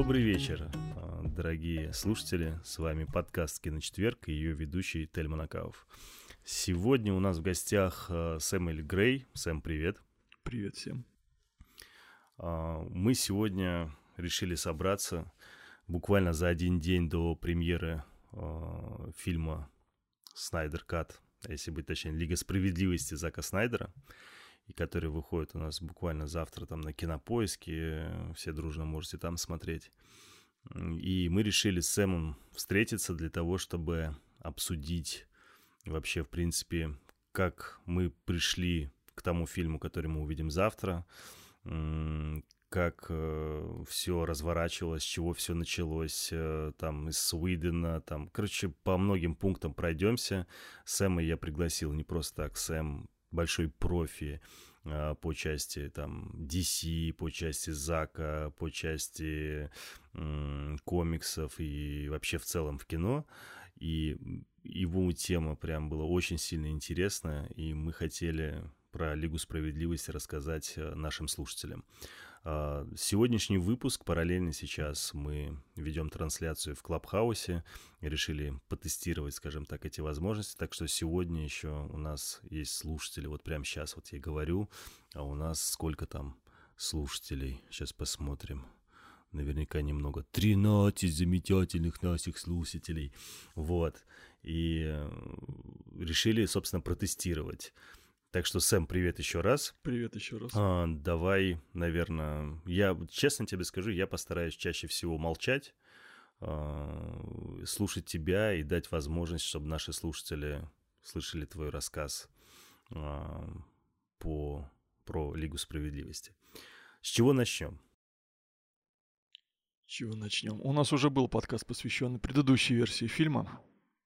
Добрый вечер, дорогие слушатели. С вами подкаст «Киночетверг» и ее ведущий Тельман Акаов. Сегодня у нас в гостях Сэмюэль Грей. Сэм, привет. Привет всем. Мы сегодня решили собраться буквально за один день до премьеры фильма «Снайдер Кат», если быть точнее, «Лига справедливости» Зака Снайдера, и который выходит у нас буквально завтра там на Кинопоиске, все дружно можете там смотреть. И мы решили с Сэмом встретиться для того, чтобы обсудить вообще, в принципе, как мы пришли к тому фильму, который мы увидим завтра, как все разворачивалось, с чего все началось, там, из Уидона, там, короче, по многим пунктам пройдемся. Сэма я пригласил не просто так, Сэм большой профи по части там DC, по части Зака, по части комиксов и вообще в целом в кино. И его тема прям была очень сильно интересная, и мы хотели про Лигу справедливости рассказать нашим слушателям. Сегодняшний выпуск, параллельно сейчас мы ведем трансляцию в Клабхаусе и решили потестировать, скажем так, эти возможности. Так что сегодня еще у нас есть слушатели. Вот прямо сейчас вот я говорю, а у нас сколько там слушателей? Сейчас посмотрим. Наверняка немного. 13 замечательных наших слушателей. Вот. И решили, собственно, протестировать. Так что, Сэм, привет еще раз. Привет еще раз. Давай, наверное, я честно тебе скажу, я постараюсь чаще всего молчать, слушать тебя и дать возможность, чтобы наши слушатели слышали твой рассказ про Лигу справедливости. С чего начнем? С чего начнем? У нас уже был подкаст, посвященный предыдущей версии фильма.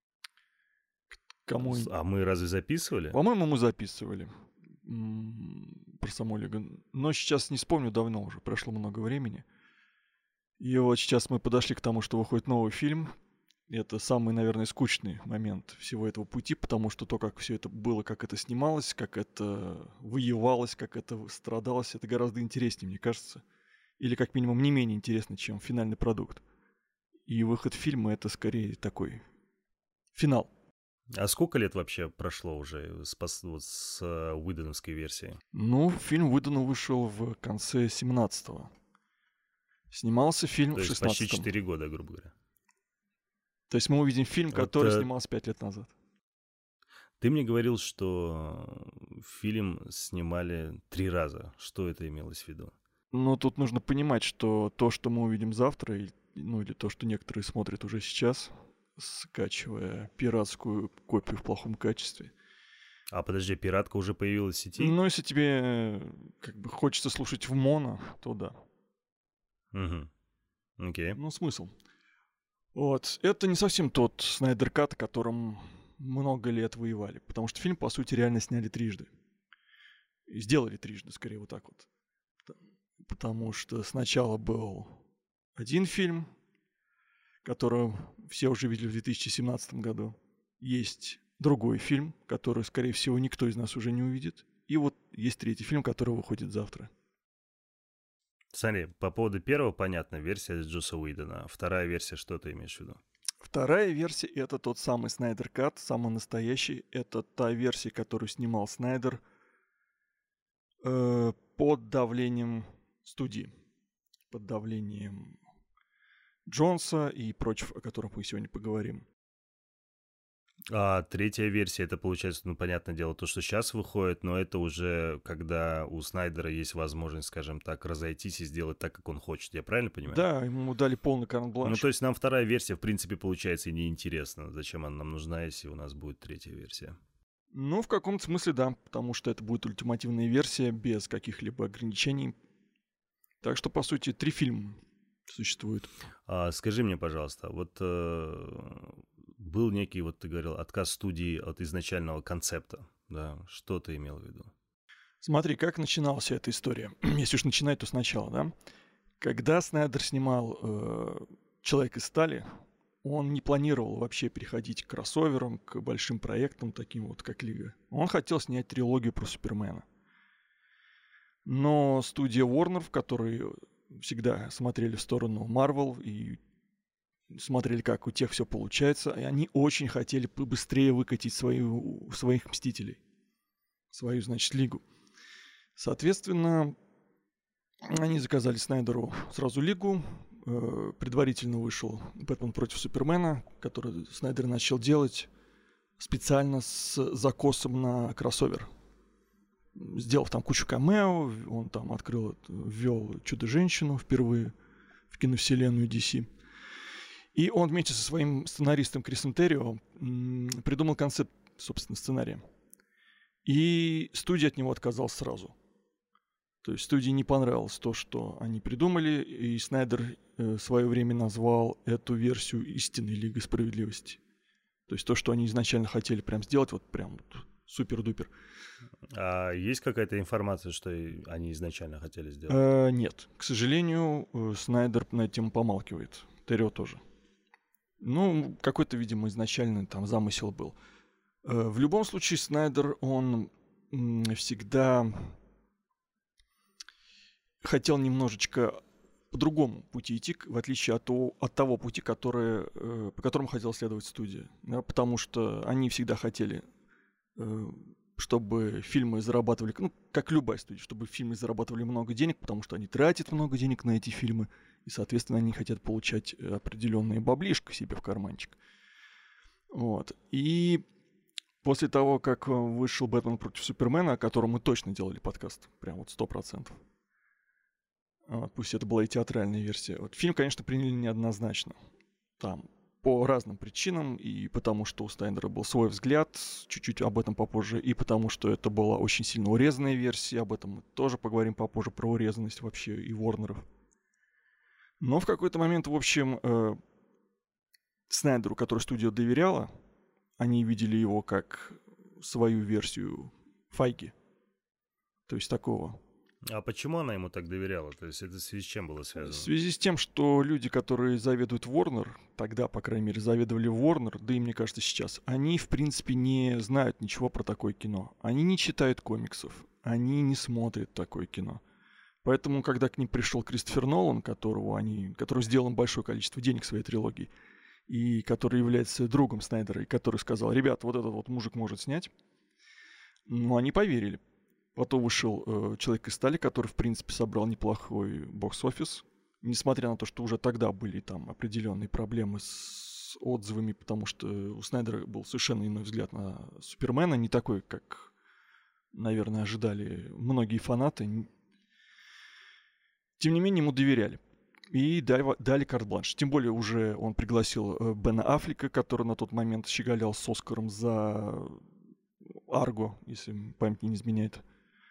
А мы разве записывали? По-моему, мы записывали про саму Лигу. Но сейчас не вспомню, давно уже, прошло много времени. И вот сейчас мы подошли к тому, что выходит новый фильм. И это самый, наверное, скучный момент всего этого пути, потому что то, как все это было, как это снималось, как это воевалось, как это страдалось, это гораздо интереснее, мне кажется. Или как минимум не менее интересно, чем финальный продукт. И выход фильма — это скорее такой финал. А сколько лет вообще прошло уже с Уидоновской версии? Ну, фильм Уидона вышел в конце 17-го. Снимался фильм в 16-м. То есть почти 4 года, грубо говоря. То есть мы увидим фильм, который снимался 5 лет назад. Ты мне говорил, что фильм снимали 3 раза. Что это имелось в виду? Ну, тут нужно понимать, что то, что мы увидим завтра, или то, что некоторые смотрят уже сейчас, скачивая пиратскую копию в плохом качестве. А подожди, пиратка уже появилась в сети? Ну, если тебе как бы хочется слушать в моно, то да. Угу. Окей. Ну, смысл. Вот. Это не совсем тот Снайдер Кат, о котором много лет воевали. Потому что фильм, по сути, реально сняли трижды. И сделали трижды, скорее, вот так вот. Потому что сначала был один фильм, который все уже видели в 2017 году. Есть другой фильм, который, скорее всего, никто из нас уже не увидит. И вот есть третий фильм, который выходит завтра. Смотри, по поводу первого, понятно, версия Джосса Уидона. Вторая версия, что ты имеешь в виду? Вторая версия — это тот самый Снайдер Кат, самый настоящий. Это та версия, которую снимал Снайдер под давлением студии, под давлением Джонса и прочих, о которых мы сегодня поговорим. А третья версия, это получается, ну, понятное дело, то, что сейчас выходит, но это уже когда у Снайдера есть возможность, скажем так, разойтись и сделать так, как он хочет. Я правильно понимаю? Да, ему дали полный карт-бланш. Ну, то есть нам вторая версия, в принципе, получается и неинтересна. Зачем она нам нужна, если у нас будет третья версия? Ну, в каком-то смысле, да, потому что это будет ультимативная версия без каких-либо ограничений. Так что, по сути, 3 фильма существует. Скажи мне, пожалуйста, вот был некий, вот ты говорил, отказ студии от изначального концепта, да? Что ты имел в виду? Смотри, как начиналась эта история. Если уж начинать, то сначала, да? Когда Снайдер снимал «Человек из стали», он не планировал вообще переходить к кроссоверам, к большим проектам, таким вот, как Лига. Он хотел снять трилогию про Супермена. Но студия Warner, в которой всегда смотрели в сторону Marvel и смотрели, как у тех все получается, и они очень хотели побыстрее выкатить своих Мстителей, свою, значит, Лигу. Соответственно, они заказали Снайдеру сразу Лигу, предварительно вышел «Бэтмен против Супермена», который Снайдер начал делать специально с закосом на кроссовер. Сделав там кучу камео, он там ввел Чудо-женщину впервые в киновселенную DC. И он вместе со своим сценаристом Крисом Террио придумал концепт, собственно, сценария. И студия от него отказалась сразу. То есть студии не понравилось то, что они придумали, и Снайдер в свое время назвал эту версию истинной Лигой Справедливости. То есть то, что они изначально хотели прям сделать, вот прям вот супер-дупер. А есть какая-то информация, что они изначально хотели сделать? Нет. К сожалению, Снайдер на эту тему помалкивает. Террио тоже. Ну, какой-то, видимо, изначальный там замысел был. В любом случае, Снайдер, он всегда хотел немножечко по другому пути идти, в отличие от того пути, по которому хотела следовать студия. Да, потому что они всегда хотели, чтобы фильмы зарабатывали, ну, как любая студия, чтобы фильмы зарабатывали много денег, потому что они тратят много денег на эти фильмы, и, соответственно, они хотят получать определенные баблишко себе в карманчик. Вот. И после того, как вышел «Бэтмен против Супермена», о котором мы точно делали подкаст, прям вот 100%, пусть это была и театральная версия, вот, фильм, конечно, приняли неоднозначно. Там по разным причинам, и потому что у Снайдера был свой взгляд, чуть-чуть об этом попозже, и потому что это была очень сильно урезанная версия, об этом мы тоже поговорим попозже, про урезанность вообще и Ворнеров. Но в какой-то момент, в общем, Снайдеру, который студия доверяла, они видели его как свою версию Файги. То есть такого. А почему она ему так доверяла? То есть это в связи с чем было связано? В связи с тем, что люди, которые заведуют Warner, тогда, по крайней мере, заведовали Warner, да и мне кажется сейчас, они, в принципе, не знают ничего про такое кино. Они не читают комиксов, они не смотрят такое кино. Поэтому, когда к ним пришел Кристофер Нолан, который сделал большое количество денег в своей трилогии, и который является другом Снайдера, и который сказал: ребят, вот этот вот мужик может снять, ну, они поверили. Потом вышел «Человек из стали», который, в принципе, собрал неплохой бокс-офис, несмотря на то, что уже тогда были там определенные проблемы с отзывами, потому что у Снайдера был совершенно иной взгляд на Супермена, не такой, как, наверное, ожидали многие фанаты. Тем не менее, ему доверяли. И дали карт-бланш. Тем более уже он пригласил Бена Аффлека, который на тот момент щеголял с Оскаром за Арго, если память не изменяет.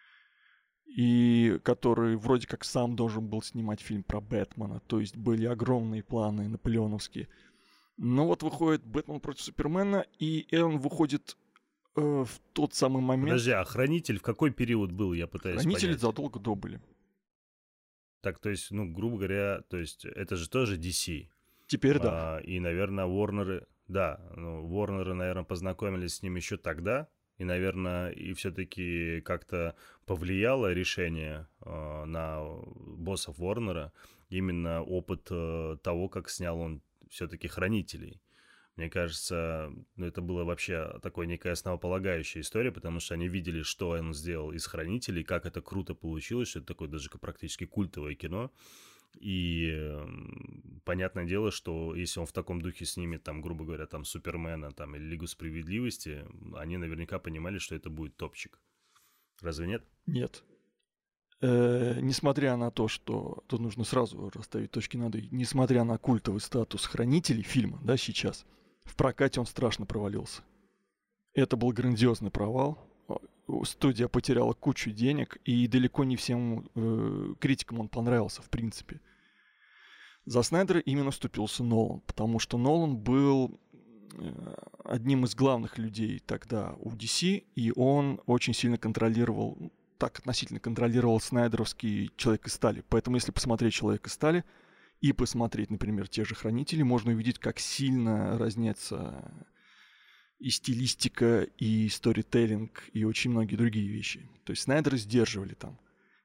И который вроде как сам должен был снимать фильм про Бэтмена. То есть были огромные планы наполеоновские. Но вот выходит «Бэтмен против Супермена», и он выходит в тот самый момент... Подожди, а «Хранитель» в какой период был, я пытаюсь понять? «Хранители» задолго до были. Так, то есть, ну, грубо говоря, то есть это же тоже DC. Теперь да. И, наверное, Ворнеры... Да, ну, Ворнеры, наверное, познакомились с ним еще тогда. И, наверное, и все-таки как-то повлияло решение на боссов Ворнера именно опыт того, как снял он все-таки «Хранителей». Мне кажется, ну, это было вообще такой некая основополагающая история, потому что они видели, что он сделал из «Хранителей», как это круто получилось, что это такое даже практически культовое кино. И понятное дело, что если он в таком духе снимет, там, грубо говоря, там, Супермена там, или Лигу Справедливости, они наверняка понимали, что это будет топчик. Разве нет? Нет. Несмотря на то, что тут нужно сразу расставить точки над «и», несмотря на культовый статус «Хранителей» фильма, да, сейчас, в прокате он страшно провалился. Это был грандиозный провал. Студия потеряла кучу денег, и далеко не всем критикам он понравился, в принципе. За Снайдера именно вступился Нолан, потому что Нолан был одним из главных людей тогда у DC, и он очень сильно контролировал, так относительно контролировал снайдеровский «Человек из стали». Поэтому если посмотреть «Человек из стали» и посмотреть, например, те же «Хранители», можно увидеть, как сильно разнятся и стилистика, и сторителлинг, и очень многие другие вещи. То есть Снайдера сдерживали там.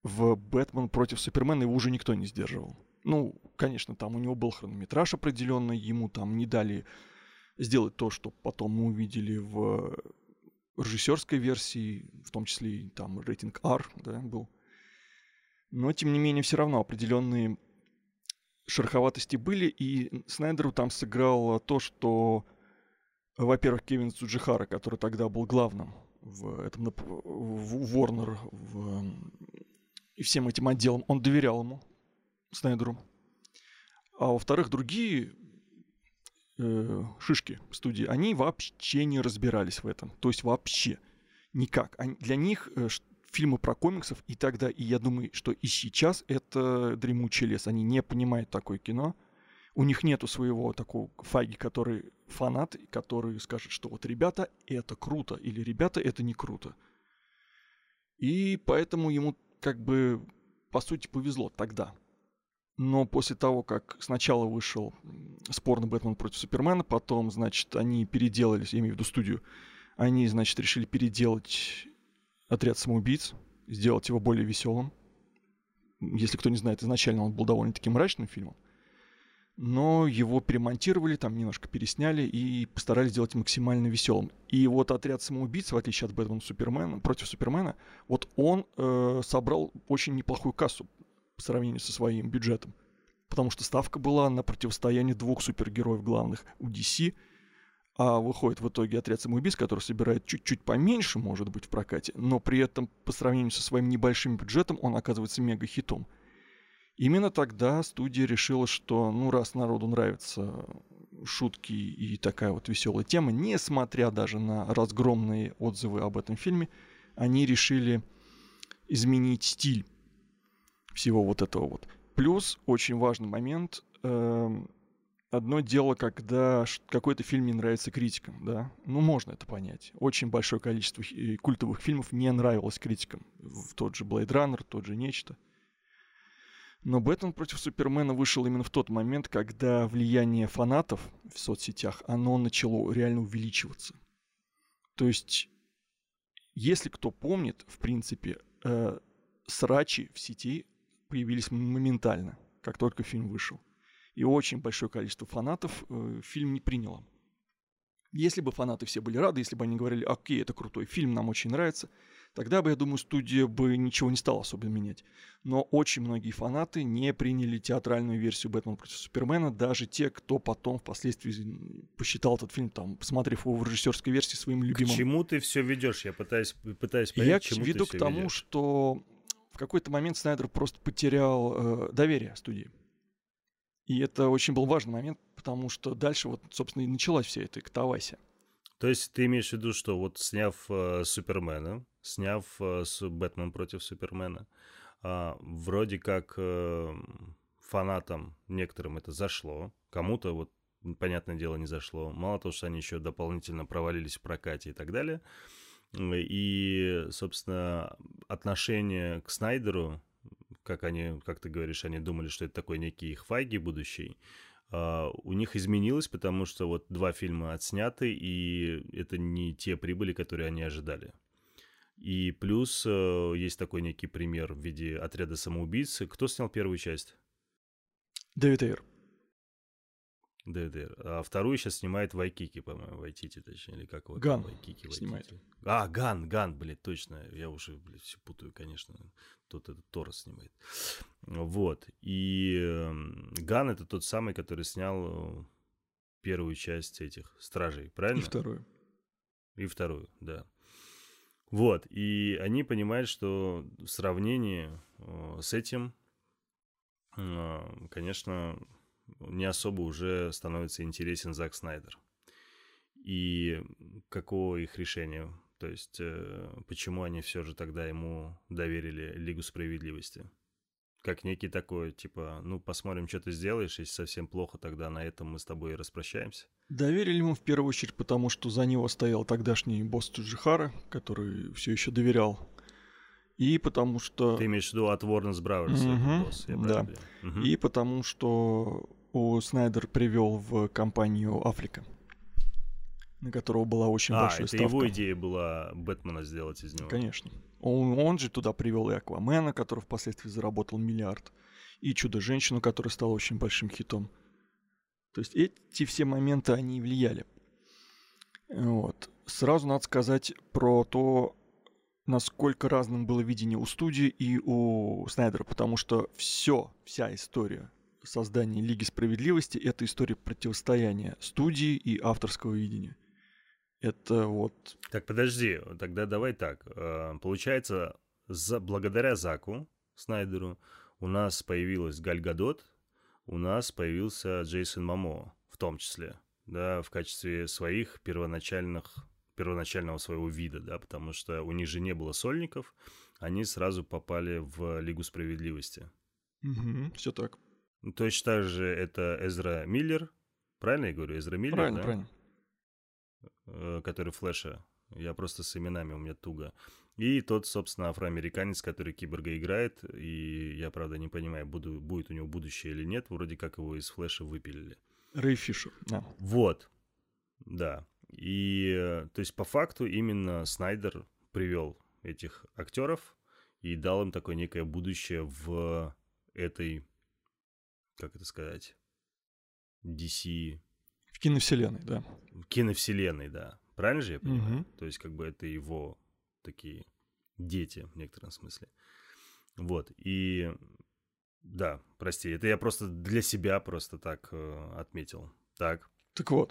в «Бэтмен против Супермена» его уже никто не сдерживал. Ну, конечно, там у него был хронометраж определенный, ему там не дали сделать то, что потом мы увидели в режиссерской версии, в том числе и там рейтинг R, да, был. Но, тем не менее, все равно определенные шероховатости были, и Снайдеру там сыграло то, что, во-первых, Кевин Цуджихара, который тогда был главным в этом в Warner и всем этим отделам, он доверял ему, Снайдеру. А во-вторых, другие шишки студии, они вообще не разбирались в этом. То есть вообще никак. Для них фильмы про комиксов и тогда, и я думаю, что и сейчас это дремучий лес. Они не понимают такое кино. У них нету своего такого фаги, который фанат, который скажет, что вот ребята, это круто, или ребята, это не круто. И поэтому ему как бы по сути повезло тогда. Но после того, как сначала вышел спорный «Бэтмен против Супермена», потом, значит, они переделались, я имею в виду студию, они, значит, решили переделать «Отряд самоубийц», сделать его более веселым. Если кто не знает, изначально он был довольно-таки мрачным фильмом, но его перемонтировали, там немножко пересняли и постарались сделать максимально веселым. И вот «Отряд самоубийц», в отличие от «Бэтмена против Супермена», вот он собрал очень неплохую кассу по сравнению со своим бюджетом. Потому что ставка была на противостояние двух супергероев главных у DC, а выходит в итоге «Отряд самоубийц», который собирает чуть-чуть поменьше, может быть, в прокате, но при этом по сравнению со своим небольшим бюджетом он оказывается мега-хитом. Именно тогда студия решила, что, ну, раз народу нравятся шутки и такая вот веселая тема, несмотря даже на разгромные отзывы об этом фильме, они решили изменить стиль всего вот этого вот. Плюс очень важный момент. Одно дело, когда какой-то фильм не нравится критикам, да. Ну, можно это понять. Очень большое количество культовых фильмов не нравилось критикам. В тот же Blade Runner, тот же Нечто. Но «Бэтмен против Супермена» вышел именно в тот момент, когда влияние фанатов в соцсетях, оно начало реально увеличиваться. То есть, если кто помнит, в принципе, срачи в сети появились моментально, как только фильм вышел. И очень большое количество фанатов фильм не приняло. Если бы фанаты все были рады, если бы они говорили: окей, это крутой фильм, нам очень нравится, тогда бы, я думаю, студия бы ничего не стала особо менять. Но очень многие фанаты не приняли театральную версию «Бэтмена против Супермена», даже те, кто потом впоследствии посчитал этот фильм, там, посмотрев его в режиссерской версии, своим любимым. К чему ты все ведешь? Я пытаюсь понять, я к чему веду ты к тому, ведешь. что в какой-то момент Снайдер просто потерял доверие студии. И это очень был важный момент, потому что дальше вот, собственно, и началась вся эта катавасия. То есть ты имеешь в виду, что вот сняв Супермена, сняв Бэтмен против Супермена, вроде как фанатам некоторым это зашло, кому-то вот, понятное дело, не зашло. Мало того, что они еще дополнительно провалились в прокате и так далее. И, собственно, отношение к Снайдеру, как ты говоришь, они думали, что это такой некий их Файги будущий, у них изменилось, потому что вот 2 фильма отсняты, и это не те прибыли, которые они ожидали. И плюс есть такой некий пример в виде «Отряда самоубийц». Кто снял первую часть? Дэвид Эйр. А вторую сейчас снимает Вайкики, по-моему, Вайтити, точнее, или как его? Ган Вайкики. снимает. Ган, блядь, точно. Я уже, блядь, все путаю, конечно. Тот этот Торос снимает. Вот. И Ган — это тот самый, который снял первую часть этих «Стражей», правильно? И вторую, да. Вот. И они понимают, что в сравнении с этим, конечно, не особо уже становится интересен Зак Снайдер. И каково их решение? То есть, почему они все же тогда ему доверили Лигу Справедливости? Как некий такой, типа, ну, посмотрим, что ты сделаешь, если совсем плохо, тогда на этом мы с тобой и распрощаемся. Доверили ему в первую очередь, потому что за него стоял тогдашний босс Цуджихара, который все еще доверял. И потому что... Ты имеешь в виду от Warner Bros. Этот босс, я да. И потому что Снайдер привел в компанию Аффлека. на которого была очень большая ставка. Его идея была Бэтмена сделать из него. Конечно. Он же туда привел и Аквамена, который впоследствии заработал миллиард, и Чудо-женщину, которая стала очень большим хитом. То есть эти все моменты, они влияли. Вот. Сразу надо сказать про то, насколько разным было видение у студии и у Снайдера, потому что вся история создания Лиги Справедливости — это история противостояния студии и авторского видения. Это вот... Так, подожди, тогда давай так. Получается, благодаря Заку Снайдеру у нас появилась Галь Гадот, у нас появился Джейсон Момоа, в том числе, да, в качестве своих первоначального своего вида, да, потому что у них же не было сольников, они сразу попали в Лигу Справедливости. Все так. Точно так же это Эзра Миллер, правильно я говорю? Эзра Миллер, правильно, да? Правильно. Который Флэша. Я просто с именами у меня туго. И тот, собственно, афроамериканец, который Киборга играет. И я, правда, не понимаю, будет у него будущее или нет. Вроде как его из Флэша выпилили. Рэй Фишер, да. Вот. Да. И, то есть, по факту, именно Снайдер привел этих актеров и дал им такое некое будущее в этой, как это сказать, DC... В киновселенной, да. Киновселенной, да. Правильно же я понимаю? То есть, как бы это его такие дети в некотором смысле. Вот. И да, прости, это я просто для себя просто так отметил. Так. Так вот.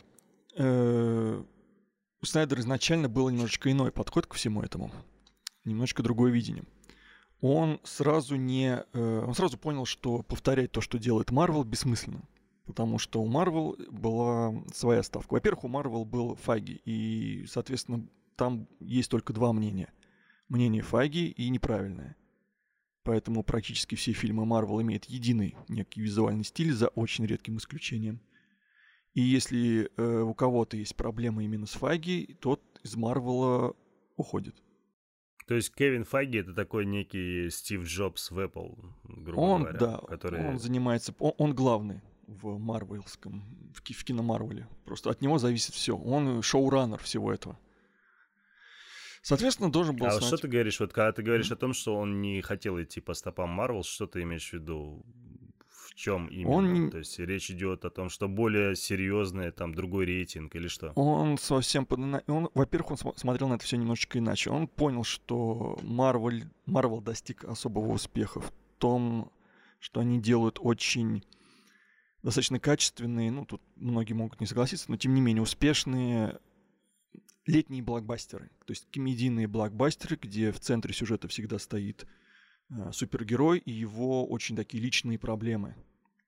У Снайдера изначально был немножечко иной подход ко всему этому. Немножечко другое видение. Он сразу понял, что повторять то, что делает Марвел, бессмысленно. Потому что у Марвел была своя ставка. Во-первых, у Марвел был Файги, и, соответственно, там есть только два мнения. Мнение Файги и неправильное. Поэтому практически все фильмы Марвел имеют единый некий визуальный стиль, за очень редким исключением. И если у кого-то есть проблемы именно с Файги, тот из Марвела уходит. То есть Кевин Файги — это такой некий Стив Джобс в Apple, грубо говоря. Да, который... он занимается... Он главный в Марвелском, в киномарвеле. Просто от него зависит все. Он шоураннер всего этого. Соответственно, должен был знать... что ты говоришь? Вот когда ты говоришь о том, что он не хотел идти по стопам Марвел, что ты имеешь в виду? В чем именно? То есть речь идет о том, что более серьезное, там, другой рейтинг или что? Во-первых, он смотрел на это все немножечко иначе. Он понял, что Марвел достиг особого успеха в том, что они делают очень достаточно качественные, тут многие могут не согласиться, но тем не менее успешные летние блокбастеры. То есть комедийные блокбастеры, где в центре сюжета всегда стоит супергерой и его очень такие личные проблемы.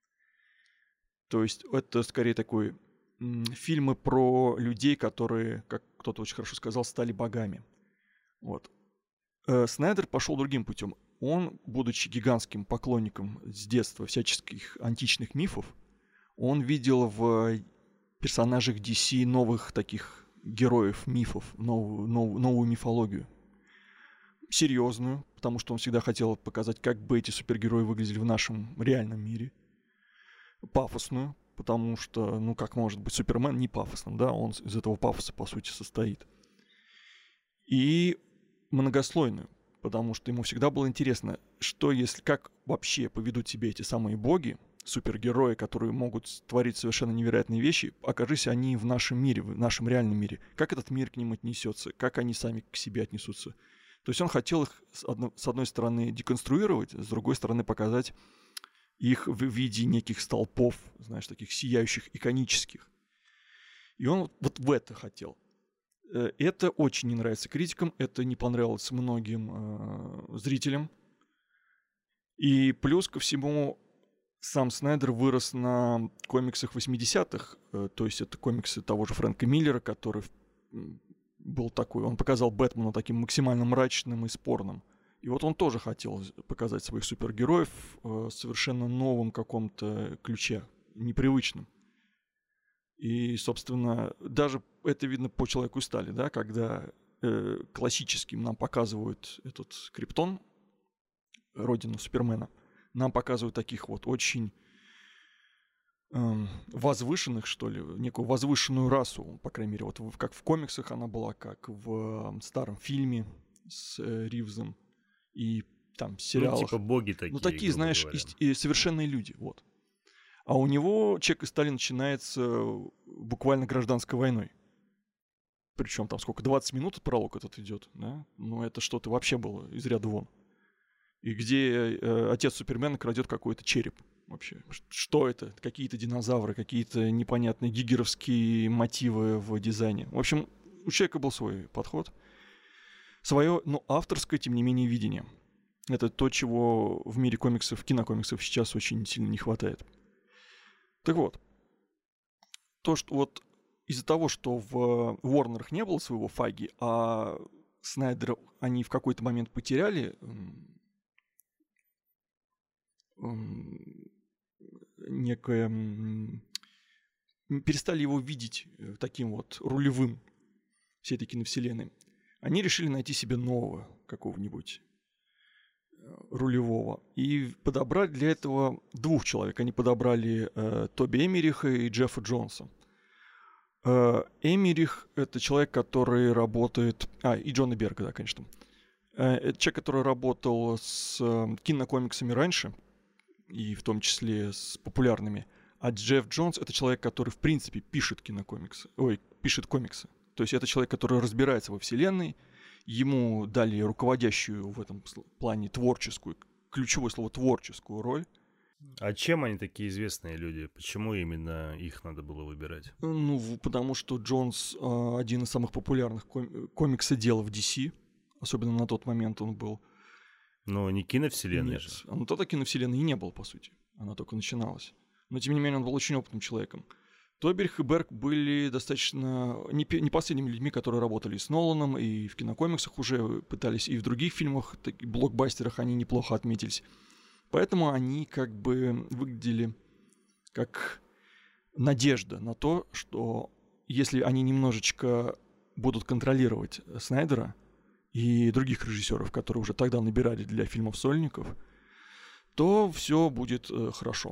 То есть это скорее такой фильмы про людей, которые, как кто-то очень хорошо сказал, стали богами. Вот. Снайдер пошел другим путем. Он, будучи гигантским поклонником с детства всяческих античных мифов, он видел в персонажах DC новых таких героев, мифов, новую мифологию. Серьезную, потому что он всегда хотел показать, как бы эти супергерои выглядели в нашем реальном мире. Пафосную, потому что, как может быть Супермен не пафосным, да, он из этого пафоса, по сути, состоит. И многослойную, потому что ему всегда было интересно, как вообще поведут себя эти самые боги, супергерои, которые могут творить совершенно невероятные вещи, окажись они в нашем мире, в нашем реальном мире. Как этот мир к ним отнесется, как они сами к себе отнесутся. То есть он хотел их, с одной стороны, деконструировать, с другой стороны, показать их в виде неких столпов, знаешь, таких сияющих, иконических. И он вот в это хотел. Это очень не нравится критикам, это не понравилось многим зрителям. И плюс ко всему, сам Снайдер вырос на комиксах 80-х, то есть это комиксы того же Фрэнка Миллера, который был такой, он показал Бэтмена таким максимально мрачным и спорным. И вот он тоже хотел показать своих супергероев в совершенно новом каком-то ключе, непривычном. И, собственно, даже это видно по «Человеку из стали», да, когда классическим нам показывают этот Криптон, родину Супермена, нам показывают таких вот очень возвышенных, что ли, некую возвышенную расу, по крайней мере, вот как в комиксах она была, как в старом фильме с Ривзом и там Ну, сериалах. типа боги такие, Ну, такие, грубо знаешь, говоря. и совершенные люди, вот. А у него «Человек из стали» начинается буквально гражданской войной. Причем там сколько, 20 минут пролог этот идет, да? Ну, это что-то вообще было из ряда вон. И где отец Супермена крадет какой-то череп вообще. Что это? Какие-то динозавры, какие-то непонятные гигеровские мотивы в дизайне. В общем, у человека был свой подход. Свое, но авторское, тем не менее, видение. Это то, чего в мире комиксов, кинокомиксов сейчас очень сильно не хватает. Так вот, то, что вот из-за того, что в Уорнерах не было своего Файги, а Снайдера они в какой-то момент потеряли некое... перестали его видеть таким вот рулевым всей этой киновселенной. Они решили найти себе нового какого-нибудь рулевого. И подобрать для этого двух человек. Они подобрали Тоби Эммериха и Джеффа Джонса. Эммерих — это человек, который работает... и Джона Берга, да, конечно. Это человек, который работал с кинокомиксами раньше, и в том числе с популярными. А Джефф Джонс — это человек, который, в принципе, пишет кинокомиксы. Пишет комиксы. То есть это человек, который разбирается во вселенной. Ему дали руководящую в этом плане творческую, ключевое слово творческую роль. А чем они такие известные люди? Почему именно их надо было выбирать? Ну, потому что Джонс один из самых популярных комиксоделов DC. Особенно на тот момент он был. Но не киновселенной Нет, же. но тогда киновселенной и не было, по сути. Она только начиналась. Но, тем не менее, он был очень опытным человеком. Тоберх и Берг были достаточно не последними людьми, которые работали и с Ноланом, и в кинокомиксах уже пытались, и в других фильмах, блокбастерах они неплохо отметились. Поэтому они как бы выглядели как надежда на то, что если они немножечко будут контролировать Снайдера и других режиссеров, которые уже тогда набирали для фильмов сольников, то все будет хорошо.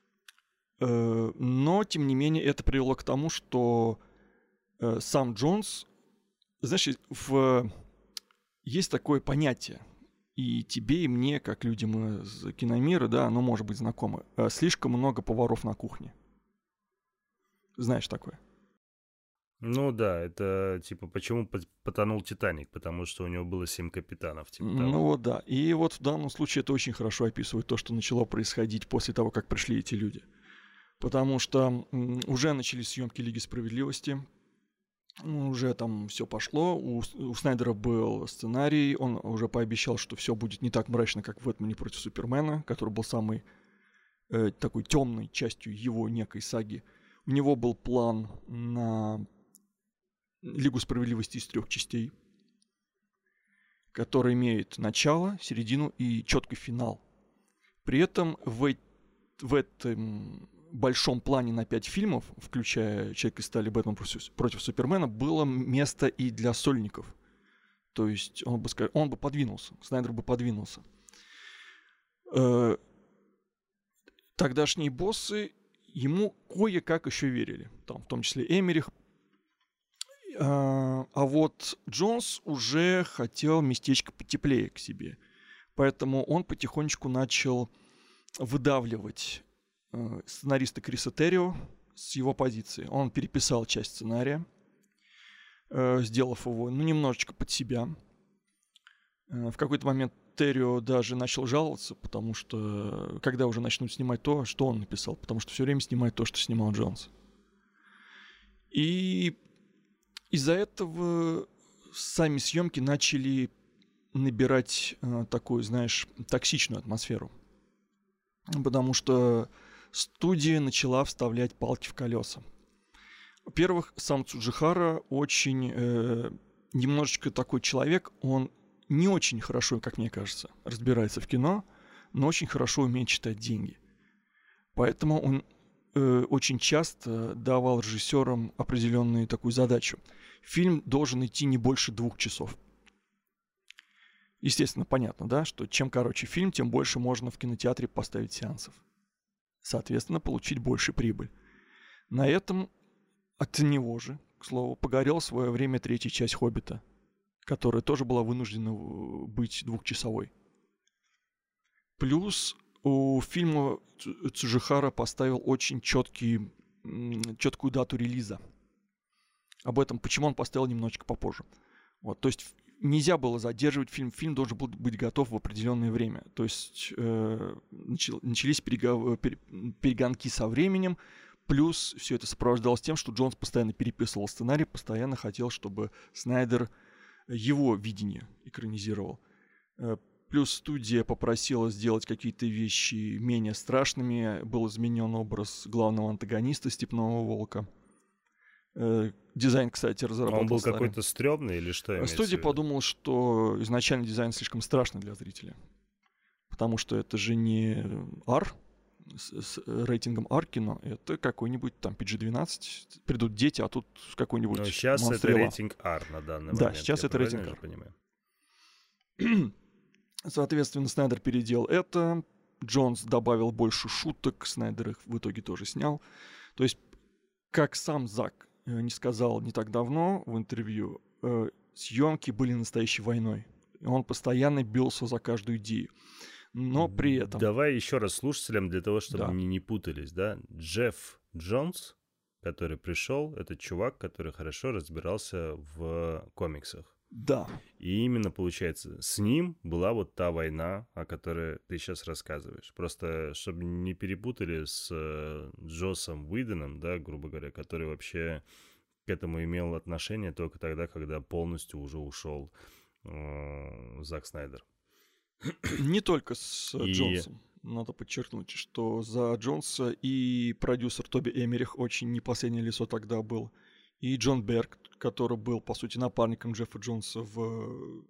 Но, тем не менее, это привело к тому, что сам Джонс... Знаешь, есть такое понятие, и тебе, и мне, как людям из киномира, да, оно может быть знакомо. Слишком много поваров на кухне. Знаешь такое? Ну да, это типа почему потонул Титаник, потому что у него было 7 капитанов. Типа того. Ну вот да. И вот в данном случае это очень хорошо описывает то, что начало происходить после того, как пришли эти люди. Потому что уже начались съемки Лиги Справедливости, уже там все пошло, у Снайдера был сценарий, он уже пообещал, что все будет не так мрачно, как в «Бэтмене против Супермена», который был самой такой темной частью его некой саги. У него был план на Лигу Справедливости из 3 частей, который имеет начало, середину и четкий финал. При этом в этом большом плане на 5 фильмов, включая «Человек из стали», «Бэтмен против Супермена», было место и для сольников. То есть он бы подвинулся, Снайдер бы подвинулся. Тогдашние боссы ему кое-как еще верили, там, в том числе Эммерих. А вот Джонс уже хотел местечко потеплее к себе. Поэтому он потихонечку начал выдавливать сценариста Криса Террио с его позиции. Он переписал часть сценария, сделав его, немножечко под себя. В какой-то момент Террио даже начал жаловаться, потому что когда уже начнут снимать то, что он написал, потому что все время снимает то, что снимал Джонс. И из-за этого сами съемки начали набирать такую, знаешь, токсичную атмосферу. Потому что студия начала вставлять палки в колеса. Во-первых, сам Цуджихара очень немножечко такой человек, он не очень хорошо, как мне кажется, разбирается в кино, но очень хорошо умеет читать деньги. Поэтому он очень часто давал режиссерам определенную такую задачу. Фильм должен идти не больше 2 часов. Естественно, понятно, да, что чем короче фильм, тем больше можно в кинотеатре поставить сеансов. соответственно, получить больше прибыль. На этом от него же, к слову, погорела в свое время третья часть «Хоббита», которая тоже была вынуждена быть двухчасовой. Плюс у фильма Цуджихара поставил очень четкую дату релиза. Об этом, почему он поставил немножечко попозже. Вот, то есть нельзя было задерживать фильм. Фильм должен был быть готов в определенное время. То есть начались перегонки со временем. Плюс все это сопровождалось тем, что Джонс постоянно переписывал сценарий, постоянно хотел, чтобы Снайдер его видение экранизировал. Плюс студия попросила сделать какие-то вещи менее страшными. Был изменен образ главного антагониста Степного Волка. Дизайн, кстати, разработал. Он был какой-то стрёмный или что? Студия подумала, что изначально дизайн слишком страшный для зрителя. Потому что это же не R с рейтингом R кино, это какой-нибудь там PG-12. Придут дети, а тут какой-нибудь монстрела. Сейчас это рейтинг R на данный момент. Да, сейчас это рейтинг R. Соответственно, Снайдер переделал это. Джонс добавил больше шуток. Снайдер их в итоге тоже снял. То есть, как сам Зак не сказал не так давно в интервью, съемки были настоящей войной. Он постоянно бился за каждую идею. Но при этом... Давай еще раз слушателям, для того, чтобы они не путались, да? Джефф Джонс, который пришел, это чувак, который хорошо разбирался в комиксах. Да. И именно, получается, с ним была вот та война, о которой ты сейчас рассказываешь. Просто, чтобы не перепутали с Джоссом Уидоном, да, грубо говоря, который вообще к этому имел отношение только тогда, когда полностью уже ушел Зак Снайдер. Не только с Джонсом. Надо подчеркнуть, что за Джонса и продюсер Тоби Эмерих очень не последнее лицо тогда был. И Джон Берг, который был, по сути, напарником Джеффа Джонса в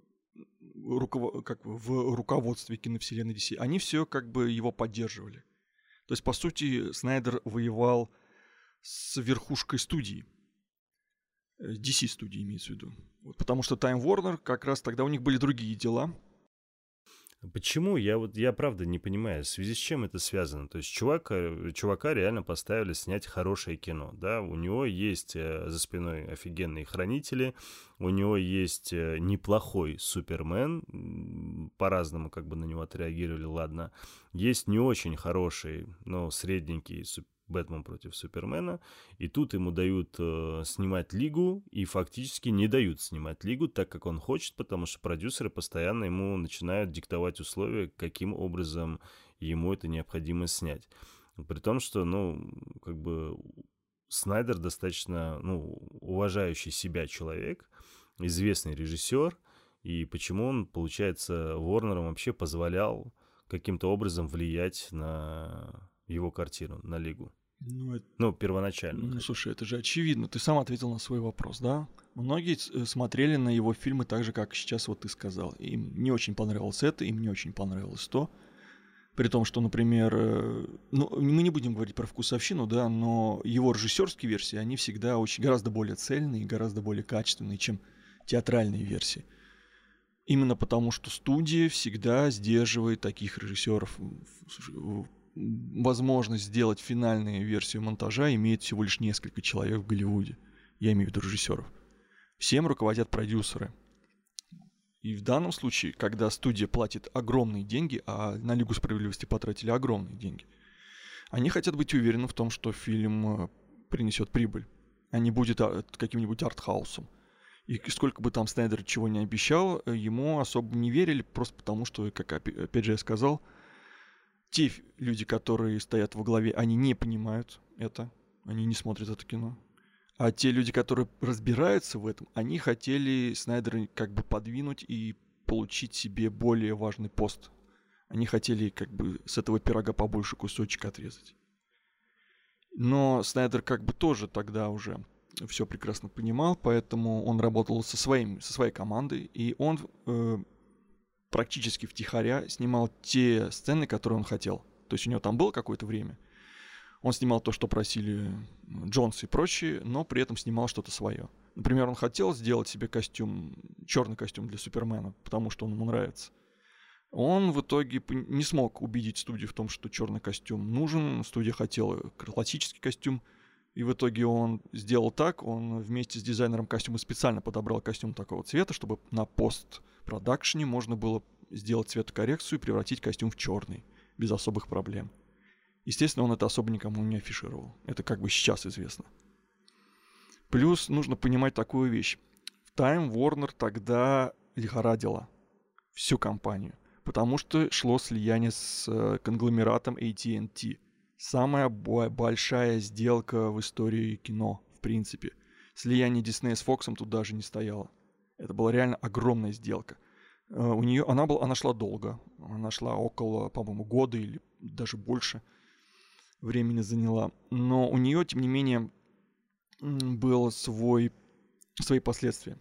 руководстве киновселенной DC, они все как бы его поддерживали. То есть, по сути, Снайдер воевал с верхушкой студии. DC-студии имеется в виду. Вот, потому что Time Warner как раз тогда у них были другие дела. Почему? Я правда не понимаю, в связи с чем это связано. То есть чувака реально поставили снять хорошее кино, да, у него есть за спиной офигенные хранители, у него есть неплохой Супермен, по-разному как бы на него отреагировали, ладно, есть не очень хороший, но средненький Бэтмен против Супермена, и тут ему дают снимать Лигу, и фактически не дают снимать Лигу так, как он хочет, потому что продюсеры постоянно ему начинают диктовать условия, каким образом ему это необходимо снять. При том, что, как бы Снайдер достаточно, уважающий себя человек, известный режиссер, и почему он, получается, Ворнером вообще позволял каким-то образом влиять на его картину, на Лигу. Первоначально. Слушай, это же очевидно. Ты сам ответил на свой вопрос, да? Многие смотрели на его фильмы так же, как сейчас вот ты сказал. Им не очень понравилось это, им не очень понравилось то. При том, что, например, мы не будем говорить про вкусовщину, да, но его режиссерские версии, они всегда гораздо более цельные, гораздо более качественные, чем театральные версии. Именно потому, что студия всегда сдерживает таких режиссеров. Возможность сделать финальную версию монтажа имеет всего лишь несколько человек в Голливуде. Я имею в виду режиссеров. Всем руководят продюсеры. И в данном случае, когда студия платит огромные деньги, а на Лигу справедливости потратили огромные деньги, они хотят быть уверены в том, что фильм принесет прибыль, а не будет каким-нибудь артхаусом. И сколько бы там Снайдер чего не обещал, ему особо не верили, просто потому что, как опять же я сказал, те люди, которые стоят во главе, они не понимают это, они не смотрят это кино. А те люди, которые разбираются в этом, они хотели Снайдера как бы подвинуть и получить себе более важный пост. Они хотели как бы с этого пирога побольше кусочек отрезать. Но Снайдер как бы тоже тогда уже все прекрасно понимал, поэтому он работал со своей командой, и он практически втихаря снимал те сцены, которые он хотел. То есть у него там было какое-то время. Он снимал то, что просили Джонс и прочие, но при этом снимал что-то свое. Например, он хотел сделать себе черный костюм для Супермена, потому что он ему нравится. Он в итоге не смог убедить студию в том, что черный костюм нужен. Студия хотела классический костюм. И в итоге он сделал так, он вместе с дизайнером костюма специально подобрал костюм такого цвета, чтобы на постпродакшене можно было сделать цветокоррекцию и превратить костюм в черный, без особых проблем. Естественно, он это особо никому не афишировал. Это как бы сейчас известно. Плюс нужно понимать такую вещь. Time Warner тогда лихорадила всю компанию, потому что шло слияние с конгломератом AT&T. Самая большая сделка в истории кино, в принципе. Слияние Disney с Fox тут даже не стояло. Это была реально огромная сделка. У нее она шла долго. Она шла около, по-моему, года или даже больше времени заняла. Но у нее, тем не менее, было свои последствия.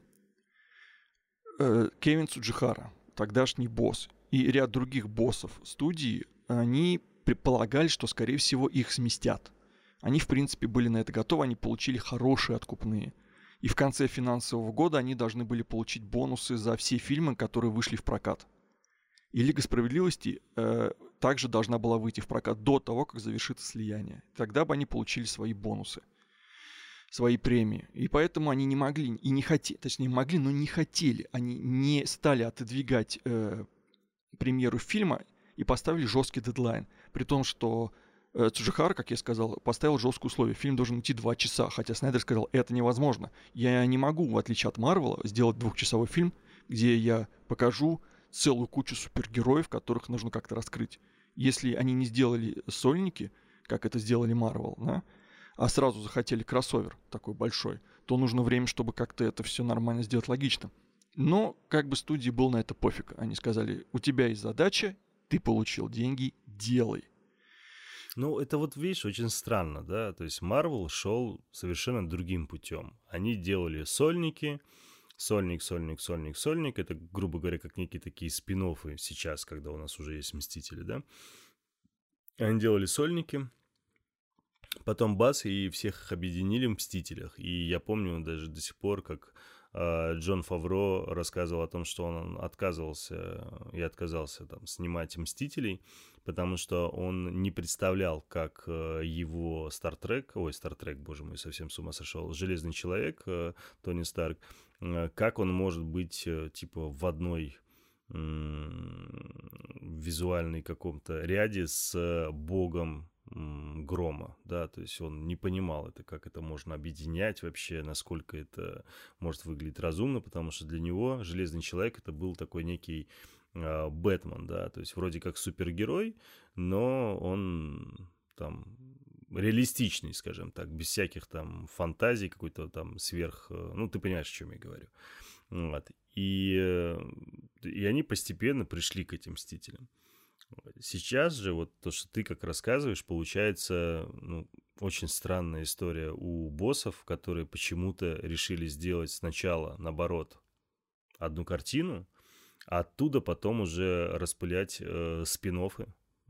Кевин Цуджихара, тогдашний босс, и ряд других боссов студии, они предполагали, что, скорее всего, их сместят. Они, в принципе, были на это готовы, они получили хорошие откупные. И в конце финансового года они должны были получить бонусы за все фильмы, которые вышли в прокат. И «Лига справедливости» также должна была выйти в прокат до того, как завершится слияние. Тогда бы они получили свои бонусы, свои премии. И поэтому они не могли, и не хотели, точнее могли, но не хотели. Они не стали отодвигать премьеру фильма и поставили жесткий дедлайн. При том, что Цуджихара, как я сказал, поставил жесткое условие. Фильм должен идти 2 часа, хотя Снайдер сказал, это невозможно. Я не могу, в отличие от Марвела, сделать 2-часовой фильм, где я покажу целую кучу супергероев, которых нужно как-то раскрыть. Если они не сделали сольники, как это сделали Марвел, да, а сразу захотели кроссовер такой большой, то нужно время, чтобы как-то это все нормально сделать логично. Но как бы студии был на это пофиг. Они сказали, у тебя есть задача, ты получил деньги, делай. Ну, это вот, видишь, очень странно, да, то есть Marvel шел совершенно другим путем. Они делали сольники, сольник, это, грубо говоря, как некие такие спин-оффы сейчас, когда у нас уже есть Мстители, да. Они делали сольники, потом бац, и всех их объединили в Мстителях. И я помню даже до сих пор, как Джон Фавро рассказывал о том, что он отказался там снимать «Мстителей», потому что он не представлял, как его Стартрек, боже мой, совсем с ума сошел, Железный человек, Тони Старк, как он может быть типа в одной визуальной каком-то ряде с богом Грома, да, то есть он не понимал это, как это можно объединять вообще, насколько это может выглядеть разумно, потому что для него Железный человек это был такой некий Бэтмен, да, то есть вроде как супергерой, но он там реалистичный, скажем так, без всяких там фантазий, какой-то там ну, ты понимаешь, о чем я говорю. Вот. И они постепенно пришли к этим Мстителям. Сейчас же вот то, что ты как рассказываешь, получается, ну, очень странная история у боссов, которые почему-то решили сделать сначала, наоборот, одну картину, а оттуда потом уже распылять спин-оффы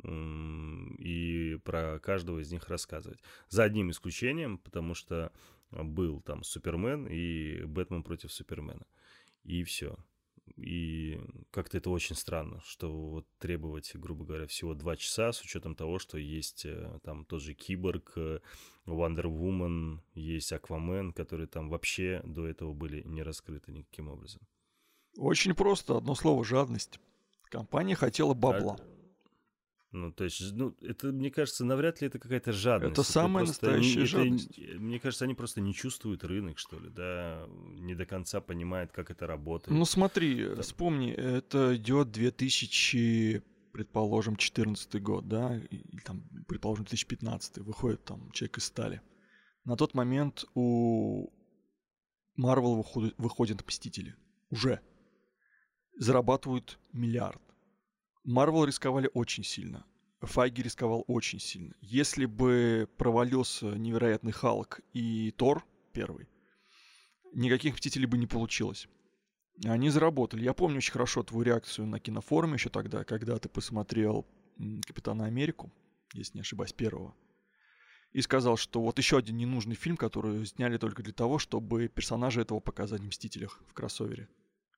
и про каждого из них рассказывать. За одним исключением, потому что был там Супермен и Бэтмен против Супермена. И все. И как-то это очень странно, что вот требовать, грубо говоря, всего 2 часа, с учетом того, что есть там тоже Киборг, Wonder Woman, есть Аквамен, которые там вообще до этого были не раскрыты никаким образом. Очень просто, одно слово — жадность. Компания хотела бабла. Ну, то есть, ну, это, мне кажется, навряд ли это какая-то жадность. Это самая настоящая жадность. Мне кажется, они просто не чувствуют рынок, что ли, да, не до конца понимают, как это работает. Ну, смотри, вспомни, это идет 2000, предположим, 14 год, да, или там, предположим, 2015, выходит там «Человек из стали». На тот момент у Marvel выходят «Мстители». Уже. Зарабатывают миллиард. Marvel рисковали очень сильно. Файги рисковал очень сильно. Если бы провалился «Невероятный Халк» и «Тор» первый, никаких «Мстителей» бы не получилось. Они заработали. Я помню очень хорошо твою реакцию на Кинофоруме еще тогда, когда ты посмотрел «Капитана Америку», если не ошибаюсь, первого, и сказал, что вот еще один ненужный фильм, который сняли только для того, чтобы персонажа этого показать в «Мстителях» в кроссовере.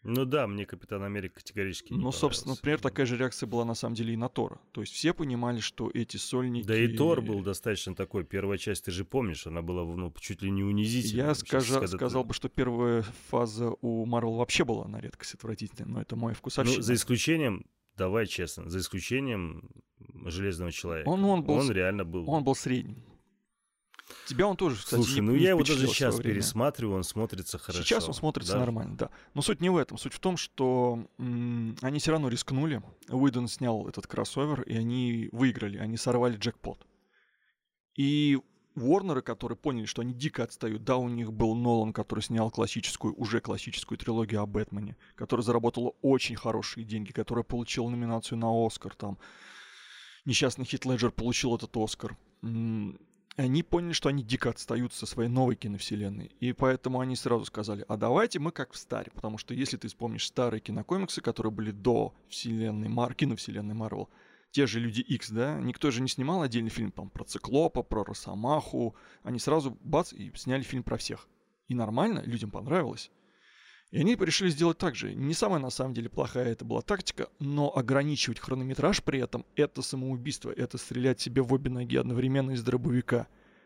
Ну да, мне Капитан Америка категорически не Ну, собственно, понравился. например, такая же реакция была на самом деле и на Тора. То есть все понимали, что эти сольники... Да и Тор был достаточно такой. Первая часть, ты же помнишь, она была чуть ли не унизительной. Я Сейчас, сказал бы, что первая фаза у Марвел вообще была на редкость отвратительной, но это мой вкусовщина. Ну, за исключением, давай честно, за исключением Железного Человека. Он реально был... Он был средним. Тебя он тоже, кстати, Слушай, не я его впечатлил даже в своё сейчас время. пересматриваю, он смотрится хорошо. Сейчас он смотрится да? нормально, да. Но суть не в этом. Суть в том, что они все равно рискнули. Уидон снял этот кроссовер, и они выиграли. Они сорвали джекпот. И Уорнеры, которые поняли, что они дико отстают. Да, у них был Нолан, который снял уже классическую трилогию о Бэтмене, которая заработала очень хорошие деньги, которая получила номинацию на Оскар. Там несчастный Хит Леджер получил этот Оскар. Они поняли, что они дико отстают со своей новой киновселенной. И поэтому они сразу сказали, а давайте мы как в старе. Потому что если ты вспомнишь старые кинокомиксы, которые были до киновселенной Марвел, те же Люди Икс, да, никто же не снимал отдельный фильм там, про Циклопа, про Росомаху. Они сразу бац и сняли фильм про всех. И нормально, людям понравилось. И они решили сделать так же. Не самая, на самом деле, плохая это была тактика, но ограничивать хронометраж при этом — это самоубийство, это стрелять себе в обе ноги одновременно из дробовика.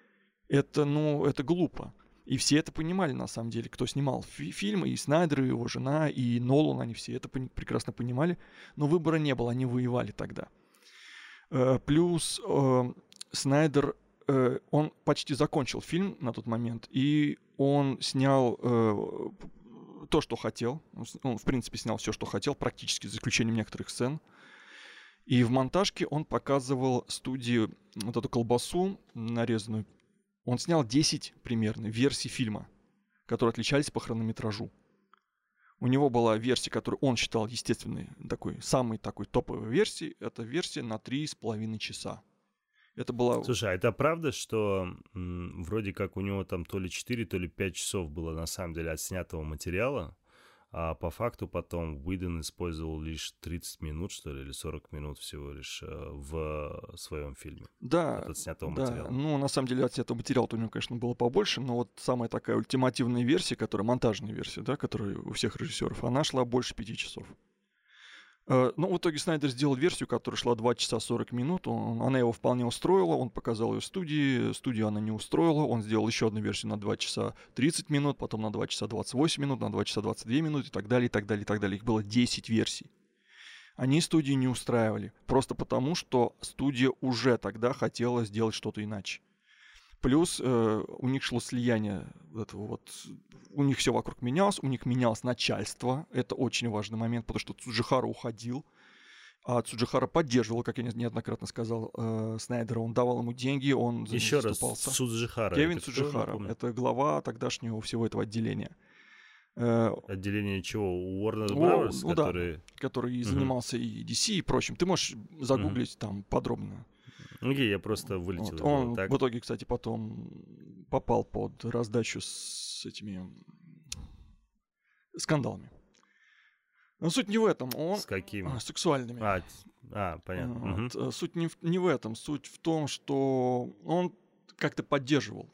Это глупо. И все это понимали, на самом деле, кто снимал фильмы, и Снайдер, и его жена, и Нолан, они все это прекрасно понимали, но выбора не было, они воевали тогда. Плюс Снайдер, он почти закончил фильм на тот момент, и он снял... то, что хотел. Он, в принципе, снял все, что хотел, практически, за исключением некоторых сцен. И в монтажке он показывал студии вот эту колбасу нарезанную. Он снял 10 примерно версий фильма, которые отличались по хронометражу. У него была версия, которую он считал естественной, самой такой топовой версией. Это версия на 3,5 часа. Это была... Слушай, а это правда, что вроде как у него там то ли 4, то ли 5 часов было на самом деле отснятого материала, а по факту потом Уидон использовал лишь 30 минут, что ли, или 40 минут всего лишь в своем фильме? Да, от отснятого материала. Ну, на самом деле, отснятого материала-то у него, конечно, было побольше, но вот самая такая ультимативная версия, монтажная версия, да, которая у всех режиссеров, она шла больше 5 часов. Ну, в итоге Снайдер сделал версию, которая шла 2 часа 40 минут. Она его вполне устроила, он показал ее студии. Студию она не устроила. Он сделал еще одну версию на 2 часа 30 минут, потом на 2 часа 28 минут, на 2 часа 22 минуты и так далее, и так далее, и так далее. Их было 10 версий. Они студии не устраивали. Просто потому, что студия уже тогда хотела сделать что-то иначе. Плюс у них шло слияние у них все вокруг менялось, у них менялось начальство. Это очень важный момент, потому что Цуджихара уходил, а Цуджихара поддерживал, как я неоднократно сказал, Снайдера. Он давал ему деньги, он за него Еще раз, заступался. Цуджихара. Кевин Цуджихара. Это глава тогдашнего всего этого отделения. Отделение чего? Warner Brothers? Который занимался и DC, и прочим. Ты можешь загуглить там подробно. Окей, я просто вылетел. Он в итоге, кстати, потом попал под раздачу с этими скандалами. Но суть не в этом. С какими? Сексуальными. Понятно. Суть не в этом. Суть в том, что он как-то поддерживал.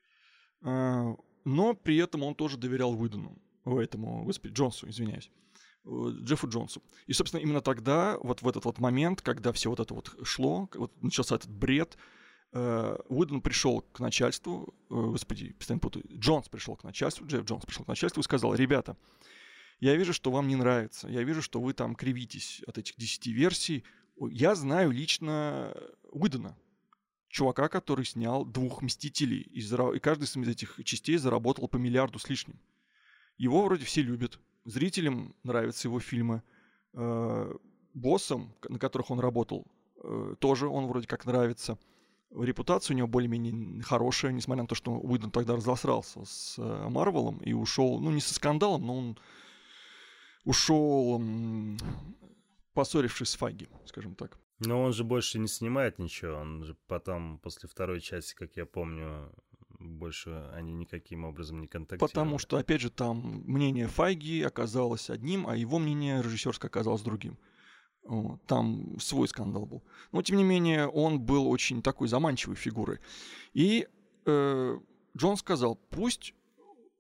Но при этом он тоже доверял Уидону. Джонсу, извиняюсь. Джеффу Джонсу. И, собственно, именно тогда, вот в этот момент, когда все вот это вот шло, начался этот бред, Уидон пришел к начальству, постоянно путаю, Джефф Джонс пришел к начальству и сказал: ребята, я вижу, что вам не нравится, я вижу, что вы там кривитесь от этих 10 версий. Я знаю лично Уидона, чувака, который снял 2 «Мстителей», и каждый из этих частей заработал по миллиарду с лишним. Его вроде все любят. Зрителям нравятся его фильмы. Боссам, на которых он работал, тоже он вроде как нравится. Репутация у него более-менее хорошая, несмотря на то, что Уидон тогда разосрался с Марвелом и ушел, не со скандалом, но он ушел, поссорившись с Файги, скажем так. Но он же больше не снимает ничего. Он же потом, после второй части, как я помню, больше они никаким образом не контактировали. Потому что, опять же, там мнение Файги оказалось одним, а его мнение режиссерское оказалось другим. Там свой скандал был. Но, тем не менее, он был очень такой заманчивой фигурой. И Джон сказал: пусть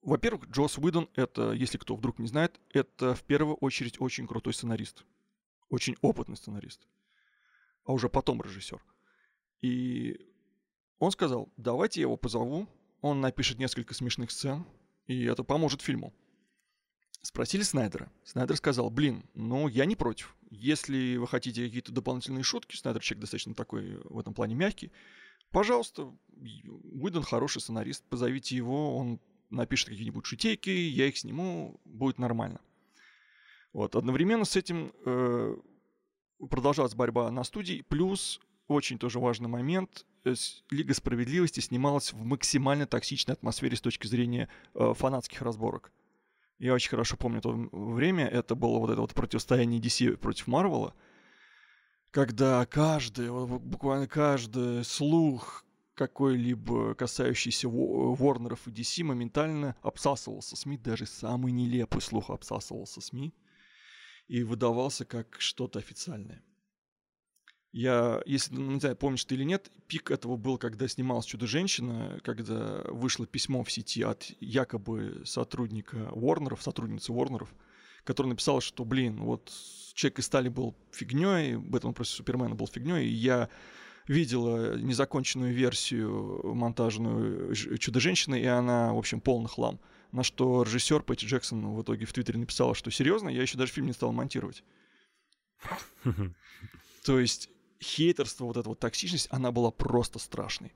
Во-первых, Джосс Уидон, это, если кто вдруг не знает, это в первую очередь очень крутой сценарист. Очень опытный сценарист. А уже потом режиссер. И он сказал, давайте я его позову, он напишет несколько смешных сцен, и это поможет фильму. Спросили Снайдера. Снайдер сказал, ну я не против. Если вы хотите какие-то дополнительные шутки, Снайдер человек достаточно такой в этом плане мягкий, пожалуйста, Уидон хороший сценарист, позовите его, он напишет какие-нибудь шутейки, я их сниму, будет нормально. Вот. Одновременно с этим продолжалась борьба на студии, плюс очень тоже важный момент, Лига Справедливости снималась в максимально токсичной атмосфере с точки зрения фанатских разборок. Я очень хорошо помню то время, это было вот это вот противостояние DC против Марвела, когда буквально каждый слух какой-либо касающийся Warner'ов и DC моментально обсасывался СМИ, даже самый нелепый слух обсасывался СМИ и выдавался как что-то официальное. Если, не знаю, помнишь ты или нет, пик этого был, когда снималась «Чудо-женщина», когда вышло письмо в сети от якобы сотрудницы Warner'ов, который написал, что, вот «Человек из стали» был фигней, «Бэтмен против Супермена» был фигней, и я видела незаконченную версию монтажную «Чудо-женщины», и она, в общем, полный хлам. На что режиссер Пэтти Джексон в итоге в Твиттере написала, что серьезно, я еще даже фильм не стал монтировать. То есть хейтерство, вот эта вот токсичность, она была просто страшной.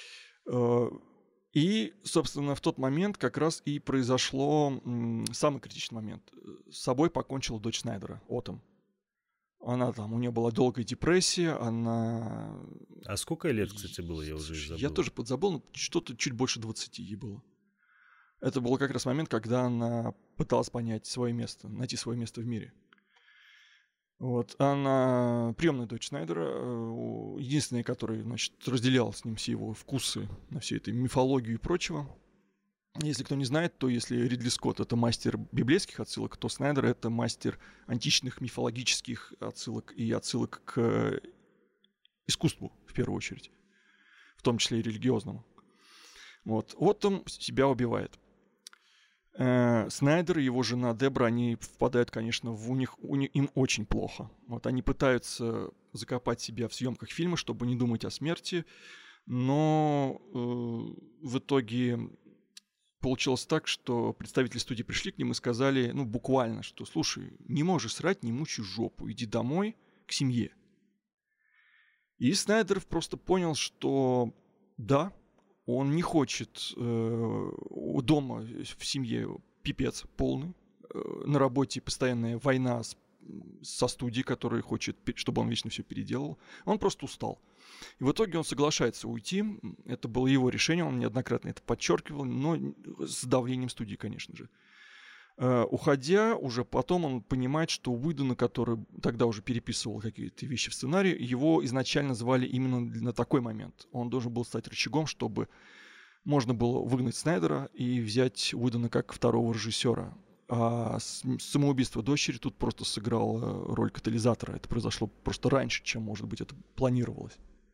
И, собственно, в тот момент как раз и произошло самый критичный момент. С собой покончила дочь Снайдера, Отом. У нее была долгая депрессия, она... А сколько лет, кстати, было, я уже забыл. Я тоже подзабыл, но что-то чуть больше 20 ей было. Это был как раз момент, когда она пыталась найти свое место в мире. Вот, она приемная дочь Снайдера, единственная, которая, разделяла с ним все его вкусы на всю эту мифологию и прочего. Если кто не знает, то если Ридли Скотт — это мастер библейских отсылок, то Снайдер — это мастер античных мифологических отсылок и отсылок к искусству, в первую очередь, в том числе и религиозному. Вот он себя убивает. Снайдер и его жена Дебра, они впадают, конечно, им очень плохо. Вот они пытаются закопать себя в съемках фильма, чтобы не думать о смерти, но в итоге получилось так, что представители студии пришли к ним и сказали, буквально, что, слушай, не можешь срать, не мучай жопу, иди домой к семье. И Снайдер просто понял, что да, он не хочет дома в семье пипец полный, на работе постоянная война со студией, которая хочет, чтобы он вечно все переделал. Он просто устал. И в итоге он соглашается уйти. Это было его решение, он неоднократно это подчеркивал, но с давлением студии, конечно же. Уходя, уже потом он понимает, что Уидона, который тогда уже переписывал какие-то вещи в сценарии, его изначально звали именно на такой момент. Он должен был стать рычагом, чтобы можно было выгнать Снайдера и взять Уидона как второго режиссера. А самоубийство дочери тут просто сыграло роль катализатора. Это произошло просто раньше, чем, может быть, это планировалось.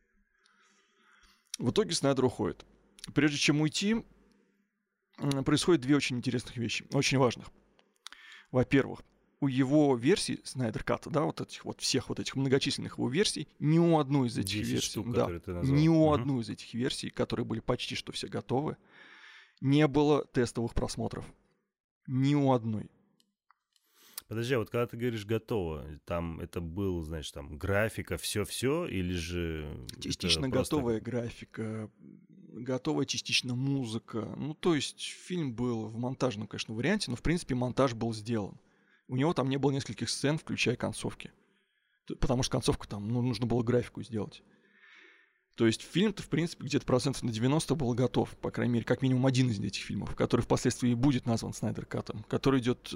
В итоге Снайдер уходит. Прежде чем уйти, происходят две очень интересных вещи, очень важных. Во-первых, у его версий Снайдер Ката, всех этих многочисленных его версий, ни у одной из этих версий, ни у одной из этих версий, которые были почти что все готовы, не было тестовых просмотров. Ни у одной. Подожди, а вот когда ты говоришь «готово», там это был, графика, все-все, или же... Частично готовая графика, готовая частично музыка. То есть фильм был в монтажном, конечно, варианте, но, в принципе, монтаж был сделан. У него там не было нескольких сцен, включая концовки. Потому что концовку там, нужно было графику сделать. То есть фильм-то, в принципе, где-то процентов на 90 был готов. По крайней мере, как минимум один из этих фильмов, который впоследствии будет назван Снайдер Катом, который идет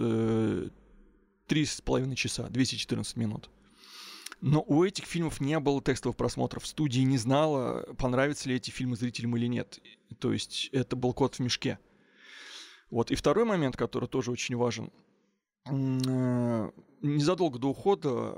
3,5 часа, 214 минут. Но у этих фильмов не было текстовых просмотров. Студия не знала, понравятся ли эти фильмы зрителям или нет. То есть это был кот в мешке. Вот. И второй момент, который тоже очень важен. Незадолго до ухода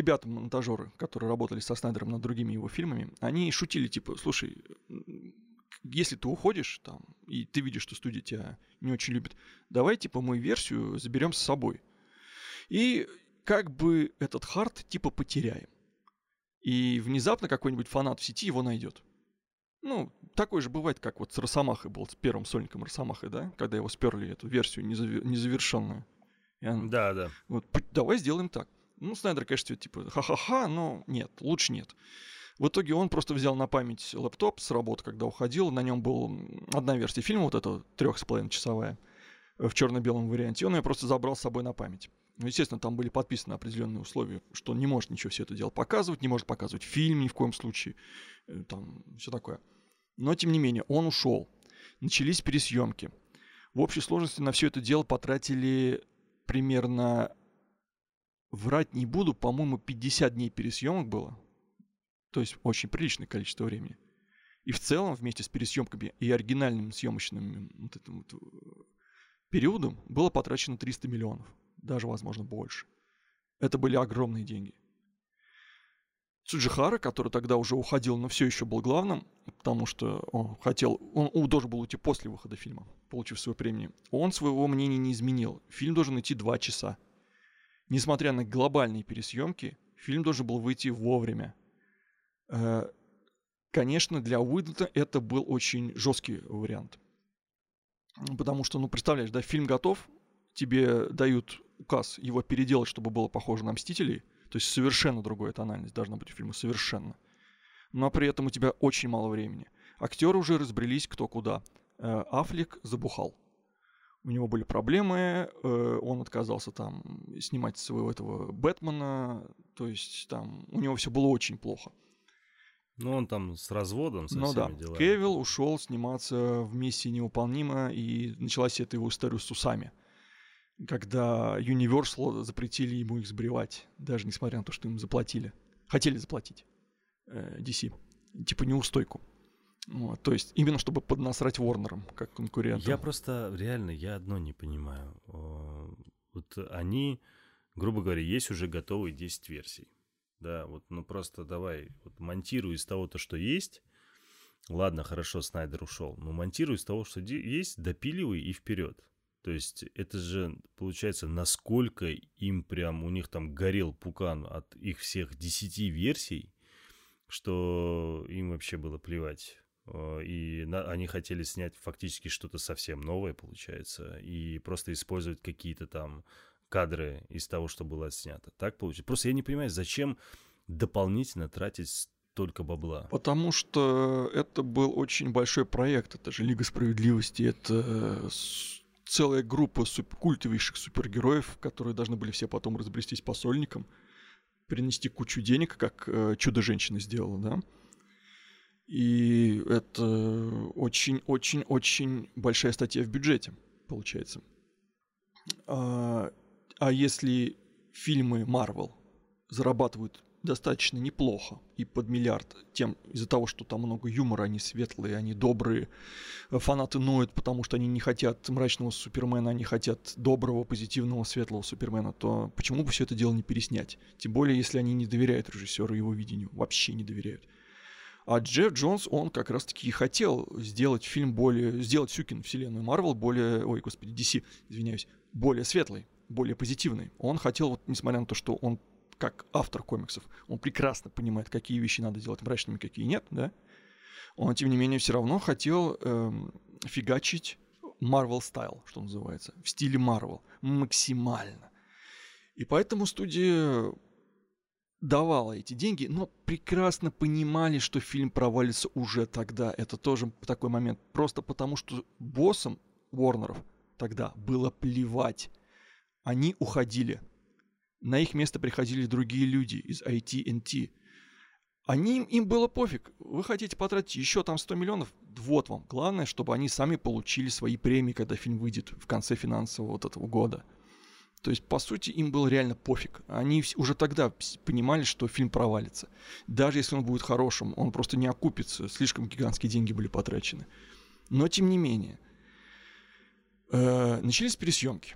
ребята-монтажеры, которые работали со Снайдером над другими его фильмами, они шутили, слушай, если ты уходишь там, и ты видишь, что студия тебя не очень любит, давай, типа, мы версию заберем с собой. И как бы этот хард, типа, потеряем. И внезапно какой-нибудь фанат в сети его найдет. Ну, такое же бывает, как вот с Росомахой был, с первым сольником Росомахой, да? Когда его сперли, эту версию незавершенную. Да. Вот, давай сделаем так. Ну, Снайдер, конечно, типа, ха-ха-ха, но нет, лучше нет. В итоге он просто взял на память лэптоп с работы, когда уходил. На нем была одна версия фильма, вот эта 3,5-часовая, в черно-белом варианте. И он ее просто забрал с собой на память. Ну, естественно, там были подписаны определенные условия, что он не может ничего все это дело показывать, не может показывать фильм ни в коем случае, там все такое. Но, тем не менее, он ушел. Начались пересъемки. В общей сложности на все это дело потратили примерно, врать не буду, по-моему, 50 дней пересъемок было. То есть очень приличное количество времени. И в целом вместе с пересъемками и оригинальным съемочным вот этим вот периодом было потрачено 300 миллионов. Даже, возможно, больше. Это были огромные деньги. Цуджихара, который тогда уже уходил, но все еще был главным, потому что он должен был уйти после выхода фильма, получив свое премию, он своего мнения не изменил. Фильм должен идти 2 часа. Несмотря на глобальные пересъемки, фильм должен был выйти вовремя. Конечно, для Уидлта это был очень жесткий вариант. Потому что, ну, представляешь, да, фильм готов, тебе дают указ его переделать, чтобы было похоже на «Мстителей», то есть совершенно другая тональность должна быть у фильма, совершенно. Но при этом у тебя очень мало времени. Актеры уже разбрелись кто куда. Аффлек забухал. У него были проблемы, он отказался там снимать своего этого Бэтмена, то есть там у него все было очень плохо. Ну, он там с разводом, со всеми делами. Кевилл ушел сниматься в «Миссии невыполнима», и началась эта его история с усами. Когда Universal запретили ему их сбривать, даже несмотря на то, что им заплатили. Хотели заплатить DC. Типа неустойку. Вот, то есть именно чтобы поднасрать Warner'ом, как конкурентам. Я просто, реально, я одно не понимаю. Вот они, грубо говоря, есть уже готовые 10 версий. Да, вот, ну просто давай, вот монтируй из того, что есть. Ладно, хорошо, Снайдер ушел. Но монтируй из того, что есть, допиливай и вперед. То есть это же, получается, насколько им прям, у них там горел пукан от их всех 10 версий, что им вообще было плевать. И они хотели снять фактически что-то совсем новое, получается, и просто использовать какие-то там кадры из того, что было снято. Так получится. Просто я не понимаю, зачем дополнительно тратить столько бабла. Потому что это был очень большой проект. Это же Лига Справедливости, это целая группа культовейших супергероев, которые должны были все потом разбрестись по сольникам, принести кучу денег, как Чудо-женщина сделала, да? И это очень-очень-очень большая статья в бюджете, получается. А если фильмы Marvel зарабатывают достаточно неплохо и под миллиард, тем из-за того, что там много юмора, они светлые, они добрые, фанаты ноют, потому что они не хотят мрачного Супермена, они хотят доброго, позитивного, светлого Супермена, то почему бы все это дело не переснять? Тем более, если они не доверяют режиссеру и его видению, вообще не доверяют. А Джефф Джонс, он как раз-таки и хотел сделать фильм сделать всю киновселенную Marvel DC, извиняюсь, более светлой, более позитивной. Он хотел, вот, несмотря на то, что он как автор комиксов, он прекрасно понимает, какие вещи надо делать мрачными, какие нет, да? Он, тем не менее, все равно хотел фигачить Marvel Style, что называется, в стиле Marvel, максимально. И поэтому студия давала эти деньги, но прекрасно понимали, что фильм провалится уже тогда. Это тоже такой момент. Просто потому, что боссам Уорнеров тогда было плевать. Они уходили. На их место приходили другие люди из AT&T. Им было пофиг. Вы хотите потратить еще там 100 миллионов? Вот вам. Главное, чтобы они сами получили свои премии, когда фильм выйдет в конце финансового вот этого года. То есть, по сути, им было реально пофиг. Они уже тогда понимали, что фильм провалится. Даже если он будет хорошим, он просто не окупится. Слишком гигантские деньги были потрачены. Но, тем не менее, начались пересъемки.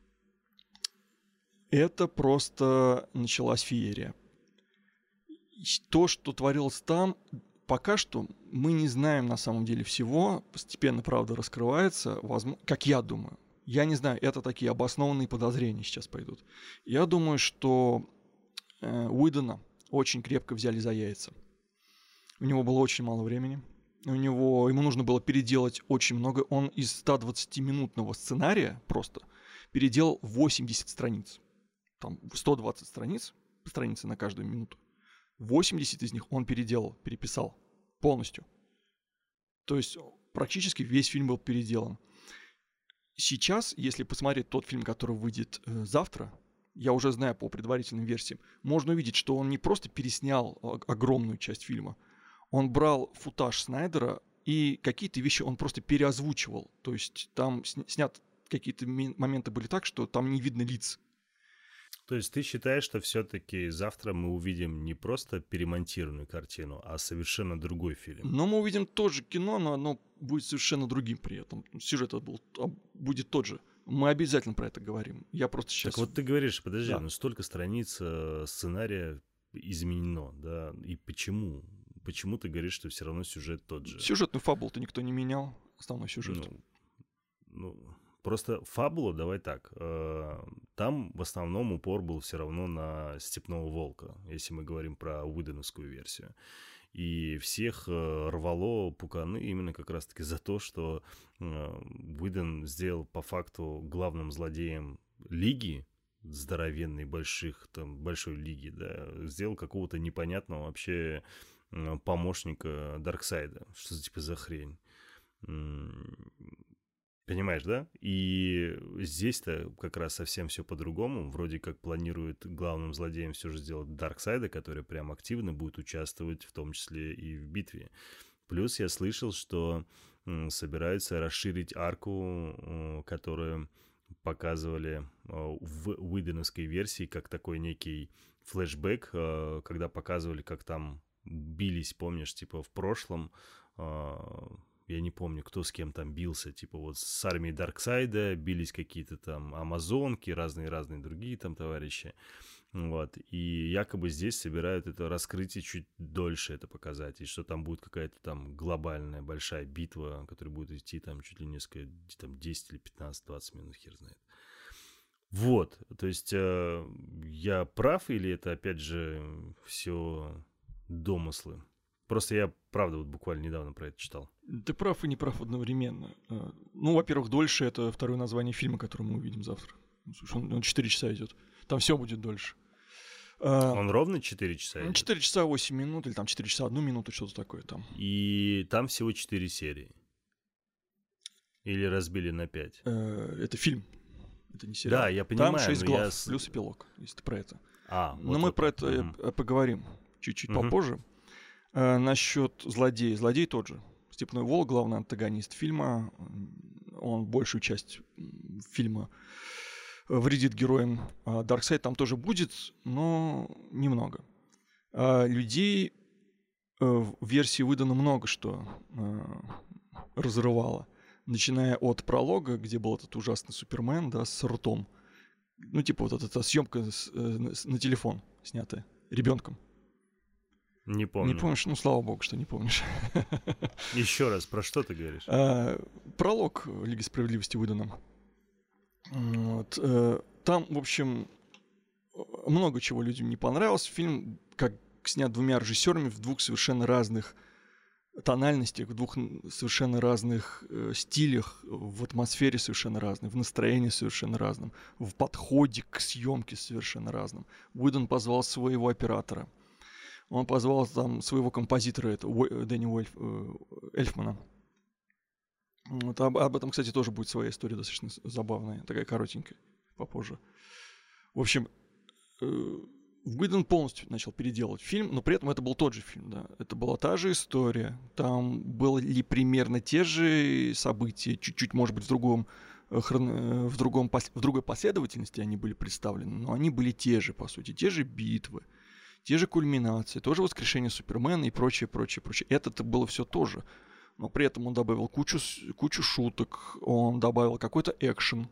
Это просто началась феерия. То, что творилось там, пока что мы не знаем на самом деле всего, постепенно правда раскрывается, как я думаю. Я не знаю, это такие обоснованные подозрения сейчас пойдут. Я думаю, что Уидона очень крепко взяли за яйца. У него было очень мало времени. Ему нужно было переделать очень много. Он из 120-минутного сценария просто переделал 80 страниц. Там 120 страницы на каждую минуту. 80 из них он переписал полностью. То есть практически весь фильм был переделан. Сейчас, если посмотреть тот фильм, который выйдет завтра, я уже знаю по предварительным версиям, можно увидеть, что он не просто переснял огромную часть фильма, он брал футаж Снайдера, и какие-то вещи он просто переозвучивал. То есть там снят какие-то моменты были так, что там не видно лиц. То есть ты считаешь, что все-таки завтра мы увидим не просто перемонтированную картину, а совершенно другой фильм? Но мы увидим тоже кино, но оно будет совершенно другим при этом. Сюжет будет тот же. Мы обязательно про это говорим. Я просто сейчас... Так вот ты говоришь, подожди, ну столько страниц сценария изменено, да? И почему? Почему ты говоришь, что все равно сюжет тот же? Сюжетную фабулу-то никто не менял, основной сюжет. Просто фабула, давай так, там в основном упор был все равно на Степного волка, если мы говорим про уидоновскую версию. И всех рвало пуканы именно как раз-таки за то, что Уидон сделал по факту главным злодеем Лиги, здоровенной, большой Лиги, да, сделал какого-то непонятного вообще помощника Дарксайда. Что за хрень? Понимаешь, да? И здесь-то как раз совсем все по-другому. Вроде как планирует главным злодеем все же сделать Дарксайда, который прям активно будет участвовать в том числе и в битве. Плюс я слышал, что собираются расширить арку, которую показывали в уидоновской версии, как такой некий флешбэк, когда показывали, как там бились, помнишь, типа в прошлом... Я не помню, кто с кем там бился, типа вот с армией Дарксайда бились какие-то там амазонки, разные другие там товарищи, вот, и якобы здесь собирают это раскрытие чуть дольше это показать, и что там будет какая-то там глобальная большая битва, которая будет идти там чуть ли несколько, там 10 или 15-20 минут, хер знает. Вот, то есть я прав или это опять же все домыслы? Просто я, правда, вот буквально недавно про это читал. Ты прав и не прав одновременно. Ну, во-первых, «Дольше» — это второе название фильма, который мы увидим завтра. Слушай, он 4 часа идет. Там все будет дольше. Он ровно 4 часа идет? 4 часа 8 минут, или там 4 часа 1 минуту, что-то такое там. И там всего 4 серии? Или разбили на 5? Это фильм, это не сериал. Да, я понимаю. Там 6 глав, плюс эпилог, если ты про это. Но вот мы про это поговорим чуть-чуть попозже. Насчет злодея. Злодей тот же. Степной волк, главный антагонист фильма. Он большую часть фильма вредит героям. Дарксайд там тоже будет, но немного. Людей в версии выдано много что разрывало. Начиная от пролога, где был этот ужасный Супермен, да, с ртом. Ну, типа вот эта съемка на телефон снятая ребенком. Не помню. Не помнишь? Ну, слава богу, что не помнишь. Еще раз, про что ты говоришь? Пролог Лиги Справедливости выдан. Вот. Там, в общем, много чего людям не понравилось. Фильм, как снят двумя режиссерами в двух совершенно разных тональностях, в двух совершенно разных стилях, в атмосфере совершенно разной, в настроении совершенно разном, в подходе к съемке совершенно разном. Уидон позвал своего оператора. Он позвал там своего композитора, это Дэнни Эльфмана. Вот, об этом, кстати, тоже будет своя история достаточно забавная, такая коротенькая, попозже. В общем, Уидон полностью начал переделывать фильм, но при этом это был тот же фильм, да. Это была та же история. Там были примерно те же события, чуть-чуть, может быть, в другой последовательности они были представлены, но они были те же, по сути, те же битвы. Те же кульминации, тоже воскрешение Супермена и прочее. Это-то было все тоже. Но при этом он добавил кучу шуток, он добавил какой-то экшен,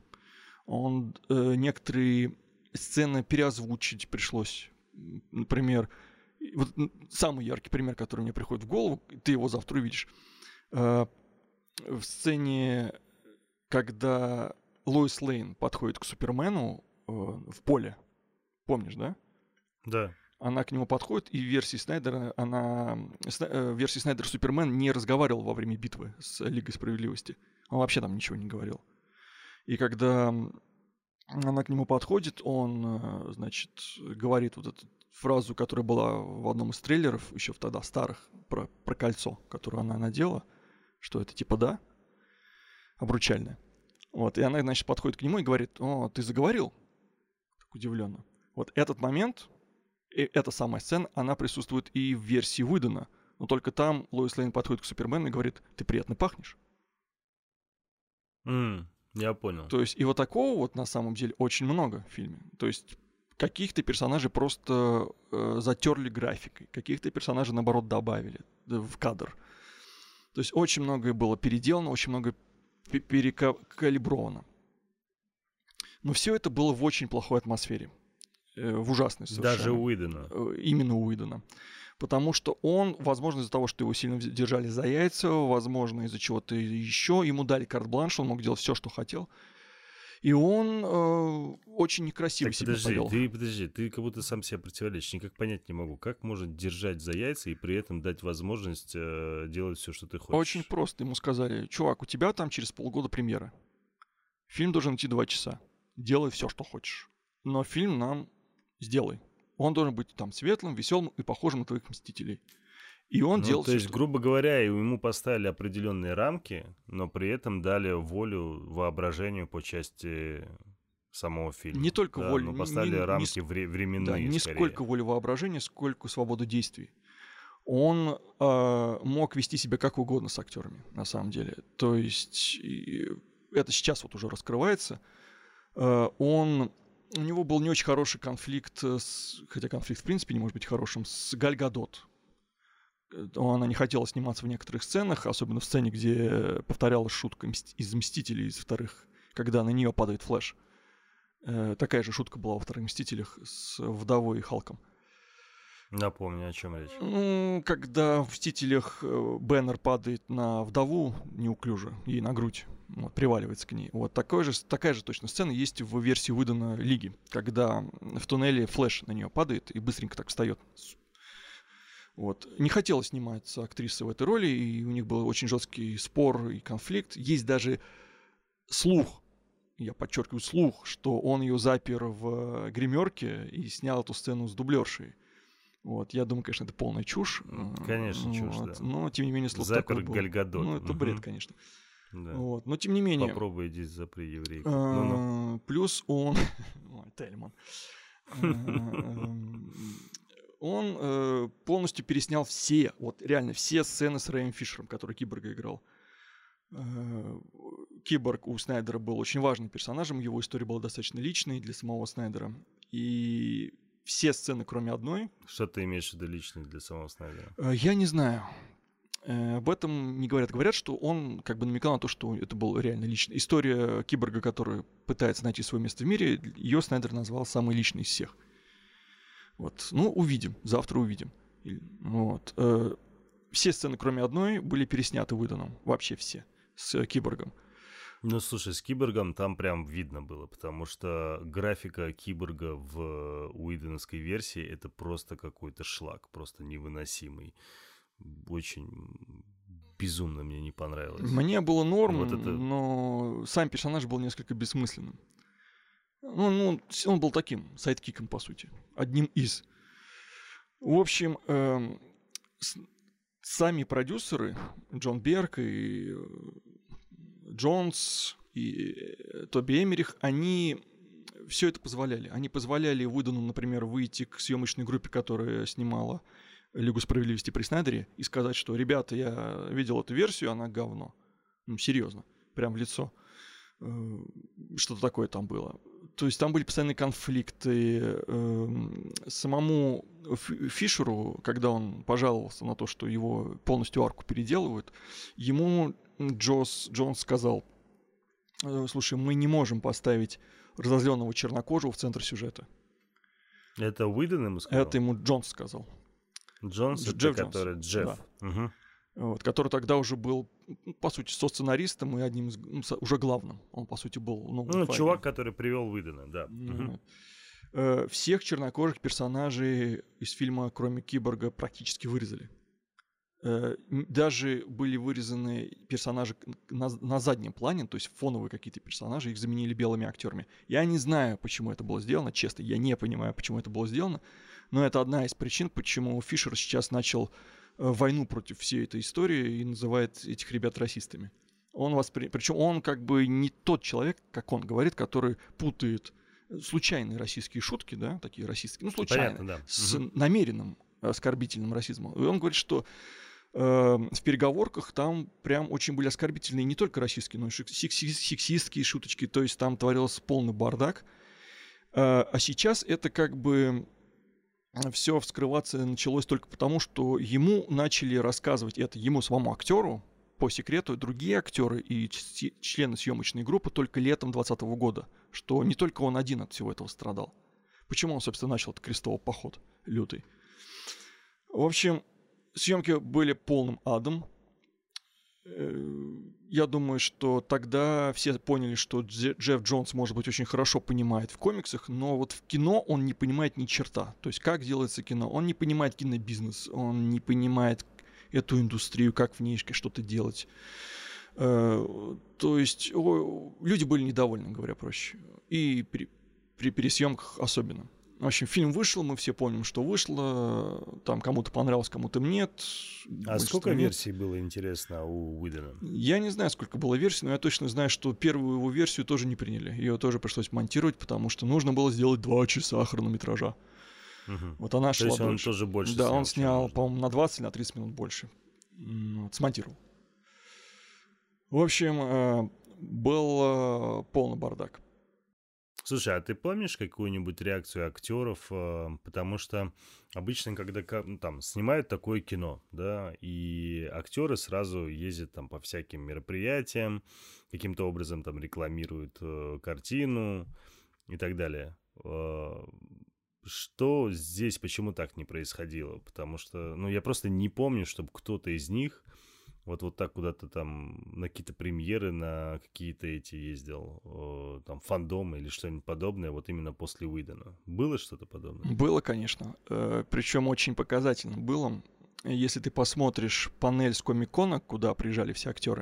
некоторые сцены переозвучить пришлось. Например, Вот самый яркий пример, который мне приходит в голову, ты его завтра увидишь. В сцене, когда Лоис Лейн подходит к Супермену в поле, помнишь, да? Да. Она к нему подходит, и в версии Снайдера в версии Снайдера Супермен не разговаривал во время битвы с Лигой Справедливости. Он вообще там ничего не говорил. И когда она к нему подходит, он, значит, говорит вот эту фразу, которая была в одном из трейлеров, еще тогда старых, про кольцо, которое она надела, что это типа да, обручальное. Вот, и она, значит, подходит к нему и говорит: «О, ты заговорил?» Так удивленно. Вот этот момент, эта самая сцена, она присутствует и в версии Уидона, но только там Лоис Лейн подходит к Супермену и говорит: «Ты приятно пахнешь». Я понял. То есть и вот такого вот на самом деле очень много в фильме. То есть каких-то персонажей просто затерли графикой, каких-то персонажей, наоборот, добавили в кадр. То есть очень многое было переделано, очень много перекалибровано. Но все это было в очень плохой атмосфере. В ужасной совершенно. Даже Уидона. Именно Уидона. Потому что он, возможно, из-за того, что его сильно держали за яйца, возможно, из-за чего-то еще, ему дали карт-бланш, он мог делать все, что хотел. И он очень некрасиво себя повел. Подожди, ты как будто сам себя противоречишь. Никак понять не могу, как можно держать за яйца и при этом дать возможность делать все, что ты хочешь. Очень просто. Ему сказали: чувак, у тебя там через полгода премьера. Фильм должен идти 2 часа. Делай все, что хочешь. Но фильм нам сделай. Он должен быть там светлым, веселым и похожим на твоих «Мстителей». И он делал то всё, есть, что... грубо говоря, ему поставили определенные рамки, но при этом дали волю воображению по части самого фильма. Не только волю. Но поставили рамки временные, да, не скорее. сколько волю воображения, сколько свободу действий. Он мог вести себя как угодно с актерами, на самом деле. То есть это сейчас вот уже раскрывается. У него был не очень хороший конфликт, хотя конфликт в принципе не может быть хорошим, с Галь Гадот. Она не хотела сниматься в некоторых сценах, особенно в сцене, где повторялась шутка из «Мстителей», из вторых, когда на нее падает Флэш. Такая же шутка была во «Вторых Мстителях» с Вдовой и Халком. Напомню, о чем речь. Когда в «Мстителях» Бэннер падает на Вдову неуклюже, ей на грудь, вот, приваливается к ней. Вот такая же точно сцена есть в версии Уидона Лиги, когда в туннеле Флэш на нее падает и быстренько так встает. Вот. Не хотела сниматься актриса в этой роли, и у них был очень жесткий спор и конфликт. Есть даже слух, я подчеркиваю слух, что он ее запер в гримерке и снял эту сцену с дублершей. Вот. Я думаю, конечно, это полная чушь. Конечно, чушь, вот. да. Но, тем не менее, слух запер такой был. Галь Гадот. Это бред, конечно. Да. Вот. Но, тем не менее... Попробуй иди запри еврейку. Плюс он... Ой, Тельман. Он полностью переснял все, вот реально все сцены с Рэем Фишером, который Киборга играл. Киборг у Снайдера был очень важным персонажем, его история была достаточно личной для самого Снайдера. И все сцены, кроме одной... Что ты имеешь в виду личной для самого Снайдера? Я не знаю. Об этом не говорят. Говорят, что он как бы намекал на то, что это был реально личный. История Киборга, который пытается найти свое место в мире, ее Снайдер назвал самой личной из всех. Вот. Ну, увидим. Завтра увидим. Вот. Все сцены, кроме одной, были пересняты Уидоном. Вообще все. С Киборгом. Ну, слушай, с Киборгом там прям видно было, потому что графика Киборга в уидоновской версии — это просто какой-то шлак, просто невыносимый. Очень безумно мне не понравилось. Мне было норм, вот это... но сам персонаж был несколько бессмысленным. Он был таким сайдкиком, по сути. Одним из. В общем, сами продюсеры, Джон Берг и Джонс и Тоби Эмерих, они все это позволяли. Они позволяли Уидону, например, выйти к съемочной группе, которая снимала Лигу Справедливости при Снайдере, и сказать, что, ребята, я видел эту версию, она говно. Серьезно, прям в лицо. Что-то такое там было. То есть там были постоянные конфликты. Самому Фишеру, когда он пожаловался на то, что его полностью арку переделывают, ему Джонс сказал: слушай, мы не можем поставить разозленного чернокожего в центр сюжета. Это Уидон ему сказал? Это ему Джонс сказал. Джонс, это Джефф который Джонс, Джефф. да. Угу. Вот, который тогда уже был, по сути, со-сценаристом и одним из, уже главным. Он, по сути, был... Ну, чувак, который привел Уидона, да. Угу. Всех чернокожих персонажей из фильма, кроме Киборга, практически вырезали. Даже были вырезаны персонажи на заднем плане, то есть фоновые какие-то персонажи, их заменили белыми актерами. Я не знаю, почему это было сделано, честно, я не понимаю, почему это было сделано, но это одна из причин, почему Фишер сейчас начал войну против всей этой истории и называет этих ребят расистами. Причем он как бы не тот человек, как он говорит, который путает случайные российские шутки, да, такие расистские, ну, случайно, понятно, да. с намеренным оскорбительным расизмом. И он говорит, что в переговорках там прям очень были оскорбительные не только российские, но и сексистские шуточки, то есть там творился полный бардак. А сейчас это как бы все вскрываться началось только потому, что ему начали рассказывать это, ему самому актеру, по секрету, другие актеры и члены съемочной группы только летом 2020 года, что не только он один от всего этого страдал. Почему он, собственно, начал этот крестовый поход лютый? В общем, съемки были полным адом. Я думаю, что тогда все поняли, что Джефф Джонс, может быть, очень хорошо понимает в комиксах, но вот в кино он не понимает ни черта. То есть, как делается кино. Он не понимает кинобизнес, он не понимает эту индустрию, как в ней что-то делать. То есть, люди были недовольны, говоря проще. И при пересъемках особенно. В общем, фильм вышел, мы все помним, что вышло. Там кому-то понравилось, кому-то нет. А сколько версий было, интересно, у Уидона? Я не знаю, сколько было версий, но я точно знаю, что первую его версию тоже не приняли. Ее тоже пришлось монтировать, потому что нужно было сделать 2 часа хронометража. Угу. Вот она шла дольше. Он дольше. тоже больше снял. Да, он снял, по-моему, на 20 или на 30 минут больше. Смонтировал. В общем, был полный бардак. Слушай, а ты помнишь какую-нибудь реакцию актеров? Потому что обычно, когда там снимают такое кино, да, и актеры сразу ездят там по всяким мероприятиям, каким-то образом там рекламируют картину и так далее. Что здесь, почему так не происходило? Потому что, ну, я просто не помню, чтобы кто-то из них вот так куда-то там на какие-то премьеры, на какие-то эти ездил, там, фандомы или что-нибудь подобное, вот именно после Уидона. Было что-то подобное? Было, конечно. Причем очень показательно было. Если ты посмотришь панель с Комик-Кона, куда приезжали все актеры,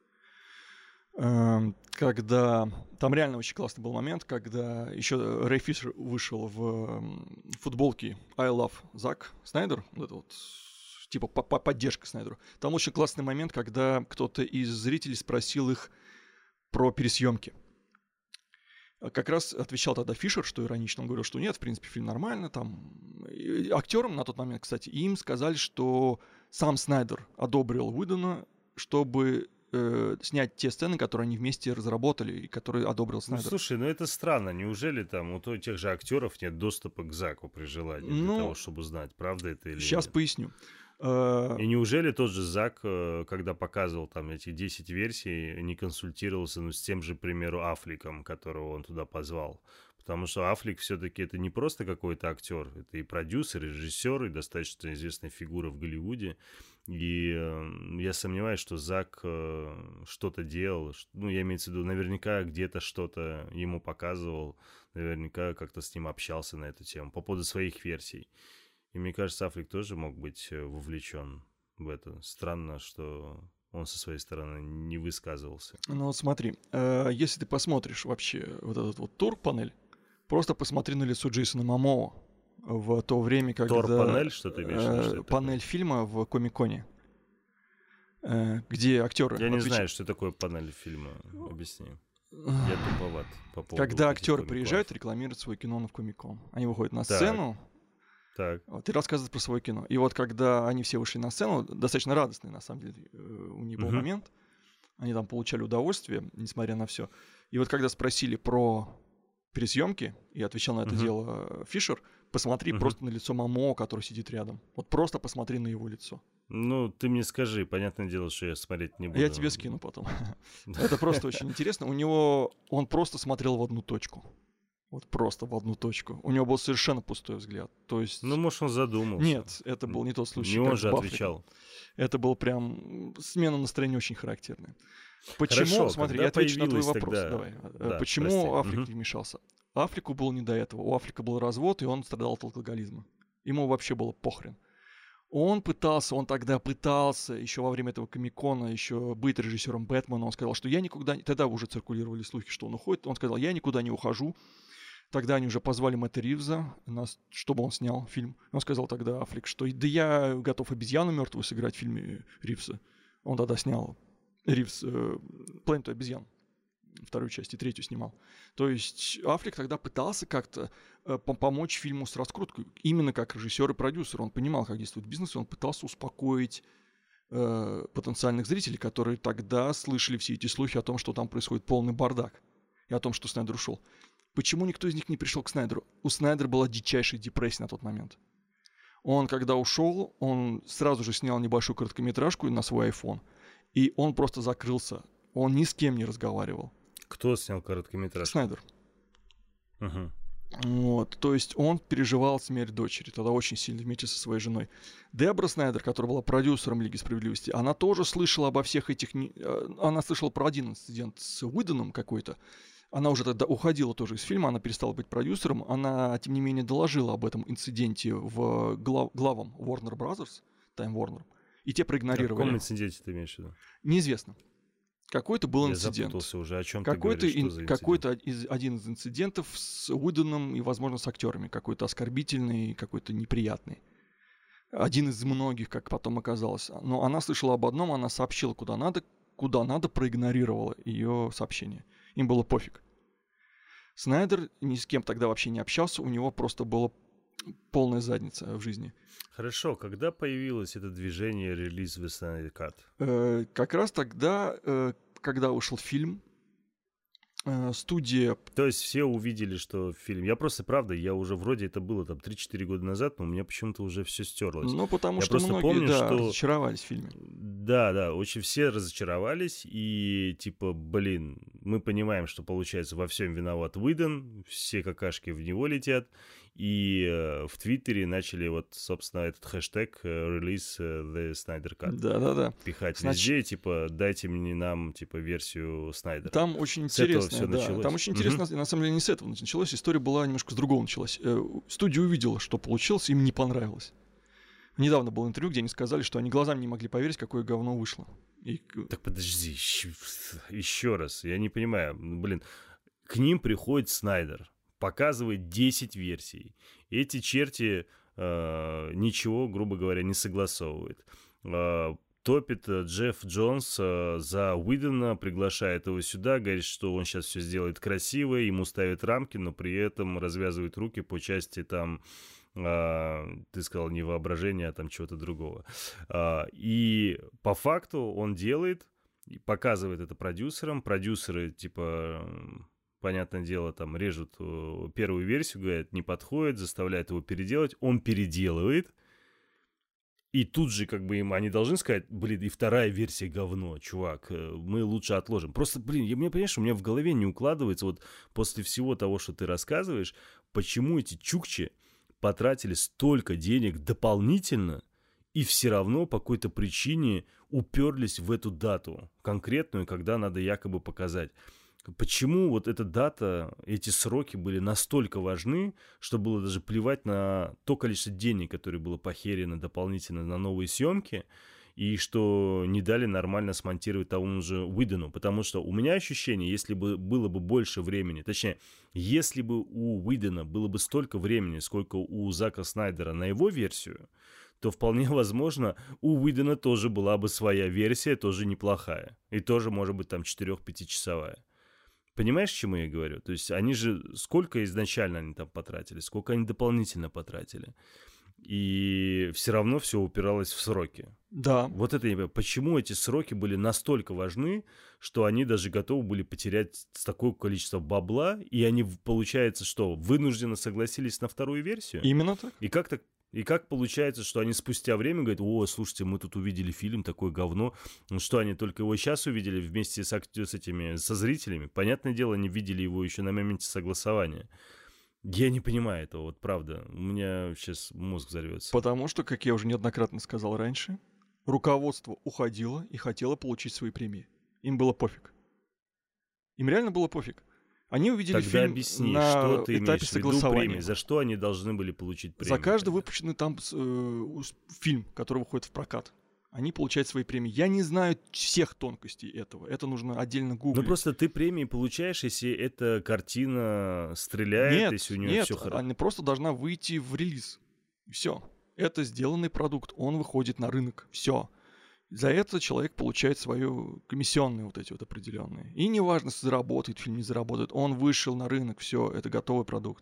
когда... Там реально очень классный был момент, когда еще Рэй Фишер вышел в футболке I Love Zack Снайдер, вот это вот, типа поддержка Снайдеру. Там очень классный момент, когда кто-то из зрителей спросил их про пересъемки. Как раз отвечал тогда Фишер, что иронично. Он говорил, что нет, в принципе, фильм нормально. Там. И актерам на тот момент, кстати, им сказали, что сам Снайдер одобрил Уидона, чтобы снять те сцены, которые они вместе разработали и которые одобрил Снайдер. Ну, слушай, это странно. Неужели там у тех же актеров нет доступа к Заку при желании для того, чтобы узнать, правда это или нет? Сейчас поясню. И неужели тот же Зак, когда показывал там эти 10 версий, не консультировался с тем же, к примеру, Аффлеком, которого он туда позвал? Потому что Аффлек все-таки это не просто какой-то актер, это и продюсер, и режиссер, и достаточно известная фигура в Голливуде. И я сомневаюсь, что Зак что-то делал. Ну, я имею в виду, наверняка где-то что-то ему показывал, наверняка как-то с ним общался на эту тему по поводу своих версий. И мне кажется, Аффлек тоже мог быть вовлечен в это. Странно, что он со своей стороны не высказывался. Ну вот смотри, если ты посмотришь вообще вот этот вот тур-панель, просто посмотри на лицо Джейсона Момоа в то время, когда... Тор-панель, что ты имеешь в виду? Панель фильма в Комик-Коне, где актеры... Я не знаю, что такое панель фильма. Объясни. Я туповат по поводу... Когда актеры приезжают, рекламируют свое кино на Комик-Кон. Они выходят на сцену, так. Вот, и рассказывают про свое кино. И вот когда они все вышли на сцену, достаточно радостный, на самом деле, у них был момент. Они там получали удовольствие, несмотря на все. И вот когда спросили про пересъемки, и отвечал на это дело Фишер, посмотри просто на лицо Момоа, который сидит рядом. Вот просто посмотри на его лицо. Ну, ты мне скажи, понятное дело, что я смотреть не буду. Я тебе скину потом. Это просто очень интересно. У него... Он просто смотрел в одну точку. Вот просто в одну точку. У него был совершенно пустой взгляд. То есть... Ну, может, он задумался. Нет, это был не тот случай, Не он как же с Баффликом. отвечал. Это был прям смена настроения очень характерная. Почему? Хорошо, Смотри, когда я отвечу на твой появилась вопрос. тогда- Давай. Да, Почему прости. Аффлек Мгм. не вмешался? Аффлеку было не до этого. У Аффлека был развод, и он страдал от алкоголизма. Ему вообще было похрен. Он тогда пытался, еще во время этого Комик-кона, еще быть режиссером Бэтмена. Он сказал, что я никуда... Тогда уже циркулировали слухи, что он уходит. Он сказал, я никуда не ухожу. Тогда они уже позвали Мэтта Ривза, чтобы он снял фильм. Он сказал тогда Аффлек, что да я готов обезьяну мертвую сыграть в фильме Ривза. Он тогда снял Ривз «Планету обезьян». Вторую часть и третью снимал. То есть Аффлек тогда пытался как-то помочь фильму с раскруткой. Именно как режиссер и продюсер. Он понимал, как действует бизнес, и он пытался успокоить потенциальных зрителей, которые тогда слышали все эти слухи о том, что там происходит полный бардак. И о том, что Снайдер ушел. Почему никто из них не пришел к Снайдеру? У Снайдера была дичайшая депрессия на тот момент. Он, когда ушел, он сразу же снял небольшую короткометражку на свой iPhone. И он просто закрылся. Он ни с кем не разговаривал. Кто снял короткометражку? Снайдер. Угу. Вот, то есть он переживал смерть дочери, тогда очень сильно вместе со своей женой. Дебра Снайдер, которая была продюсером Лиги Справедливости, она тоже слышала обо всех этих... Она слышала про один инцидент с Уидоном какой-то. Она уже тогда уходила тоже из фильма, она перестала быть продюсером. Она, тем не менее, доложила об этом инциденте в главам Warner Brothers, Time Warner, и те О проигнорировали. каком инциденте ты имеешь в виду? Неизвестно. Какой-то был Я инцидент. запутался уже, о чем ты Какой-то, говоришь, что за инцидент? один из инцидентов с Уидоном и, возможно, с актерами. Какой-то оскорбительный, какой-то неприятный. Один из многих, как потом оказалось. Но она слышала об одном, она сообщила куда надо, проигнорировала ее сообщение. Им было пофиг. Снайдер ни с кем тогда вообще не общался, у него просто была полная задница в жизни. Хорошо, когда появилось это движение Release the Snyder Cut? Как раз тогда, когда вышел фильм, студия... То есть все увидели, что фильм... Я просто, правда, я уже вроде это было там 3-4 года назад, но у меня почему-то уже все стерлось. Ну, потому Я что просто многие, помню, да, что- разочаровались в фильме. Да, очень все разочаровались, и типа, блин, мы понимаем, что получается во всем виноват Уидон, все какашки в него летят, и в Твиттере начали вот, собственно, этот хэштег Release the Snyder Cut Да. пихать Значит- везде, типа, дайте мне нам, типа, версию Снайдера. Там очень С этого интересно, всё да. началось. Там очень интересно, на самом деле, не с этого началось. История была немножко с другого началась. Студия увидела, что получилось, им не понравилось. Недавно было интервью, где они сказали, что они глазами не могли поверить, какое говно вышло. И Так подожди, еще раз, я не понимаю, блин, к ним приходит Снайдер, показывает 10 версий, эти черти ничего, грубо говоря, не согласовывают. Топит Джефф Джонс за Уидона, приглашает его сюда, говорит, что он сейчас все сделает красиво, ему ставят рамки, но при этом развязывает руки по части там, ты сказал, не воображения, а там чего-то другого. И по факту он делает, и показывает это продюсерам. Продюсеры, типа, понятное дело, там режут первую версию, говорят, не подходит, заставляют его переделать. Он переделывает. И тут же, как бы, им они должны сказать, блин, и вторая версия говно, чувак, мы лучше отложим. Просто, блин, мне, понимаешь, у меня в голове не укладывается, вот после всего того, что ты рассказываешь, почему эти чукчи потратили столько денег дополнительно и все равно по какой-то причине уперлись в эту дату конкретную, когда надо якобы показать. Почему вот эта дата, эти сроки были настолько важны, что было даже плевать на то количество денег, которое было похерено дополнительно на новые съемки, и что не дали нормально смонтировать тому же Уидону. Потому что у меня ощущение, если бы было бы больше времени, точнее, если бы у Уидона было бы столько времени, сколько у Зака Снайдера на его версию, то вполне возможно, у Уидона тоже была бы своя версия, тоже неплохая. И тоже, может быть, там 4-5-часовая. Понимаешь, к чему я говорю? То есть они же, сколько изначально они там потратили, сколько они дополнительно потратили. И все равно все упиралось в сроки. да, Вот это я не понимаю. Почему эти сроки были настолько важны, что они даже готовы были потерять такое количество бабла, и они, получается, что вынужденно согласились на вторую версию? именно так. И как получается, что они спустя время говорят, о, слушайте, мы тут увидели фильм, такое говно. Ну что, они только его сейчас увидели вместе со зрителями? Понятное дело, они видели его еще на моменте согласования. Я не понимаю этого, вот правда. У меня сейчас мозг взорвется. Потому что, как я уже неоднократно сказал раньше, руководство уходило и хотело получить свои премии. Им было пофиг. Им реально было пофиг. Они увидели Тогда фильм объясни, на что ты этапе имеешь в виду согласования. премии? За что они должны были получить премию? За каждый тогда? выпущенный там фильм, который выходит в прокат, они получают свои премии. Я не знаю всех тонкостей этого. Это нужно отдельно гуглить. Ну просто ты премии получаешь, если эта картина стреляет, если у нее все хорошо. Она просто должна выйти в релиз. Все. Это сделанный продукт, он выходит на рынок. Все. За это человек получает свою комиссионные вот эти вот определенные. И неважно, заработает фильм, не заработает. Он вышел на рынок, все, это готовый продукт.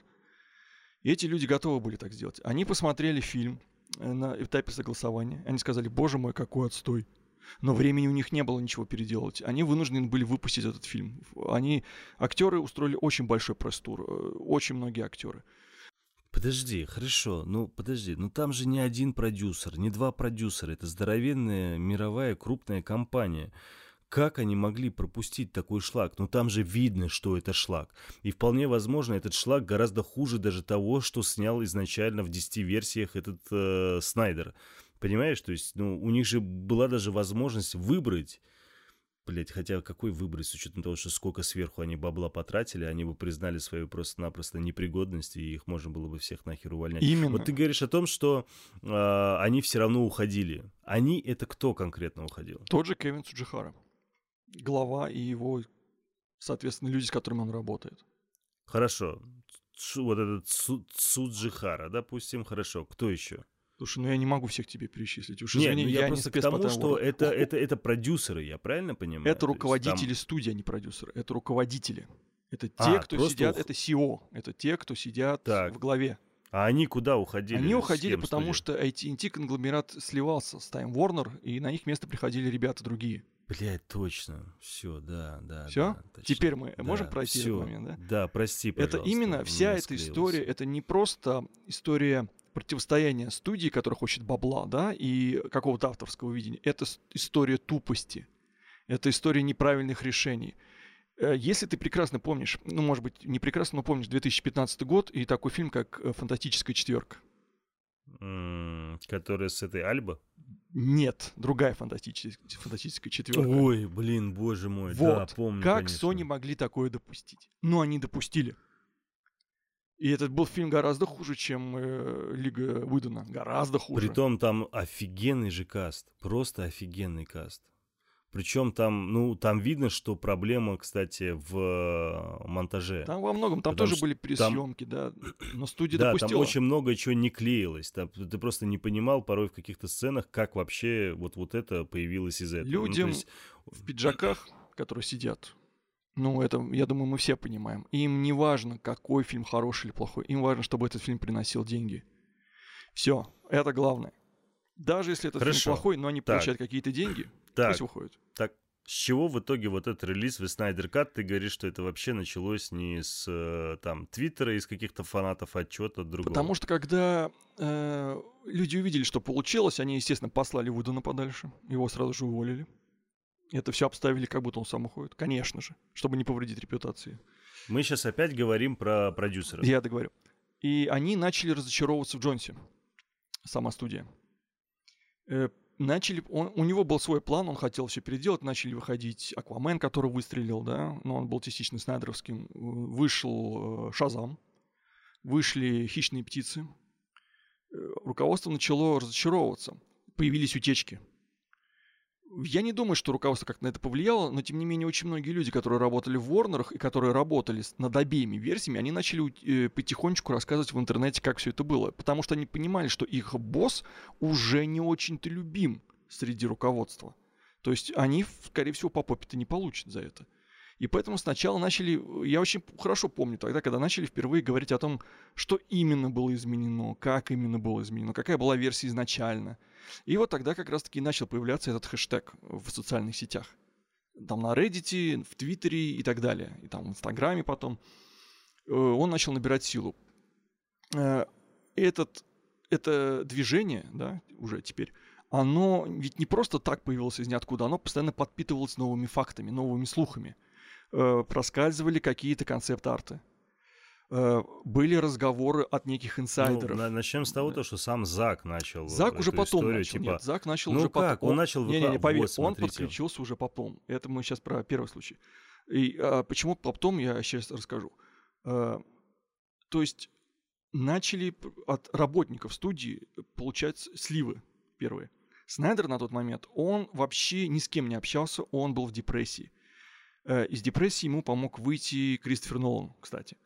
И эти люди готовы были так сделать. Они посмотрели фильм на этапе согласования. Они сказали, боже мой, какой отстой. Но времени у них не было ничего переделать. Они вынуждены были выпустить этот фильм. Актеры устроили очень большой пресс-тур. Очень многие актеры. Подожди, хорошо, подожди, там же не один продюсер, не два продюсера, это здоровенная мировая крупная компания. Как они могли пропустить такой шлак? Там же видно, что это шлак. И вполне возможно, этот шлак гораздо хуже даже того, что снял изначально в 10 версиях этот Снайдер. Понимаешь? То есть, у них же была даже возможность выбрать. Блять, хотя какой выбрать, с учетом того, что сколько сверху они бабла потратили, они бы признали свою просто-напросто непригодность, и их можно было бы всех нахер увольнять. Именно. Вот ты говоришь о том, что они все равно уходили. Они — это кто конкретно уходил? Тот же Кевин Цуджихара. Глава и его, соответственно, люди, с которыми он работает. Хорошо. Вот этот Цуджихара, допустим, хорошо. Кто еще? Слушай, я не могу всех тебе перечислить. Уж Нет, извини, я просто к тому, что это это продюсеры, я правильно понимаю? Это руководители студии, а не продюсеры. Это руководители. Это те, кто просто сидят, это CEO. Это те, кто сидят в главе. А они куда уходили? Они уходили, потому что AT&T-конгломерат сливался с Time Warner, и на их место приходили ребята другие. Блядь, точно. Все, да. Все? Да, теперь мы можем пройти этот момент, да? Да, прости, пожалуйста. Это именно вся эта история, это не просто история противостояния студии, которая хочет бабла, да, и какого-то авторского видения. Это история тупости. Это история неправильных решений. Если ты прекрасно помнишь, может быть, не прекрасно, но помнишь 2015 год и такой фильм, как «Фантастическая четверка». Которая с этой Альба? Нет, другая фантастическая четверка. Ой, блин, боже мой, вот. Да, помню, Как конечно. Sony могли такое допустить? Но они допустили. И этот был фильм гораздо хуже, чем Лига Уидона. Гораздо хуже. Притом там офигенный же каст. Просто офигенный каст. Причем там видно, что проблема, кстати, в монтаже. Там во многом, там тоже были пересъемки, да. Но студия допустила. Да, там очень много чего не клеилось. Ты просто не понимал порой в каких-то сценах, как вообще вот это появилось из этого. Людям в пиджаках, которые сидят, это, я думаю, мы все понимаем. Им не важно, какой фильм хороший или плохой. Им важно, чтобы этот фильм приносил деньги. Все, это главное. Даже если этот фильм плохой, но они получают какие-то деньги, пусть выходят. Так, с чего в итоге вот этот релиз в Snyder Cut, ты говоришь, что это вообще началось не с Твиттера, из каких-то фанатов, а чего-то другого? Потому что когда люди увидели, что получилось, они, естественно, послали Уидона подальше. Его сразу же уволили. Это все обставили, как будто он сам уходит. Конечно же, чтобы не повредить репутации. Мы сейчас опять говорим про продюсеров. Я договорю. И они начали разочаровываться в Джонсе. Сама студия. У него был свой план, он хотел все переделать. Начали выходить Аквамен, который выстрелил, да, но он был частично снайдеровским. Вышел Шазам. Вышли Хищные птицы. Руководство начало разочаровываться. Появились утечки. Я не думаю, что руководство как-то на это повлияло, но тем не менее очень многие люди, которые работали в Warner'ах и которые работали над обеими версиями, они начали потихонечку рассказывать в интернете, как все это было. Потому что они понимали, что их босс уже не очень-то любим среди руководства. То есть они, скорее всего, по попе-то не получат за это. И поэтому сначала начали, я очень хорошо помню тогда, когда начали впервые говорить о том, что именно было изменено, как именно было изменено, какая была версия изначально. И вот тогда как раз-таки начал появляться этот хэштег в социальных сетях. Там на Reddit, в Твиттере и так далее. И там в Инстаграме потом. Он начал набирать силу. Это движение, да, уже теперь, оно ведь не просто так появилось из ниоткуда, оно постоянно подпитывалось новыми фактами, новыми слухами. Проскальзывали какие-то концепт-арты. Были разговоры от неких инсайдеров. Начнем с того, что сам Зак начал Зак уже потом историю, начал. типа... Нет, Зак начал Ну уже как? потом. Он начал Не, поверь, вот, он смотрите. подключился уже потом. Это мы сейчас про первый случай. И почему потом, я сейчас расскажу. То есть начали от работников студии получать сливы первые. Снайдер на тот момент, он вообще ни с кем не общался, он был в депрессии. Из депрессии ему помог выйти Кристофер Нолан, кстати.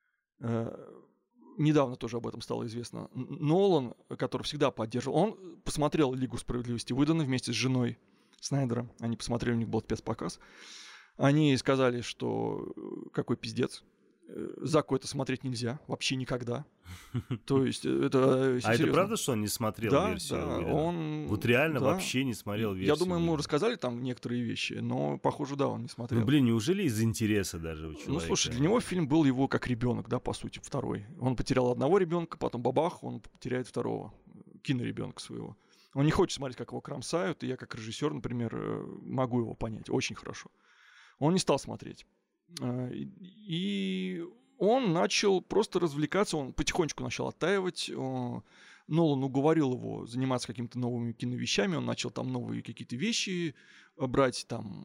Недавно тоже об этом стало известно. Нолан, который всегда поддерживал, он посмотрел «Лигу справедливости» выдано вместе с женой Снайдера. Они посмотрели, у них был спецпоказ. Они сказали, что какой пиздец. Заку это смотреть нельзя, вообще никогда. То есть это А это правда, что он не смотрел версию? Да, он... Вот реально вообще не смотрел версию? Я думаю, ему рассказали там некоторые вещи, но, похоже, да, он не смотрел. Ну, блин, неужели из интереса даже у человека? Ну, слушай, для него фильм был его как ребенок, да, по сути, второй. Он потерял одного ребенка, потом бабах, он теряет второго, киноребенка своего. Он не хочет смотреть, как его кромсают, и я как режиссер, например, могу его понять очень хорошо. Он не стал смотреть. И он начал просто развлекаться, он потихонечку начал оттаивать. Нолан уговорил его заниматься какими-то новыми киновещами, он начал там новые какие-то вещи брать, там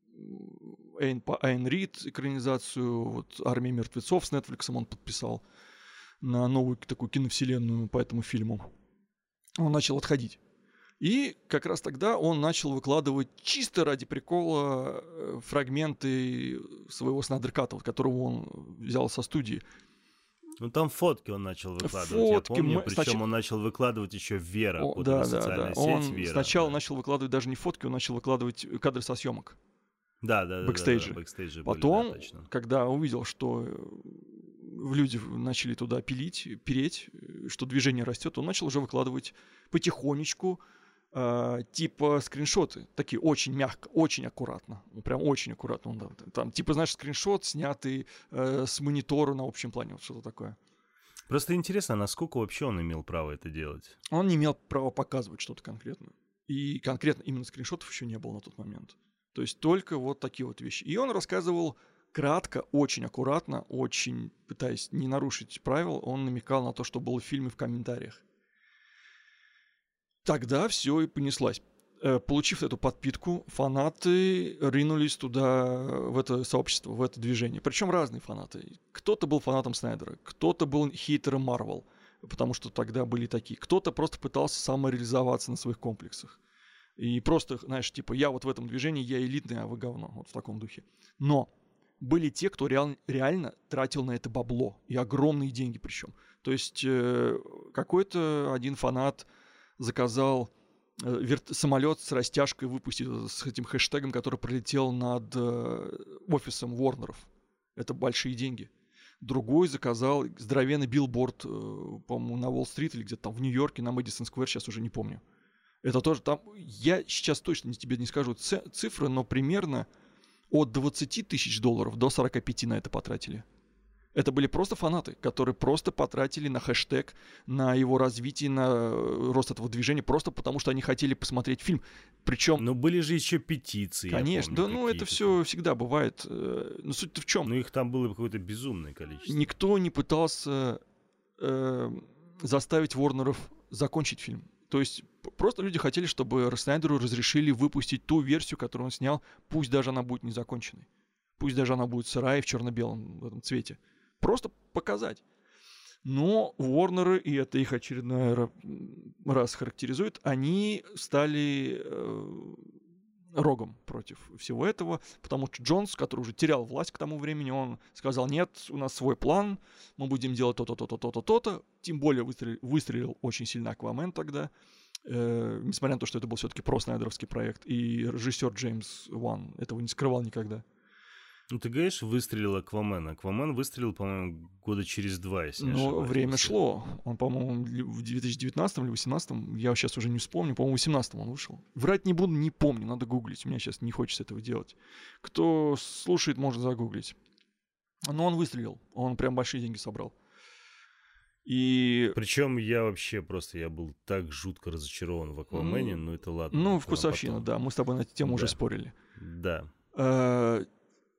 Айн Рид, экранизацию, вот «Армия мертвецов» с Netflix он подписал на новую такую киновселенную по этому фильму. Он начал отходить. И как раз тогда он начал выкладывать чисто ради прикола фрагменты своего Снайдер-ката, которого он взял со студии. Ну там фотки он начал выкладывать, я помню, причем он начал выкладывать еще Вера, социальная сеть Вера. Сначала начал выкладывать даже не фотки, он начал выкладывать кадры со съемок. Да, бэкстейджи. Потом, были, да, когда увидел, что люди начали туда переть, что движение растет, он начал уже выкладывать потихонечку типа скриншоты, такие очень мягко, очень аккуратно, прям очень аккуратно. Там типа, знаешь, скриншот, снятый с монитора на общем плане, вот что-то такое. Просто интересно, насколько вообще он имел право это делать? Он не имел права показывать что-то конкретное. И конкретно именно скриншотов еще не было на тот момент. То есть только вот такие вот вещи. И он рассказывал кратко, очень аккуратно, очень пытаясь не нарушить правил, он намекал на то, что было в фильме в комментариях. Тогда все и понеслась. Получив эту подпитку, фанаты ринулись туда, в это сообщество, в это движение. Причем разные фанаты. Кто-то был фанатом Снайдера, кто-то был хейтером Марвел, потому что тогда были такие. Кто-то просто пытался самореализоваться на своих комплексах. И просто, знаешь, типа, я вот в этом движении, я элитный, а вы говно. Вот в таком духе. Но были те, кто реально тратил на это бабло. И огромные деньги причем. То есть какой-то один фанат заказал самолет с растяжкой, выпустить с этим хэштегом, который пролетел над офисом Warner'ов. Это большие деньги. Другой заказал здоровенный билборд, по-моему, на Уолл-стрит или где-то там в Нью-Йорке, на Мэдисон Сквер, сейчас уже не помню. Это тоже там, я сейчас точно тебе не скажу цифры, но примерно от 20 тысяч долларов до 45 на это потратили. Это были просто фанаты, которые просто потратили на хэштег, на его развитие, на рост этого движения, просто потому что они хотели посмотреть фильм. Причем... Но были же еще петиции. Конечно, я помню, да, ну это все всегда бывает. Но суть-то в чем? Ну их там было какое-то безумное количество. Никто не пытался заставить Warner'ов закончить фильм. То есть просто люди хотели, чтобы Снайдеру разрешили выпустить ту версию, которую он снял, пусть даже она будет незаконченной. Пусть даже она будет сырая в черно-белом в этом цвете. Просто показать. Но Warner, и это их очередной раз характеризует, они стали рогом против всего этого, потому что Джонс, который уже терял власть к тому времени, он сказал: нет, у нас свой план, мы будем делать то-то, то-то, то-то, то-то. Тем более выстрелил очень сильно Аквамен тогда, несмотря на то, что это был все-таки про-снайдеровский проект, и режиссер Джеймс Ван этого не скрывал никогда. Ну, ты говоришь, выстрелил Аквамен. Аквамен выстрелил, по-моему, года через 2, если не ошибаюсь. Но время шло. Он, по-моему, в 2019 или 2018, я сейчас уже не вспомню, по-моему, в 2018 он вышел. Врать не буду, не помню, надо гуглить. У меня сейчас не хочется этого делать. Кто слушает, может загуглить. Но он выстрелил. Он прям большие деньги собрал. И... Причем я был так жутко разочарован в Аквамене, но это ладно. Ну, вкусовщина, да. Мы с тобой на эту тему уже спорили. Да.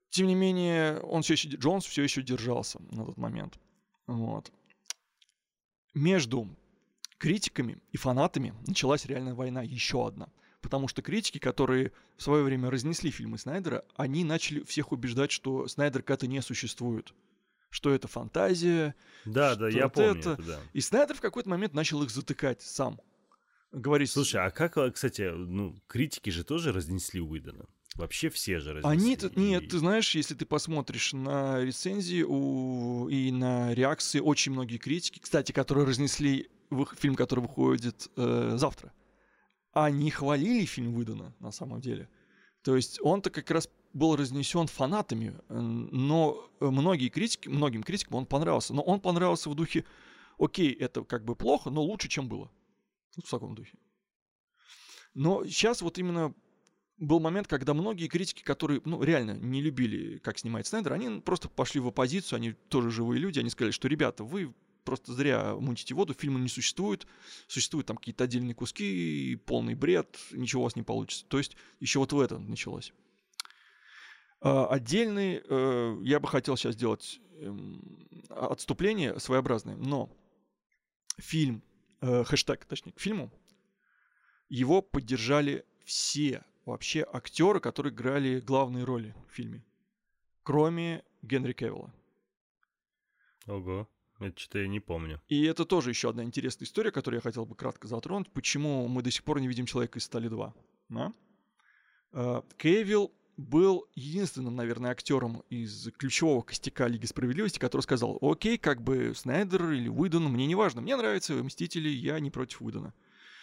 тем не менее, Джонс все еще держался на тот момент. Вот. Между критиками и фанатами началась реальная война, еще одна. Потому что критики, которые в свое время разнесли фильмы Снайдера, они начали всех убеждать, что Снайдер-ката не существует. Что это фантазия. Да, я помню это, да. И Снайдер в какой-то момент начал их затыкать сам. Говорить... Слушай, а как, кстати, критики же тоже разнесли Уидона? Вообще все же разнесли. Нет, ты знаешь, если ты посмотришь на рецензии и на реакции, очень многие критики, кстати, которые разнесли фильм, который выходит завтра, они хвалили фильм Уидона на самом деле. То есть он-то как раз был разнесен фанатами, но многим критикам он понравился. Но он понравился в духе, окей, это как бы плохо, но лучше, чем было. В таком духе. Но сейчас вот именно был момент, когда многие критики, которые, реально не любили, как снимает Снайдер, они просто пошли в оппозицию, они тоже живые люди, они сказали, что, ребята, вы просто зря мутите воду, фильма не существует, существуют там какие-то отдельные куски, полный бред, ничего у вас не получится. То есть еще вот в этом началось. Отдельный, я бы хотел сейчас сделать отступление своеобразное, но фильм, хэштег, точнее, к фильму, его поддержали все вообще актеры, которые играли главные роли в фильме, кроме Генри Кевилла. Ого, это что-то я не помню. И это тоже еще одна интересная история, которую я хотел бы кратко затронуть. Почему мы до сих пор не видим «Человека из стали 2». Да? Кевилл был единственным, наверное, актером из ключевого костяка Лиги Справедливости, который сказал, окей, как бы Снайдер или Уидон, мне не важно, мне нравятся «Мстители», я не против Уидона.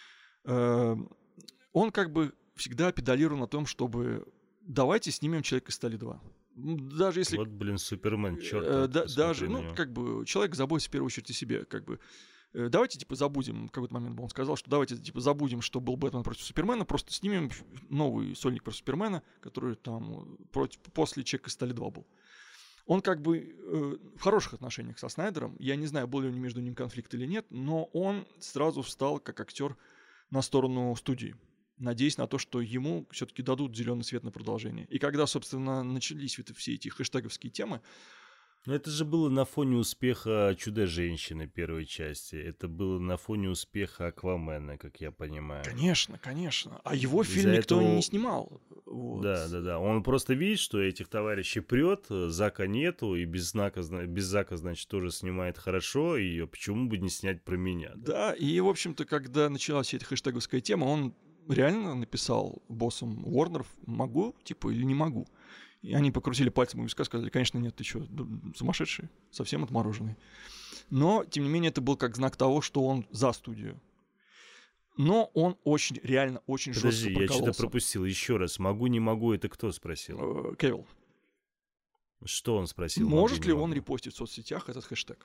Он как бы всегда педалировал на том, чтобы давайте снимем «Человека из стали 2». Даже если... Вот, блин, Супермен, черт. Даже, как бы, человек заботится в первую очередь о себе, как бы. Давайте, забудем, в какой-то момент он сказал, что давайте, забудем, что был Бэтмен против Супермена, просто снимем новый сольник про Супермена, который там после «Человека из стали 2» был. Он как бы в хороших отношениях со Снайдером, я не знаю, был ли между ним конфликт или нет, но он сразу встал как актер на сторону студии, надеясь на то, что ему все-таки дадут зеленый свет на продолжение. И когда, собственно, начались все эти хэштеговские темы... Но это же было на фоне успеха «Чудо-женщины» первой части. Это было на фоне успеха «Аквамена», как я понимаю. Конечно. А его фильм никто не снимал. Вот. Да. Он просто видит, что этих товарищей прет, Зака нету, и без Зака, значит, тоже снимает хорошо, и почему бы не снять про меня? Да, и, в общем-то, когда началась эта хэштеговская тема, он реально написал боссам Warner, могу, или не могу. И они покрутили пальцем у виска, сказали, конечно, нет, ты что, сумасшедший, совсем отмороженный. Но, тем не менее, это был как знак того, что он за студию. Но он реально очень жестко прокололся. Подожди, я что-то пропустил. Еще раз, могу, не могу, это кто спросил? Кевилл. Что он спросил? Может ли он репостить в соцсетях этот хэштег?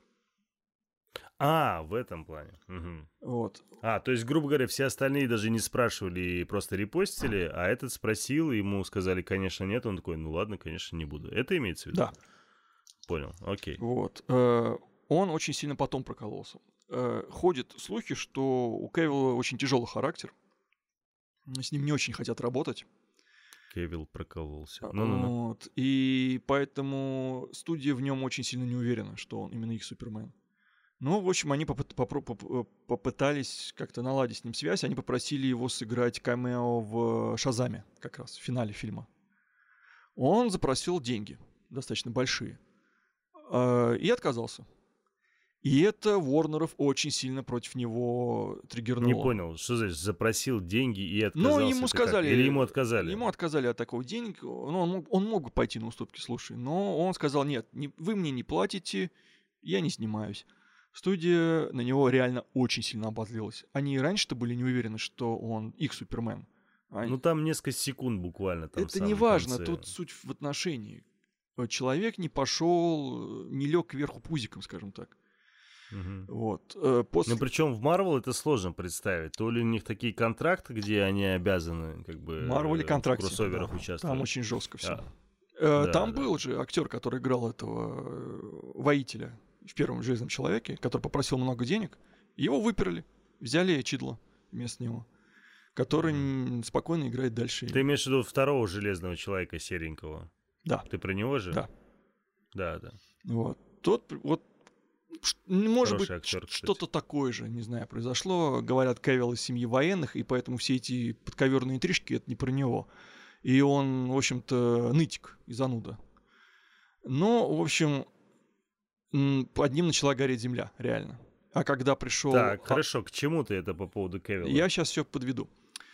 В этом плане. Угу. Вот. То есть, грубо говоря, все остальные даже не спрашивали и просто репостили, а этот спросил, ему сказали, конечно, нет. Он такой, ладно, конечно, не буду. Это имеется в виду? Да. Понял, окей. Вот. Он очень сильно потом прокололся. Ходят слухи, что у Кевилла очень тяжелый характер. С ним не очень хотят работать. Кевилл прокололся. Вот. И поэтому студия в нем очень сильно не уверена, что он именно их Супермен. В общем, они попытались как-то наладить с ним связь. Они попросили его сыграть камео в «Шазаме», как раз, в финале фильма. Он запросил деньги, достаточно большие, и отказался. И это Уорнеров очень сильно против него триггернуло. Не понял, что значит запросил деньги и отказался? Ему сказали... Или ему отказали? Ему отказали от такого денег. Он мог бы пойти на уступки, слушай. Но он сказал, нет, вы мне не платите, я не снимаюсь. Студия на него реально очень сильно обозлилась. Они и раньше-то были не уверены, что он их Супермен. Там несколько секунд буквально. Там это не важно, тут суть в отношении. Человек не пошел, не лег кверху пузиком, скажем так. Угу. Вот. Причем в Марвел это сложно представить. То ли у них такие контракты, где они обязаны в кроссоверах участвовать. Там очень жестко все. Там был же актер, который играл этого воителя в первом «Железном человеке», который попросил много денег. Его выперли. Взяли Чидло вместо него, который спокойно играет дальше. Ты имеешь в виду второго «Железного человека» серенького? Да. Ты про него же? Да. Да. Вот. Тот, вот, может Хороший быть, актер, что-то такое же, не знаю, произошло. Говорят, Кевилл из семьи военных, и поэтому все эти подковерные интрижки — это не про него. И он, в общем-то, нытик и зануда. Но, в общем, под ним начала гореть земля, реально. А когда пришел... Так, хорошо, к чему ты это по поводу Кевилла? Я сейчас все подведу.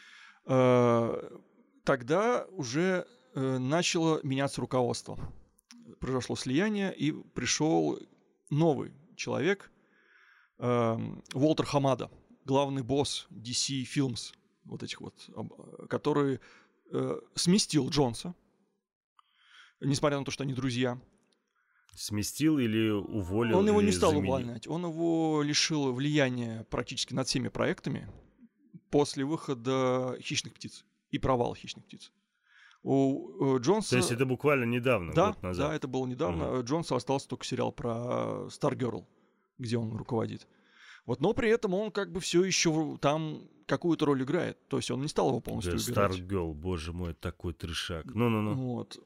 Тогда уже начало меняться руководство. Произошло слияние, и пришел новый человек, Уолтер Хамада, главный босс DC Films, вот этих вот, который сместил Джонса, несмотря на то, что они друзья. Сместил или уволил? Он его или не стал заменил? увольнять, он его лишил влияния практически над всеми проектами после выхода «Хищных птиц» и провала «Хищных птиц». У Джонса... То есть это буквально недавно, да, год назад? Да, это было недавно. Джонсу остался только сериал про Stargirl, где он руководит. Вот, но при этом он как бы все еще там какую-то роль играет. То есть он не стал его полностью убирать. Stargirl, боже мой, такой трешак. Ну. Вот.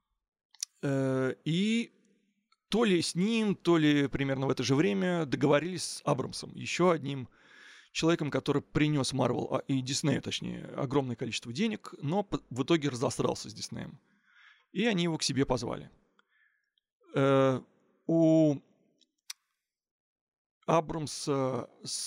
И то ли с ним, то ли примерно в это же время договорились с Абрамсом, еще одним человеком, который принес Marvel и Диснею, точнее, огромное количество денег, но в итоге разосрался с Диснеем. И они его к себе позвали. У Абрамса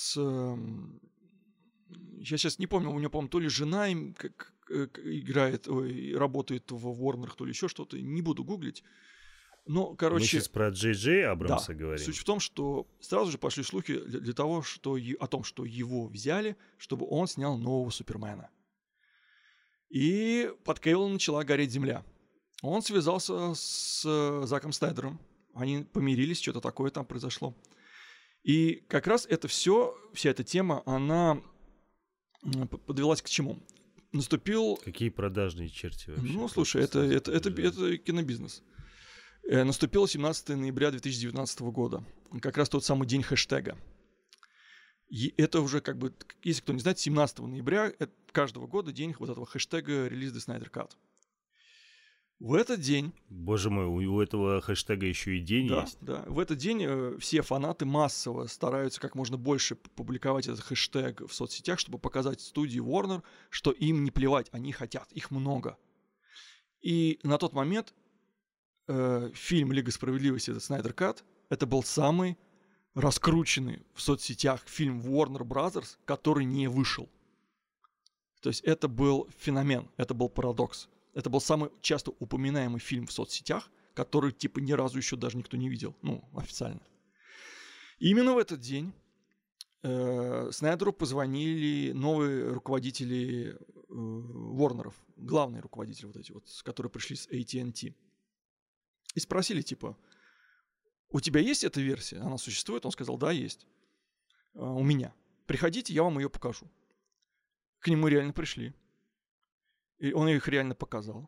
я сейчас не помню, у него, по-моему, то ли жена играет, работает в Warner, то ли еще что-то. Не буду гуглить. Но, короче... Мы сейчас про Джей Джей Абрамса говорим. Суть в том, что сразу же пошли слухи для того, о том, что его взяли, чтобы он снял нового Супермена. И под Кевиллом начала гореть земля. Он связался с Заком Снайдером. Они помирились, что-то такое там произошло. И как раз это все, вся эта тема, она подвелась к чему? Наступил... Какие продажные черти вообще? Ну, слушай, это кинобизнес. Наступило 17 ноября 2019 года. Как раз тот самый день хэштега. И это уже как бы, если кто не знает, 17 ноября каждого года день вот этого хэштега «Release the Snyder Cut». В этот день... Боже мой, у этого хэштега еще и день есть? Да. В этот день все фанаты массово стараются как можно больше публиковать этот хэштег в соцсетях, чтобы показать студии Warner, что им не плевать, они хотят, их много. И на тот момент фильм «Лига справедливости», этот «Снайдер Кат», это был самый раскрученный в соцсетях фильм Warner Brothers, который не вышел. То есть это был феномен, это был парадокс. Это был самый часто упоминаемый фильм в соцсетях, который типа ни разу еще даже никто не видел, ну, официально. И именно в этот день Снайдеру позвонили новые руководители Warner'ов, главные руководители вот эти вот, которые пришли с AT&T. И спросили, типа, у тебя есть эта версия? Она существует? Он сказал, да, есть. У меня. Приходите, я вам ее покажу. К нему реально пришли. И он их реально показал.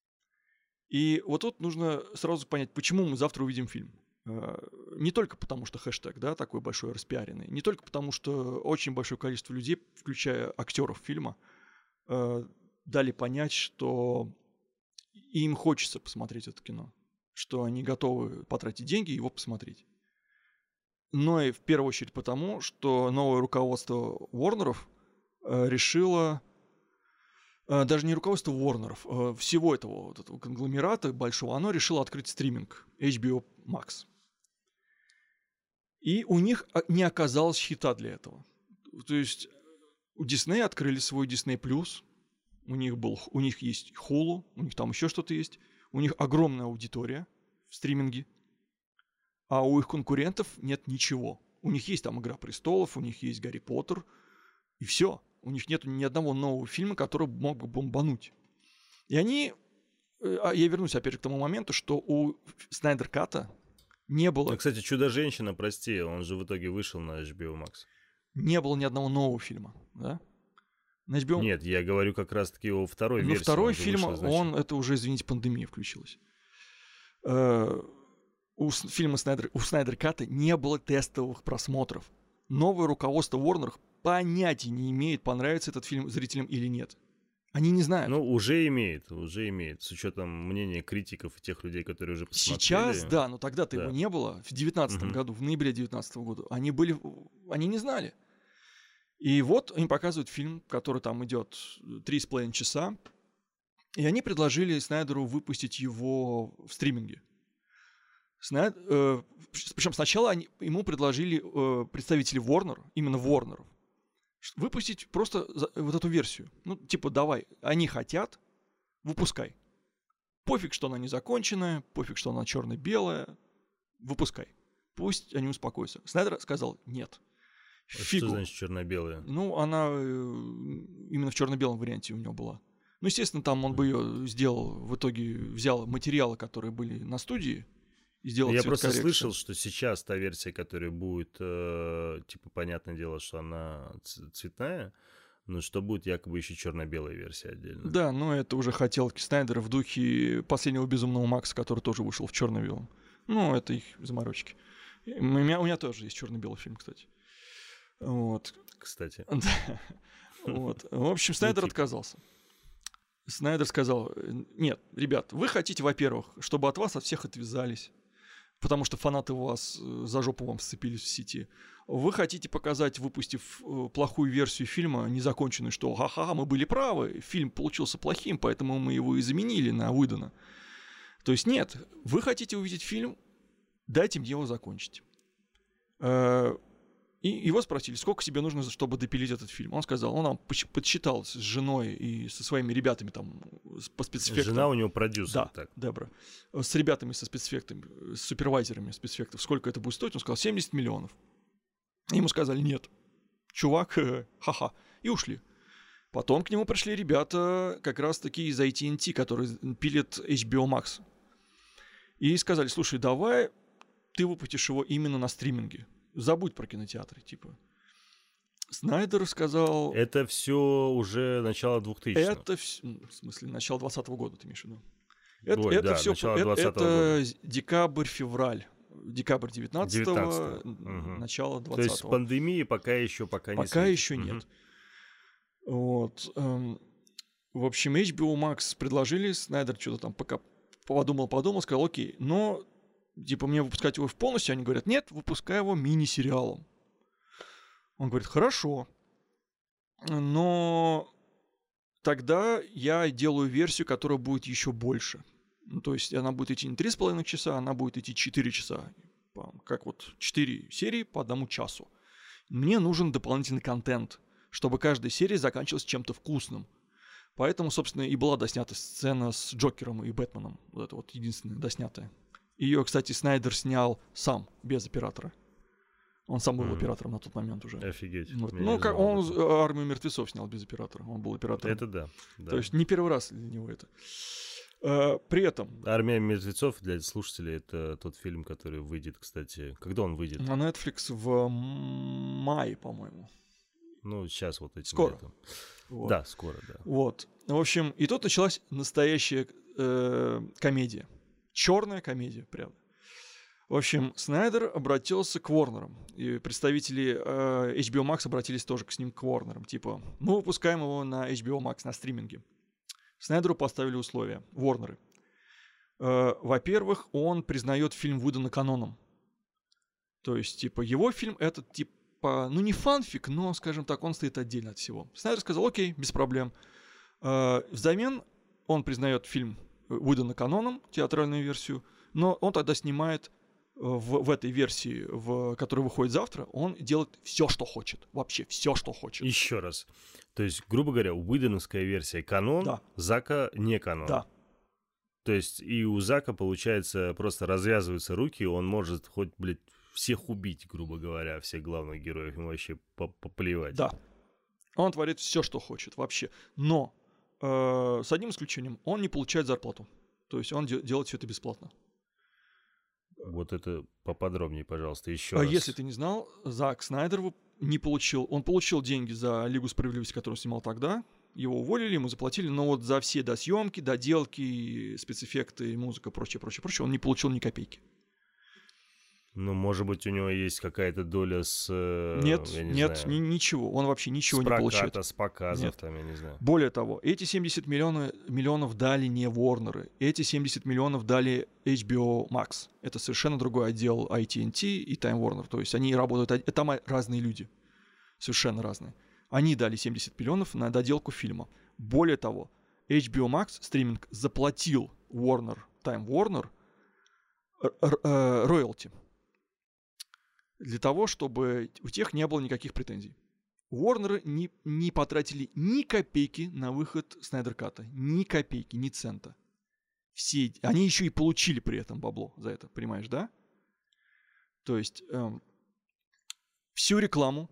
И вот тут нужно сразу понять, почему мы завтра увидим фильм. Не только потому, что хэштег, да, такой большой распиаренный, не только потому, что очень большое количество людей, включая актеров фильма, дали понять, что им хочется посмотреть это кино, что они готовы потратить деньги и его посмотреть. Но и в первую очередь потому, что новое руководство Warner'ов решило, даже не руководство Warner'ов, всего этого, вот этого конгломерата большого, оно решило открыть стриминг HBO Max. И у них не оказалось хита для этого. То есть у Disney открыли свой Disney+, у них есть Hulu, у них там еще что-то есть, у них огромная аудитория в стриминге, а у их конкурентов нет ничего. У них есть там «Игра престолов», у них есть «Гарри Поттер», и все. У них нет ни одного нового фильма, который мог бы бомбануть. И они... Я вернусь опять же к тому моменту, что у Снайдер Ката не было... Кстати, «Чудо-женщина», прости, он же в итоге вышел на HBO Max. Не было ни одного нового фильма, да? На HBO... Нет, я говорю как раз-таки о второй версии. Но второй фильм, это уже, извините, пандемия включилась. У Снайдер Ката не было тестовых просмотров. Новое руководство Warner понятия не имеет, понравится этот фильм зрителям или нет. Они не знают. Ну, уже имеет, с учетом мнения критиков и тех людей, которые уже посмотрели. Сейчас, да, но тогда-то его не было. В 2019 году, в ноябре 2019 года. Они не знали. И вот им показывают фильм, который там идет 3,5 часа. И они предложили Снайдеру выпустить его в стриминге. Причем сначала ему предложили представители Warner, именно Warner, выпустить просто вот эту версию. Ну, типа, давай, они хотят, выпускай. Пофиг, что она не законченная, пофиг, что она черно-белая, выпускай. Пусть они успокоятся. Снайдер сказал нет. Фигу. Что значит черно-белая? Ну, она именно в черно-белом варианте у него была. Ну, естественно, там он бы ее сделал, в итоге взял материалы, которые были на студии, и сделал Я просто слышал, что сейчас та версия, которая будет, типа, понятное дело, что она цветная, но что будет якобы еще черно-белая версия отдельно. Да, но это уже хотелки Снайдера в духе последнего «Безумного Макса», который тоже вышел в черно-белом. Ну, это их заморочки. У меня тоже есть черно-белый фильм, кстати. Вот. Кстати. Да. Вот. В общем, Снайдер отказался. Снайдер сказал: нет, ребят, вы хотите, во-первых, чтобы от вас от всех отвязались, потому что фанаты вас за жопу вам сцепились в сети. Вы хотите показать, выпустив плохую версию фильма, незаконченную, что ха-ха, мы были правы, фильм получился плохим, поэтому мы его и заменили на выдано. То есть нет, вы хотите увидеть фильм, дайте мне его закончить. И его спросили, сколько тебе нужно, чтобы допилить этот фильм. Он сказал, он нам подсчитал с женой и со своими ребятами там по спецэффектам. Жена у него продюсер. Да, так. Дебра. С ребятами со спецэффектами, с супервайзерами спецэффектов. Сколько это будет стоить? Он сказал, 70 миллионов. И ему сказали, нет, чувак, ха-ха. И ушли. Потом к нему пришли ребята как раз-таки из AT&T, которые пилят HBO Max. И сказали, слушай, давай ты выпустишь его именно на стриминге. Забудь про кинотеатры, типа. Снайдер сказал... Это все уже начало 2000-х. Это, в смысле, начало 2020 года, ты имеешь в виду? Это все... Это декабрь-февраль. Декабрь 19-го, начало 20-го. То есть пандемии пока не Пока еще нет. Вот. В общем, HBO Max предложили, Снайдер что-то там пока подумал, сказал, окей, но... Типа, мне выпускать его полностью? Они говорят, нет, выпускай его мини-сериалом. Он говорит, хорошо. Но тогда я делаю версию, которая будет еще больше. Ну, то есть она будет идти не 3,5 часа, она будет идти 4 часа. Как вот 4 серии по 1 часу. Мне нужен дополнительный контент, чтобы каждая серия заканчивалась чем-то вкусным. Поэтому, собственно, и была доснята сцена с Джокером и Бэтменом. Вот это вот единственная доснятая. Ее, кстати, Снайдер снял сам, без оператора. Он сам был оператором на тот момент уже. Офигеть. Вот. Ну, как он «Армию мертвецов» снял без оператора. Он был оператором. Это да. То есть не первый раз для него это. При этом... «Армия мертвецов» для слушателей — это тот фильм, который выйдет, кстати... Когда он выйдет? На Netflix в мае, по-моему. Ну, сейчас вот этим скоро. летом. Вот. Да, скоро, да. Вот. В общем, и тут началась настоящая комедия. Черная комедия, прям. В общем, Снайдер обратился к Warner'ам. И представители HBO Max обратились тоже с ним к Warner'ам. Типа, мы выпускаем его на HBO Max, на стриминге. Снайдеру поставили условия. Warner'ы. Во-первых, он признает фильм выданный каноном. То есть, типа, его фильм это, типа, ну не фанфик, но, скажем так, он стоит отдельно от всего. Снайдер сказал, окей, без проблем. Взамен он признает фильм выданный каноном, театральную версию, но он тогда снимает в этой версии, которая выходит завтра, он делает все, что хочет. Вообще все, что хочет. Еще раз. То есть, грубо говоря, уидоновская версия канон, да. Зака не канон. Да. То есть и у Зака, получается, просто развязываются руки, он может хоть, блядь, всех убить, грубо говоря, всех главных героев, ему вообще поплевать. Да. Он творит все, что хочет, вообще. Но с одним исключением, он не получает зарплату. То есть он делает все это бесплатно. Вот это поподробнее, пожалуйста, еще раз. А если ты не знал, Зак Снайдер не получил... Он получил деньги за Лигу справедливости, которую снимал тогда. Его уволили, ему заплатили, но вот за все досъемки, доделки, спецэффекты, музыка, прочее, он не получил ни копейки. Ну, может быть, у него есть какая-то доля с... Нет, я не нет, знаю, ничего. Он вообще ничего с не получает. проката, с показов, Нет. там, я не знаю. Более того, эти 70 миллионов дали не Warner. Эти 70 миллионов дали HBO Max. Это совершенно другой отдел AT&T и Time Warner. То есть они работают... Там разные люди. Совершенно разные. Они дали 70 миллионов на доделку фильма. Более того, HBO Max, стриминг, заплатил Warner, Time Warner, роялти. Для того, чтобы у тех не было никаких претензий. Warner не потратили ни копейки на выход Снайдер-ката. Ни копейки, ни цента. Они еще и получили при этом бабло за это, понимаешь, да? То есть всю рекламу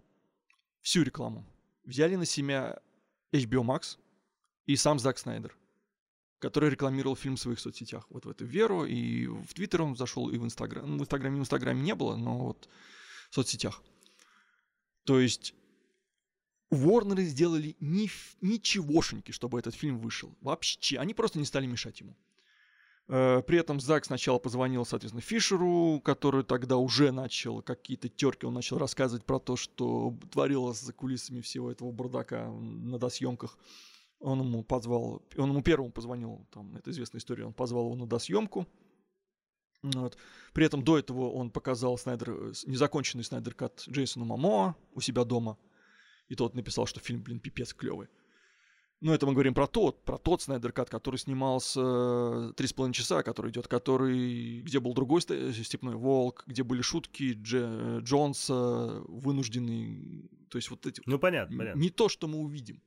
взяли на себя HBO Max и сам Зак Снайдер, который рекламировал фильм в своих соцсетях. Вот в эту веру, и в Твиттер он зашел, и в Инстаграм. В Инстаграме не было, но вот в соцсетях. То есть Warner сделали ничегошеньки, чтобы этот фильм вышел. Вообще. Они просто не стали мешать ему. При этом Зак сначала позвонил, соответственно, Фишеру, который тогда уже начал какие-то терки, он начал рассказывать про то, что творилось за кулисами всего этого бардака на досъемках. Он ему первому позвонил, там, это известная история, он позвал его на досъемку. Вот. При этом до этого он показал незаконченный Снайдер-кат Джейсону Момоа у себя дома. И тот написал, что фильм, пипец клевый. Но это мы говорим про тот Снайдер-кат, который снимался 3,5 часа, который идет, где был другой Степной Волк, где были шутки Джонса, вынужденные. То есть вот эти... Ну, понятно. Не то, что мы увидим.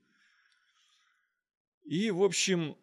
И, в общем,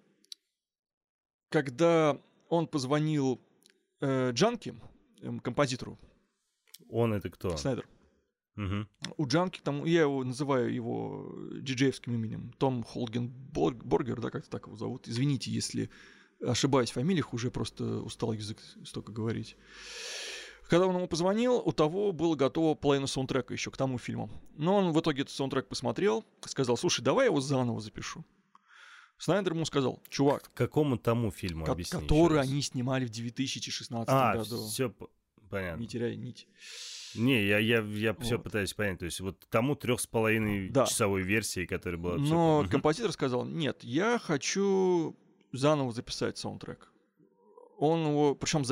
когда он позвонил Джанки, композитору. Он это кто? Снайдер. Угу. У Джанки, там, я его называю его диджеевским именем, Том Холгенборгер, да, как-то так его зовут. Извините, если ошибаюсь в фамилиях, уже просто устал язык столько говорить. Когда он ему позвонил, у того было готово половина саундтрека еще к тому фильму. Но он в итоге этот саундтрек посмотрел, сказал: слушай, давай я его заново запишу. Снайдер ему сказал: чувак, к какому тому фильму, объясни. Который они снимали в 2016 году. Все понятно. Не теряй нить. Не, я все пытаюсь понять. То есть вот тому 3,5 часовой версии, которая была... Но композитор сказал: нет, я хочу заново записать саундтрек. Он его, причем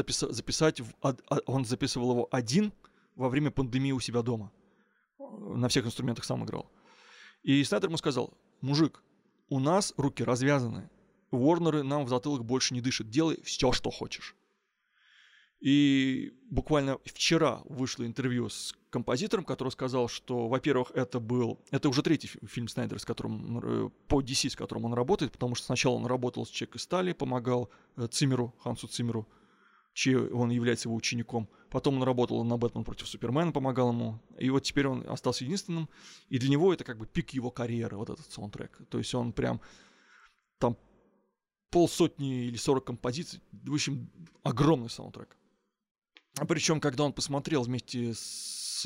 он записывал его один во время пандемии у себя дома. На всех инструментах сам играл. И Снайдер ему сказал: мужик, у нас руки развязаны. Уорнеры нам в затылок больше не дышат. Делай все, что хочешь. И буквально вчера вышло интервью с композитором, который сказал, что, во-первых, это уже третий фильм Снайдера, по DC, с которым он работает, потому что сначала он работал с Человек из стали, помогал Хансу Циммеру, он является его учеником. Потом он работал на «Бэтмен против Супермена», помогал ему. И вот теперь он остался единственным. И для него это как бы пик его карьеры, вот этот саундтрек. То есть он прям там 50 или 40 композиций. В общем, огромный саундтрек. Причем, когда он посмотрел вместе с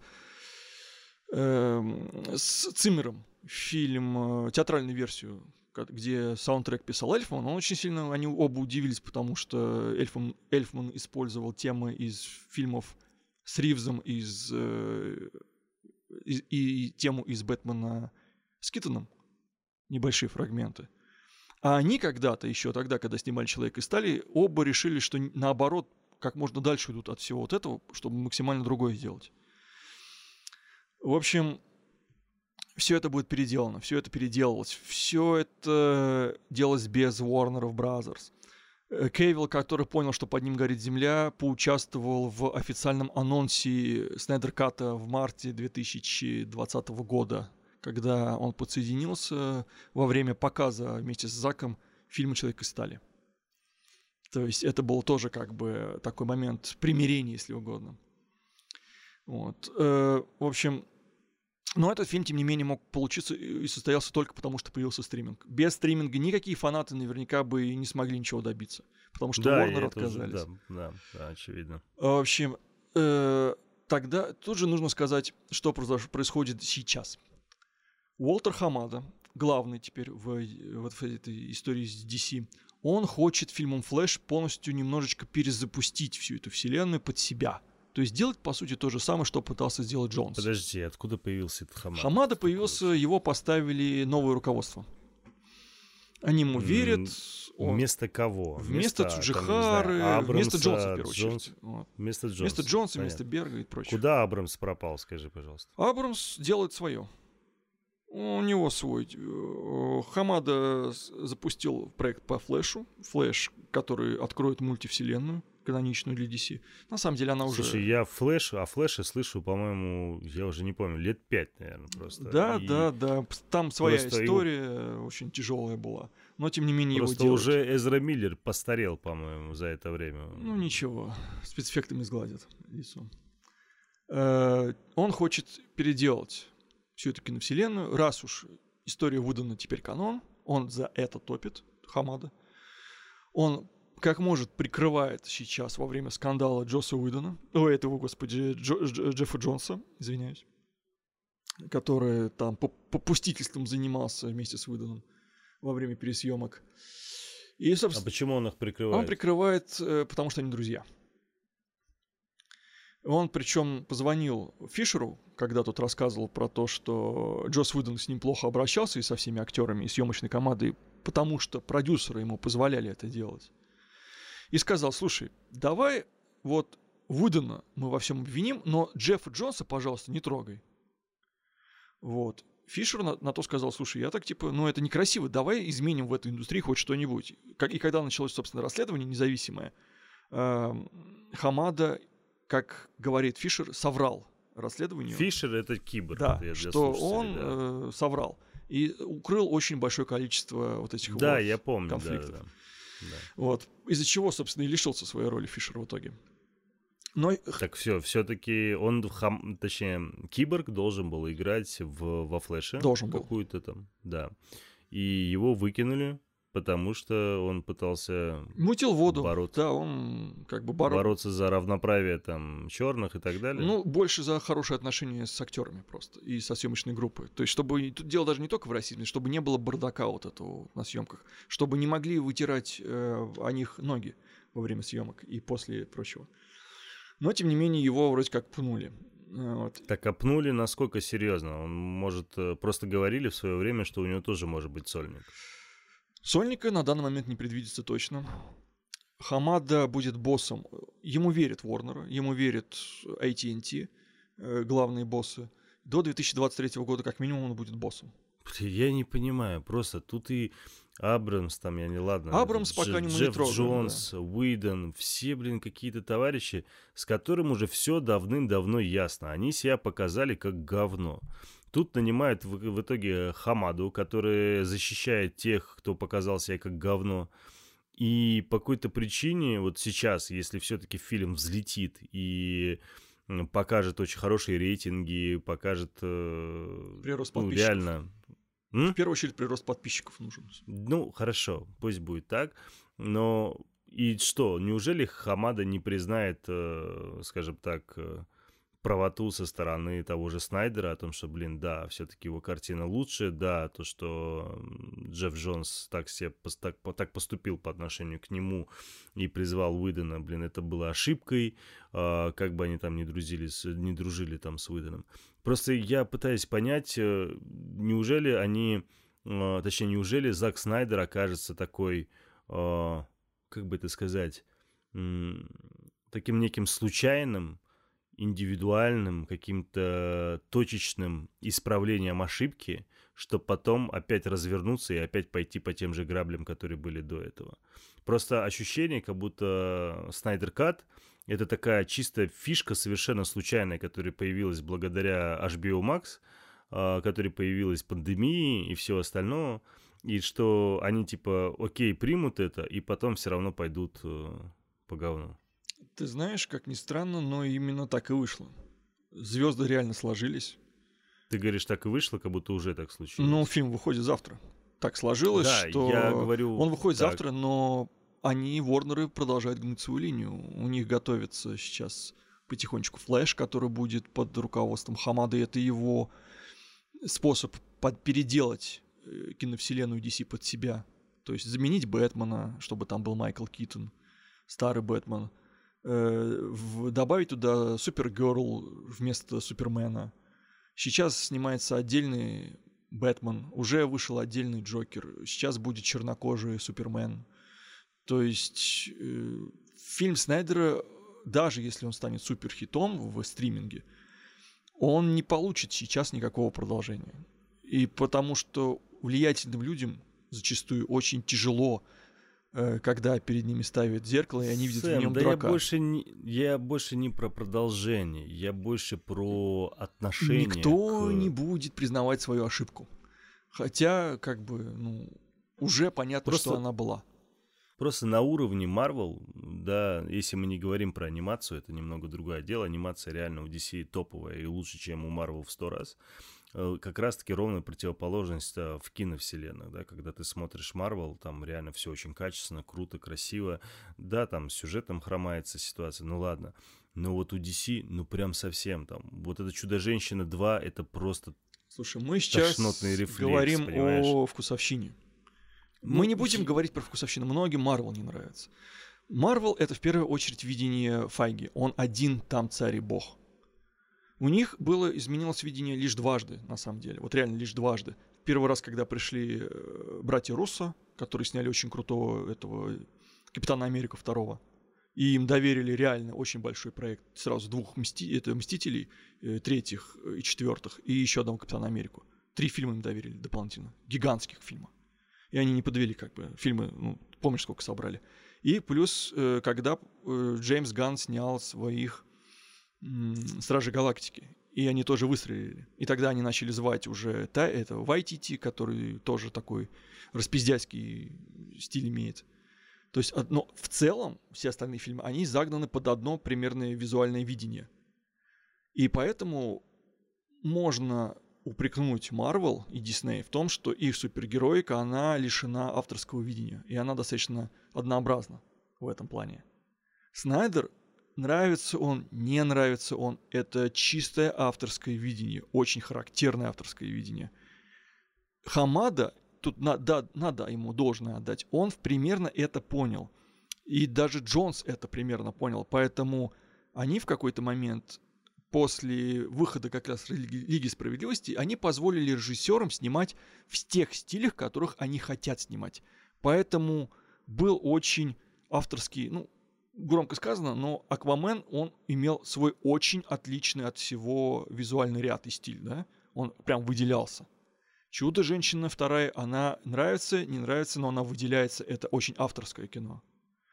Циммером фильм, театральную версию, где саундтрек писал Эльфман, они оба удивились, потому что Эльфман использовал темы из фильмов с Ривзом и тему из Бэтмена с Китоном, небольшие фрагменты. А они когда-то, еще тогда, когда снимали «Человека из стали», оба решили, что наоборот, как можно дальше идут от всего вот этого, чтобы максимально другое сделать. В общем, все это будет переделано, все это переделалось, все это делалось без Warner Brothers. Кевилл, который понял, что под ним горит земля, поучаствовал в официальном анонсе Снайдер-ката в марте 2020 года, когда он подсоединился во время показа вместе с Заком фильма «Человек из стали». То есть это был тоже как бы такой момент примирения, если угодно. Вот. В общем, но этот фильм, тем не менее, мог получиться и состоялся только потому, что появился стриминг. Без стриминга никакие фанаты наверняка бы и не смогли ничего добиться, потому что Warner отказались. Да, очевидно. В общем, тогда тут же нужно сказать, что происходит сейчас. Уолтер Хамада, главный теперь в этой истории с DC, он хочет фильмом «Флэш» полностью немножечко перезапустить всю эту вселенную под себя. То есть делать, по сути, то же самое, что пытался сделать Джонс. Подожди, откуда появился этот Хамада? Хамада появился, его поставили новое руководство. Они ему верят. Вместо кого? Вместо Цуджихары, вместо Джонса, в первую очередь. Вот. Вместо Джонса. Вместо Джонса, вместо Берга и прочее. Куда Абрамс пропал, скажи, пожалуйста? Абрамс делает свое. У него свой. Хамада запустил проект по Флэшу. Флэш, который откроет мультивселенную, каноничную для DC. На самом деле она уже... Слушай, я о Флэше слышу, по-моему, я уже не помню, лет 5, наверное, просто. Да. Там своя история очень тяжелая была. Но, тем не менее, просто его уже Эзра Миллер постарел, по-моему, за это время. Ну, ничего. Спецэффектами сгладят лицо. Он хочет переделать всю эту киновселенную. Раз уж история выдана теперь канон, он за это топит, Хамада. Он как может прикрывает сейчас во время скандала Джосса Уидона, Джеффа Джонса, извиняюсь, который там попустительством занимался вместе с Уидоном во время пересъемок. И, собственно, а почему он их прикрывает? Он прикрывает, потому что они друзья. Он причем позвонил Фишеру, когда тот рассказывал про то, что Джосс Уидон с ним плохо обращался и со всеми актерами, и съемочной командой, потому что продюсеры ему позволяли это делать. И сказал: слушай, давай вот Уидона мы во всем обвиним, но Джеффа Джонса, пожалуйста, не трогай. Вот. Фишер на то сказал: слушай, я так это некрасиво, давай изменим в этой индустрии хоть что-нибудь. И когда началось, собственно, расследование независимое, Хамада, как говорит Фишер, соврал расследованию. Фишер — это киборг. Да, это что он соврал. И укрыл очень большое количество вот этих я помню, конфликтов. Да. Вот. Из-за чего, собственно, и лишился своей роли Фишер в итоге. Но... Так все-таки он, точнее, киборг должен был играть во Флэше. Должен был. Какую-то там, да. И его выкинули, потому что он пытался... Мутил воду. Бороться. Да, он бороться за равноправие там черных и так далее. Ну, больше за хорошие отношения с актерами просто и со съемочной группой. То есть, чтобы... Тут дело даже не только в расизме, чтобы не было бардака вот этого на съемках. Чтобы не могли вытирать о них ноги во время съемок и после прочего. Но, тем не менее, его вроде как пнули. Вот. Так, а пнули насколько серьезно? Он, может, просто говорили в свое время, что у него тоже может быть сольник? Сольника на данный момент не предвидится точно. Хамада будет боссом. Ему верит Warner, ему верит AT&T, главные боссы. До 2023 года как минимум он будет боссом. Я не понимаю, просто тут и Абрамс там, Абрамс пока не Джефф трогаем, Джонс, да. Уидон, все, какие-то товарищи, с которым уже все давным-давно ясно. Они себя показали как говно. Тут нанимают в итоге Хамаду, который защищает тех, кто показал себя как говно. И по какой-то причине вот сейчас, если все-таки фильм взлетит и покажет очень хорошие рейтинги, покажет прирост подписчиков. Реально... В первую очередь прирост подписчиков нужен. Ну, хорошо, пусть будет так. Но и что, неужели Хамада не признает, скажем так, правоту со стороны того же Снайдера о том, что, да, все-таки его картина лучше, да, то, что Джефф Джонс так поступил по отношению к нему и призвал Уидона, это было ошибкой, как бы они там не дружили там с Уидоном. Просто я пытаюсь понять, неужели Зак Снайдер окажется такой, как бы это сказать, таким неким случайным, индивидуальным, каким-то точечным исправлением ошибки, чтобы потом опять развернуться и опять пойти по тем же граблям, которые были до этого. Просто ощущение, как будто Снайдер Кат — это такая чистая фишка, совершенно случайная, которая появилась благодаря HBO Max, которая появилась пандемией и все остальное, и что они окей, примут это, и потом все равно пойдут по говну. Ты знаешь, как ни странно, но именно так и вышло. Звезды реально сложились. Ты говоришь, так и вышло, как будто уже так случилось. Ну, фильм выходит завтра. Так сложилось, да, что я говорю, он выходит завтра, но Warner'ы продолжают гнуть свою линию. У них готовится сейчас потихонечку Флэш, который будет под руководством Хамады. Это его способ переделать киновселенную DC под себя. То есть заменить Бэтмена, чтобы там был Майкл Китон, старый Бэтмен. добавить туда Супергерл вместо Супермена. Сейчас снимается отдельный Бэтмен, уже вышел отдельный Джокер, сейчас будет чернокожий Супермен. То есть фильм Снайдера, даже если он станет суперхитом в стриминге, он не получит сейчас никакого продолжения. И потому что влиятельным людям зачастую очень тяжело, когда перед ними ставят зеркало, и они видят в нем дурака. Я больше не про продолжение, я больше про отношение. Никто не будет признавать свою ошибку. Хотя, уже понятно, что она была. Просто на уровне Marvel, да, если мы не говорим про анимацию, это немного другое дело. Анимация реально у DC топовая и лучше, чем у Marvel в 100 раз. Как раз-таки ровная противоположность в киновселенных, да, когда ты смотришь Marvel, там реально все очень качественно, круто, красиво, да, там с сюжетом хромается ситуация, ну ладно, но вот у DC, ну прям совсем там, вот это «Чудо-женщина 2», это просто Слушай, мы сейчас говорим о вкусовщине. Мы не будем говорить про вкусовщину, многим Marvel не нравится. Marvel — это в первую очередь видение Файги, он один там царь и бог. У них изменилось видение лишь дважды, на самом деле. Вот реально лишь дважды. Первый раз, когда пришли братья Руссо, которые сняли очень крутого этого Капитана Америку 2, и им доверили реально очень большой проект. Сразу двух Мстителей, третьих и четвертых, и еще одного Капитана Америку. 3 фильма им доверили дополнительно. Гигантских фильма. И они не подвели фильмы, помнишь, сколько собрали. И плюс, когда Джеймс Ганн снял своих Стражи Галактики, и они тоже выстрелили. И тогда они начали звать уже Вайтити, который тоже такой распиздяйский стиль имеет. То есть, но в целом все остальные фильмы, они загнаны под одно примерное визуальное видение. И поэтому можно упрекнуть Marvel и Disney в том, что их супергероика, она лишена авторского видения, и она достаточно однообразна в этом плане. Снайдер, нравится он, не нравится он, это чистое авторское видение, очень характерное авторское видение. Хамада, тут надо ему должное отдать, он примерно это понял. И даже Джонс это примерно понял, поэтому они в какой-то момент, после выхода как раз Лиги Справедливости, они позволили режиссерам снимать в тех стилях, которых они хотят снимать. Поэтому был очень авторский, громко сказано, но Аквамен, он имел свой очень отличный от всего визуальный ряд и стиль, да? Он прям выделялся. Чудо-женщина 2, она нравится, не нравится, но она выделяется, это очень авторское кино.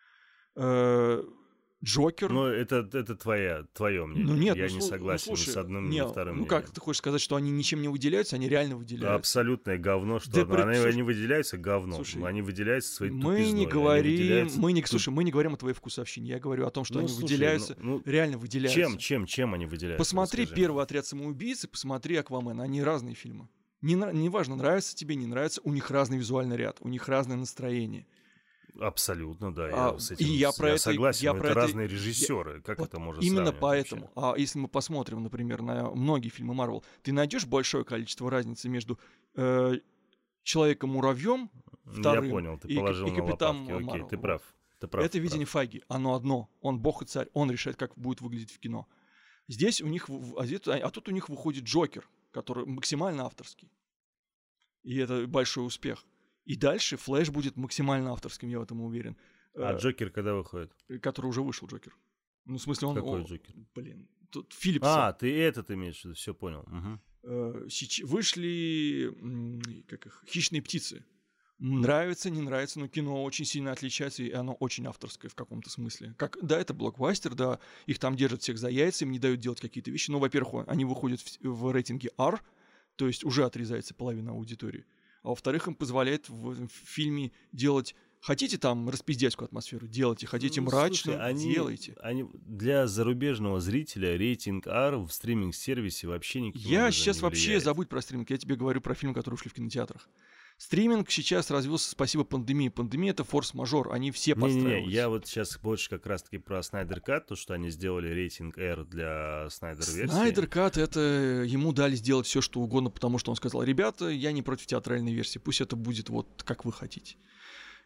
Джокер. Ну, это твое мнение. Я не согласен ни с одним, ни с вторым. Как ты хочешь сказать, что они ничем не выделяются, они реально выделяются? Абсолютное говно, что они выделяются говном. Слушай, они выделяются своей тупизной. Мы не говорим о твоей вкусовщине. Я говорю о том, что они выделяются, реально выделяются. Чем они выделяются? Посмотри «Первый отряд самоубийц» и посмотри «Аквамен». Они разные фильмы. Неважно, нравится тебе, не нравится, у них разный визуальный ряд, у них разное настроение. Абсолютно, да, я с этим согласен, это разные режиссеры, как это можно сравнивать? Именно поэтому, если мы посмотрим, например, на многие фильмы Marvel, ты найдешь большое количество разницы между Человеком-муравьем вторым, я понял, ты положил и Капитаном Марвел. Окей, ты прав. Это видение Файги, оно одно, он бог и царь, он решает, как будет выглядеть в кино. Здесь у них, а тут у них выходит Джокер, который максимально авторский. И это большой успех. И дальше Флэш будет максимально авторским, я в этом уверен. А Джокер когда выходит? Который уже вышел, Джокер. Ну, в смысле, он... Какой Джокер? Тут Филлипса. Ты этот имеешь в виду, все понял. Угу. Вышли «Хищные птицы». Нравится, не нравится, но кино очень сильно отличается, и оно очень авторское в каком-то смысле. Да, это блокбастер, да, их там держат всех за яйца, им не дают делать какие-то вещи. Но, во-первых, они выходят в рейтинге R, то есть уже отрезается половина аудитории. А во-вторых, им позволяет в фильме делать... Хотите там распиздяйскую атмосферу? Делайте. Хотите мрачную? Делайте. Для зарубежного зрителя рейтинг R в стриминг-сервисе вообще никаким образом не влияет. Я сейчас вообще забудь про стриминг. Я тебе говорю про фильмы, которые ушли в кинотеатрах. Стриминг сейчас развился спасибо пандемии. Пандемия — это форс-мажор, они все подстраиваются. Не, я вот сейчас больше как раз-таки про Снайдер Кат, то, что они сделали рейтинг R для Снайдер-версии. Снайдер Кат — это ему дали сделать все, что угодно, потому что он сказал: ребята, я не против театральной версии, пусть это будет вот как вы хотите.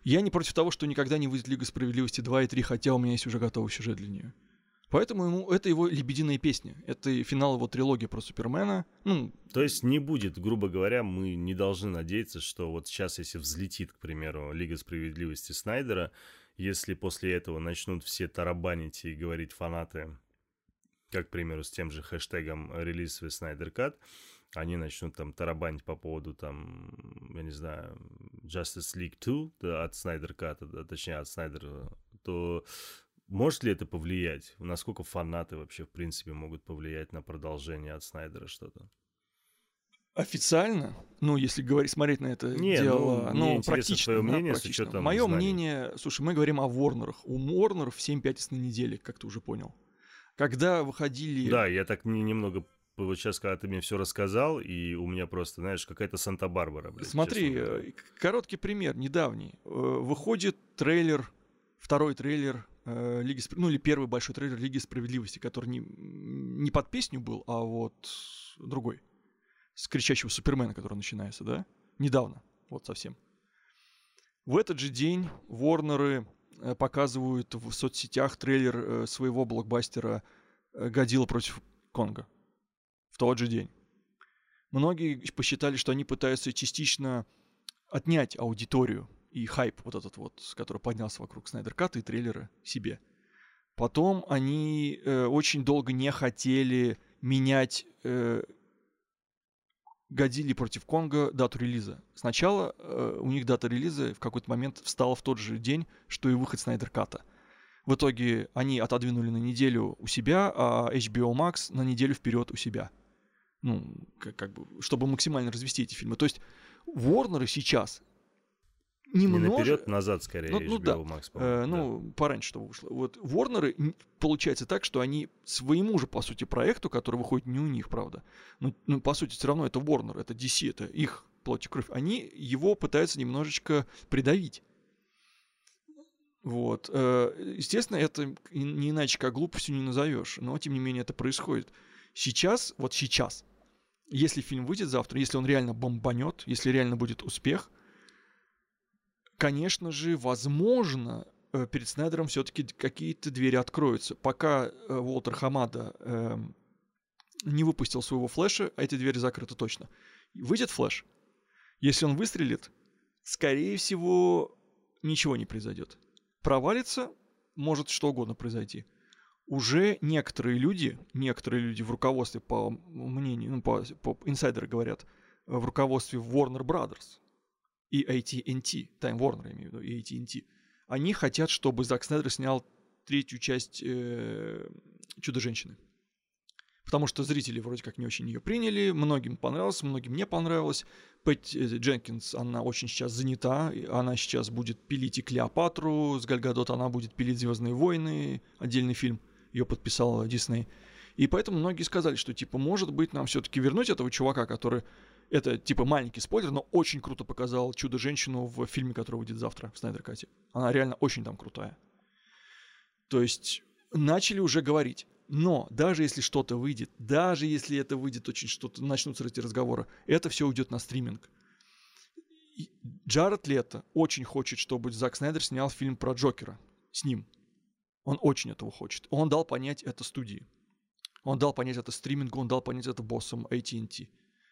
Я не против того, что никогда не выйдет Лига Справедливости 2 и 3, хотя у меня есть уже готовый сюжет для нее. Поэтому это его лебединая песня. Это финал его трилогии про Супермена. То есть не будет, грубо говоря, мы не должны надеяться, что вот сейчас, если взлетит, к примеру, Лига Справедливости Снайдера, если после этого начнут все тарабанить и говорить фанаты, как, к примеру, с тем же хэштегом «Release with Snyder Cut», они начнут там тарабанить по поводу, там, я не знаю, Justice League 2 от Snyder Cut, точнее, от Снайдера, то может ли это повлиять? Насколько фанаты вообще, в принципе, могут повлиять на продолжение от Снайдера что-то? Официально, если смотреть на это дело, практично. Твое мнение, с учетом Мое знаний. мнение, слушай, мы говорим о Ворнерах. У Ворнеров 7 пятниц на неделе, как ты уже понял. Когда выходили... Да, я так немного... Вот сейчас, когда ты мне все рассказал, и у меня просто, знаешь, какая-то Санта-Барбара. Блядь, смотри, короткий пример, недавний. Выходит трейлер, второй трейлер или первый большой трейлер Лиги Справедливости, который не под песню был, а вот другой. С кричащего Супермена, который начинается, да? Недавно, вот совсем. В этот же день Ворнеры показывают в соцсетях трейлер своего блокбастера «Годзилла против Конга». В тот же день. Многие посчитали, что они пытаются частично отнять аудиторию и хайп вот этот вот, который поднялся вокруг Снайдер Ката и трейлера себе. Потом они очень долго не хотели менять Годзилле против Конга дату релиза. Сначала у них дата релиза в какой-то момент встала в тот же день, что и выход Снайдер Ката. В итоге они отодвинули на неделю у себя, а HBO Max на неделю вперед у себя. Чтобы максимально развести эти фильмы. То есть Warner сейчас не наперед, назад скорее, HBO Max, по-моему. Пораньше, что вышло. Вот Warner получается так, что они своему же, по сути, проекту, который выходит не у них, правда, но по сути, все равно это Warner, это DC, это их плоть и кровь, они его пытаются немножечко придавить. Вот. Естественно, это не иначе как глупостью не назовешь, но, тем не менее, это происходит. Сейчас, если фильм выйдет завтра, если он реально бомбанет, если реально будет успех, конечно же, возможно, перед Снайдером все-таки какие-то двери откроются. Пока Уолтер Хамада не выпустил своего Флэша, эти двери закрыты точно. Выйдет Флэш. Если он выстрелит, скорее всего, ничего не произойдет. Провалится, может что угодно произойти. Уже некоторые люди в руководстве, по мнению, по инсайдеры говорят, в руководстве Warner Brothers и AT&T, Time Warner, я имею в виду, и AT&T, они хотят, чтобы Зак Снайдер снял третью часть «Чудо-женщины». Потому что зрители вроде как не очень ее приняли, многим понравилось, многим не понравилось. Пэтти Дженкинс, она очень сейчас занята, она сейчас будет пилить и Клеопатру, с Галь Гадот она будет пилить «Звездные войны», отдельный фильм, ее подписал Дисней. И поэтому многие сказали, что, может быть, нам все-таки вернуть этого чувака, который, это, маленький спойлер, но очень круто показал «Чудо-женщину» в фильме, который выйдет завтра в Снайдер Кате. Она реально очень там крутая. То есть начали уже говорить. Но даже если что-то выйдет, даже если это выйдет очень что-то, начнутся эти разговоры, это все уйдет на стриминг. И Джаред Лето очень хочет, чтобы Зак Снайдер снял фильм про Джокера с ним. Он очень этого хочет. Он дал понять это студии. Он дал понять это стримингу, он дал понять это боссам AT&T.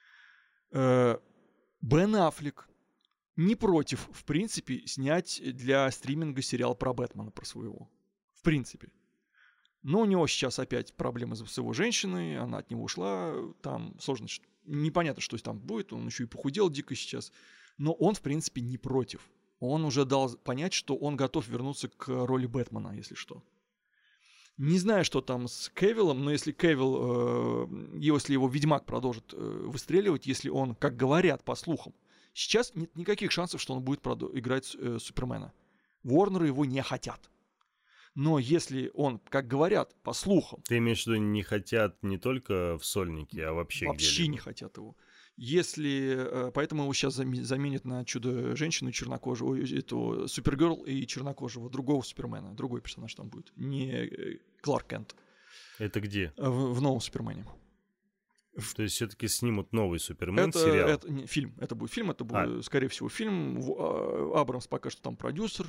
Бен Аффлек не против, в принципе, снять для стриминга сериал про Бэтмена, про своего. В принципе. Но у него сейчас опять проблемы с его женщиной, она от него ушла, там сложно, непонятно, что там будет, он еще и похудел дико сейчас, но он, в принципе, не против. Он уже дал понять, что он готов вернуться к роли Бэтмена, если что. Не знаю, что там с Кевиллом, но если если его Ведьмак продолжит выстреливать, если он, как говорят по слухам, сейчас нет никаких шансов, что он будет играть Супермена. Уорнеры его не хотят. Но если он, как говорят, по слухам... Ты имеешь в виду, не хотят не только в сольнике, а вообще где-либо? Вообще не хотят его. Поэтому его сейчас заменят на Чудо-женщину чернокожего, эту Супергерл и чернокожего, другого Супермена. Другой персонаж там будет. Не Кларк Кент. Это где? В новом Супермене. То есть все-таки снимут новый Супермен, сериал? Это не фильм, это будет фильм, это будет, скорее всего, фильм. Абрамс пока что там продюсер,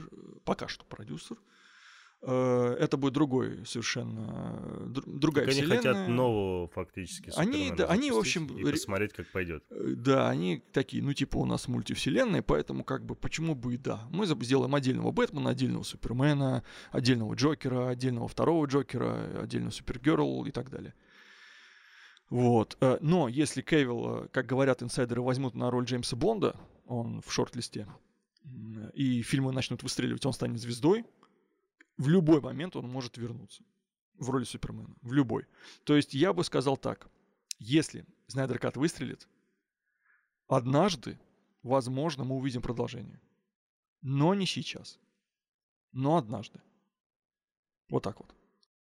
Это будет другой совершенно, другая так вселенная. Они хотят нового фактически Супермена они в общем... и посмотреть, как пойдет. Да, они такие, у нас мультивселенная, поэтому почему бы и да. Мы сделаем отдельного Бэтмена, отдельного Супермена, отдельного Джокера, отдельного второго Джокера, отдельно Супергерл и так далее. Вот. Но если Кевилла, как говорят инсайдеры, возьмут на роль Джеймса Бонда, он в шорт-листе, и фильмы начнут выстреливать, он станет звездой, в любой момент он может вернуться в роли Супермена. В любой. То есть я бы сказал так. Если Снайдер Кат выстрелит, однажды, возможно, мы увидим продолжение. Но не сейчас. Но однажды. Вот так вот.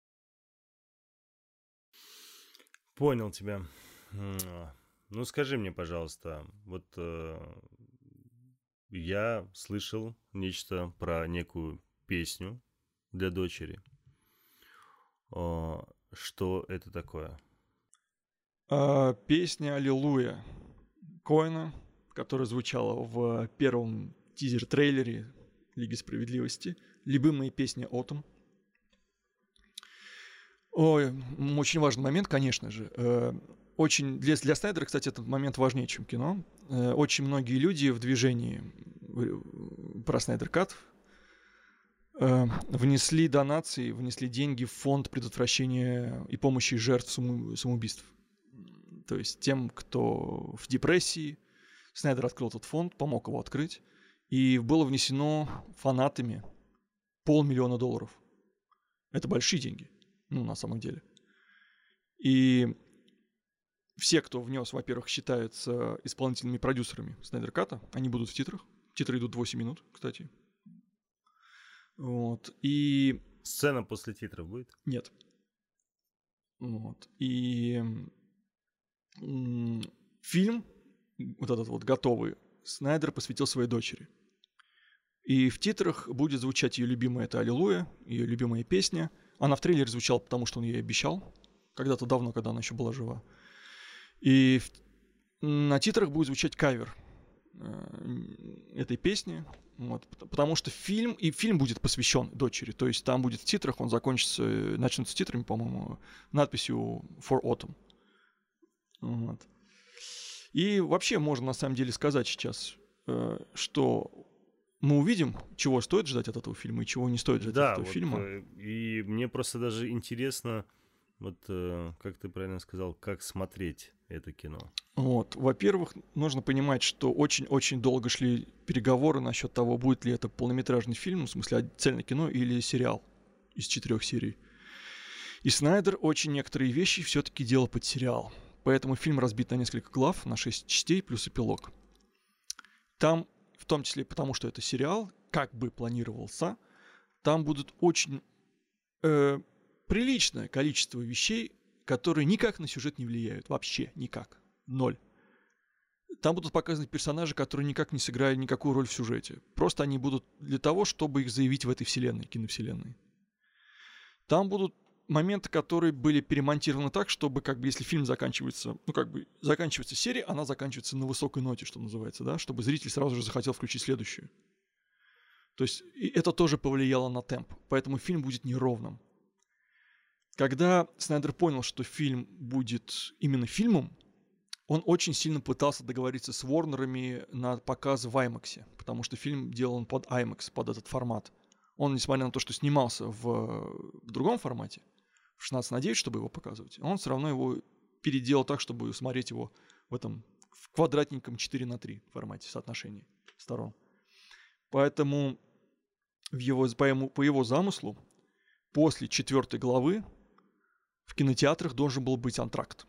Понял тебя. Ну, скажи мне, пожалуйста, вот я слышал нечто про некую песню для дочери. Что это такое? Песня «Аллилуйя» Коэна, которая звучала в первом тизер-трейлере Лиги Справедливости. Любимая песня Autumn. Очень важный момент, конечно же. Очень для Снайдера, кстати, этот момент важнее, чем кино. Очень многие люди в движении про Снайдер Кат внесли донации, внесли деньги в фонд предотвращения и помощи жертв самоубийств. То есть тем, кто в депрессии, Снайдер открыл этот фонд, помог его открыть, и было внесено фанатами $500 000. Это большие деньги, на самом деле. И все, кто внес, во-первых, считаются исполнительными продюсерами Снайдер Ката, они будут в титрах. Титры идут 8 минут, кстати. Вот. И... Сцена после титров будет? Нет. Вот. И фильм, вот этот вот готовый, Снайдер посвятил своей дочери. И в титрах будет звучать ее любимая «Это Аллилуйя», ее любимая песня. Она в трейлере звучала, потому что он ей обещал. Когда-то давно, когда она еще была жива. И на титрах будет звучать кавер этой песни. Вот, потому что фильм будет посвящен дочери. То есть там будет в титрах, он начнется с титрами, по-моему, надписью «For Autumn». Вот. И вообще можно на самом деле сказать сейчас, что мы увидим, чего стоит ждать от этого фильма и чего не стоит ждать от этого фильма. И мне просто даже интересно, вот как ты правильно сказал, как смотреть это кино. Вот. Во-первых, нужно понимать, что очень-очень долго шли переговоры насчет того, будет ли это полнометражный фильм, в смысле цельное кино или сериал из 4 серий. И Снайдер очень некоторые вещи все-таки делал под сериал. Поэтому фильм разбит на несколько глав, на 6 частей плюс эпилог. Там, в том числе потому, что это сериал, как бы планировался, там будут очень приличное количество вещей, которые никак на сюжет не влияют. Вообще никак. 0. Там будут показаны персонажи, которые никак не сыграли никакую роль в сюжете. Просто они будут для того, чтобы их заявить в этой вселенной, киновселенной. Там будут моменты, которые были перемонтированы так, чтобы, если фильм заканчивается, заканчивается серия, она заканчивается на высокой ноте, что называется, да, чтобы зритель сразу же захотел включить следующую. То есть это тоже повлияло на темп, поэтому фильм будет неровным. Когда Снайдер понял, что фильм будет именно фильмом, он очень сильно пытался договориться с Warner'ами на показ в IMAX, потому что фильм делан под IMAX, под этот формат. Он, несмотря на то, что снимался в другом формате, в 16:9, чтобы его показывать, он все равно его переделал так, чтобы смотреть его в квадратненьком 4:3 формате соотношении сторон. Поэтому по его замыслу после 4 главы в кинотеатрах должен был быть антракт.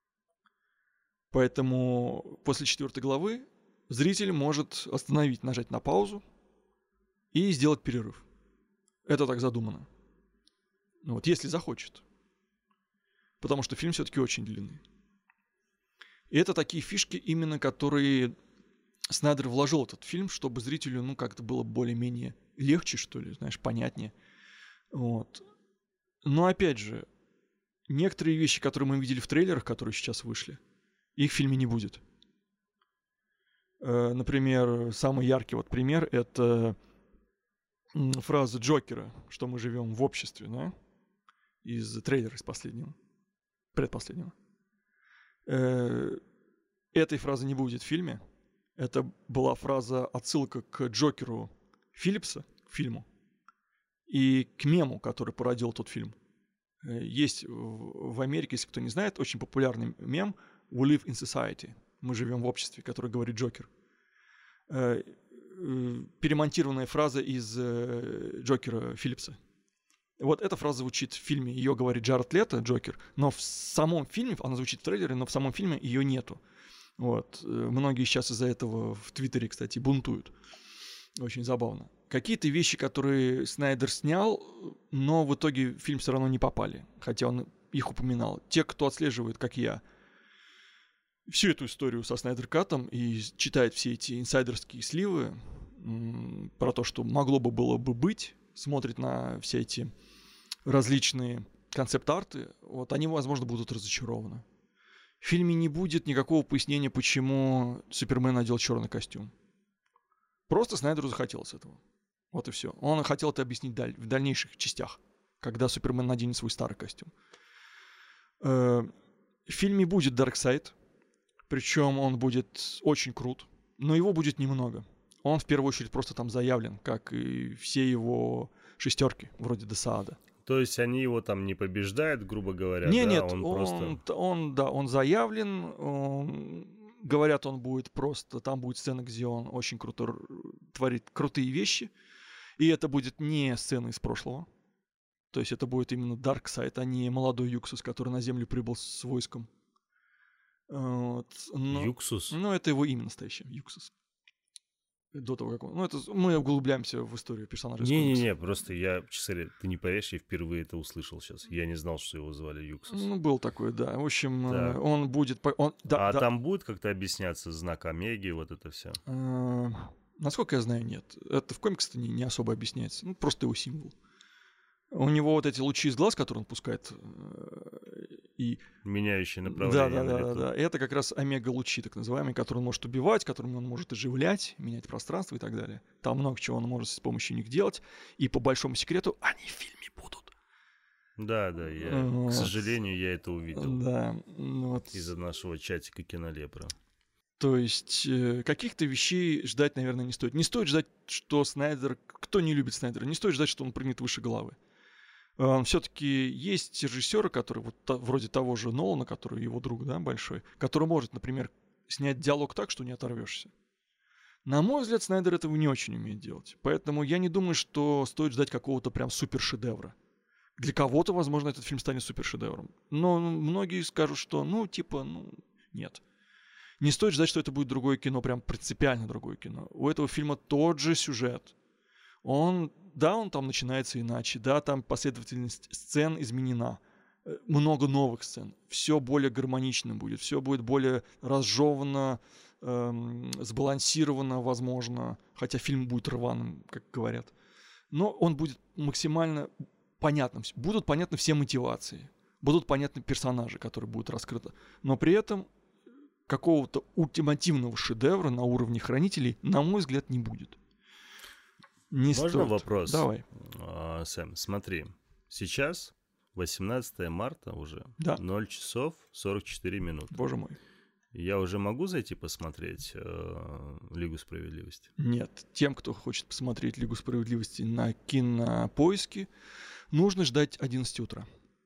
Поэтому после 4 главы зритель может нажать на паузу и сделать перерыв. Это так задумано. Вот, если захочет. Потому что фильм все-таки очень длинный. И это такие фишки, именно которые Снайдер вложил в этот фильм, чтобы зрителю, как-то было более-менее легче, что ли, понятнее. Вот. Но опять же, некоторые вещи, которые мы видели в трейлерах, которые сейчас вышли, их в фильме не будет. Например, самый яркий вот пример — это фраза Джокера, что мы живем в обществе, да? Из трейлера, из последнего, предпоследнего. Этой фразы не будет в фильме. Это была фраза, отсылка к Джокеру Филлипса, к фильму, и к мему, который породил тот фильм. Есть в Америке, если кто не знает, очень популярный мем «We live in society». Мы живем в обществе, который говорит Джокер. Перемонтированная фраза из Джокера Филлипса. Вот эта фраза звучит в фильме, ее говорит Джаред Лето, Джокер, но в самом фильме, она звучит в трейлере, но в самом фильме ее нету. Вот. Многие сейчас из-за этого в Твиттере, кстати, бунтуют. Очень забавно. Какие-то вещи, которые Снайдер снял, но в итоге в фильм все равно не попали, хотя он их упоминал. Те, кто отслеживает, как я, всю эту историю со Снайдер-катом и читает все эти инсайдерские сливы про то, что могло бы было бы быть, смотрит на все эти различные концепт-арты, вот они, возможно, будут разочарованы. В фильме не будет никакого пояснения, почему Супермен надел черный костюм. Просто Снайдеру захотелось этого. Вот и все. Он хотел это объяснить в дальнейших частях, когда Супермен наденет свой старый костюм. В фильме будет Дарксайд, причем он будет очень крут, но его будет немного. Он в первую очередь просто там заявлен, как и все его шестерки, вроде Десаада. То есть они его там не побеждают, грубо говоря? Нет, он просто... он заявлен, говорят, он будет просто, там будет сцена, где он очень круто творит крутые вещи, и это будет не сцена из прошлого, то есть это будет именно Дарксайд, а не молодой Юксус, который на Землю прибыл с войском. Вот. Юксус? Ну, это его имя настоящее, Юксус. До того, как он... Ну, это мы углубляемся в историю персонажа. Не-не-не, просто я, честно говоря, ты не поверишь, я впервые это услышал сейчас. Я не знал, что его звали Юксус. Ну, был такой, да. В общем, так. Он будет... Там будет как-то объясняться знак Омеги, вот это все? Насколько я знаю, нет. Это в комиксе не особо объясняется. Ну, просто его символ. У него вот эти лучи из глаз, которые он пускает, и... меняющие направление. Да. Это как раз омега-лучи, так называемые, которые он может убивать, которыми он может оживлять, менять пространство и так далее. Там много чего он может с помощью них делать. И по большому секрету, они в фильме будут. Да, к сожалению, я это увидел. Да. Из-за нашего чатика Кинолепра. То есть каких-то вещей ждать, наверное, не стоит. Не стоит ждать, что Снайдер... Кто не любит Снайдера, не стоит ждать, что он прыгнет выше головы. Все-таки есть режиссеры, которые вот вроде того же Нолана, который его друг, да, большой, который может, например, снять диалог так, что не оторвешься. На мой взгляд, Снайдер этого не очень умеет делать. Поэтому я не думаю, что стоит ждать какого-то прям супершедевра. Для кого-то, возможно, этот фильм станет супершедевром. Но многие скажут, что, нет. Не стоит ждать, что это будет другое кино, прям принципиально другое кино. У этого фильма тот же сюжет. Он там начинается иначе, да, там последовательность сцен изменена. Много новых сцен. Все более гармонично будет, все будет более разжевано, сбалансировано, возможно. Хотя фильм будет рваным, как говорят. Но он будет максимально понятным. Будут понятны все мотивации. Будут понятны персонажи, которые будут раскрыты. Но при этом какого-то ультимативного шедевра на уровне «Хранителей», на мой взгляд, не будет. Можно вопрос? Давай. Сэм, смотри. Сейчас 18 марта уже. Да. 0 часов 44 минуты. Боже мой. Я уже могу зайти посмотреть «Лигу справедливости»? Нет. Тем, кто хочет посмотреть «Лигу справедливости» на Кинопоиске, нужно ждать 11 утра.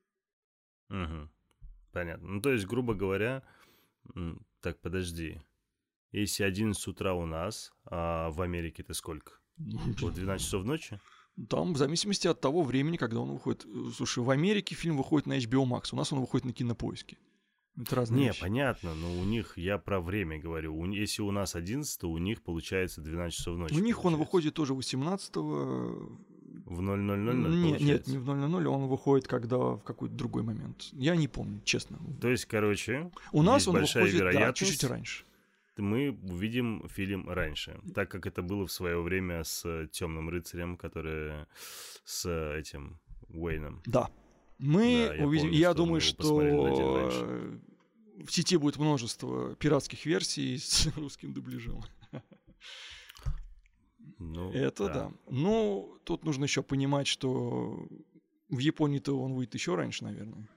Угу. Понятно. Ну, то есть, грубо говоря... Так, подожди. Если 11 утра у нас, а в Америке это сколько? Вот 12 часов ночи? Там, в зависимости от того времени, когда он выходит. Слушай, в Америке фильм выходит на HBO Max, у нас он выходит на Кинопоиске. Это разные вещи. Понятно, но у них, я про время говорю. Если у нас 11, то у них получается 12 часов ночи. У них он выходит тоже 18-го. В 00:00 Нет, не в 00:00, он выходит в какой-то другой момент. Я не помню, честно. То есть, короче, у нас он большая выходит, вероятность, чуть-чуть раньше. Мы увидим фильм раньше, так как это было в свое время с «Темным рыцарем», который с этим Уэйном. Да. Мы Да, увидим. помню, Я что мы думаю, его посмотрели на день раньше. что в сети будет множество пиратских версий с русским дубляжом. Ну, Это да. Ну, тут нужно еще понимать, что в Японии-то он выйдет еще раньше, наверное.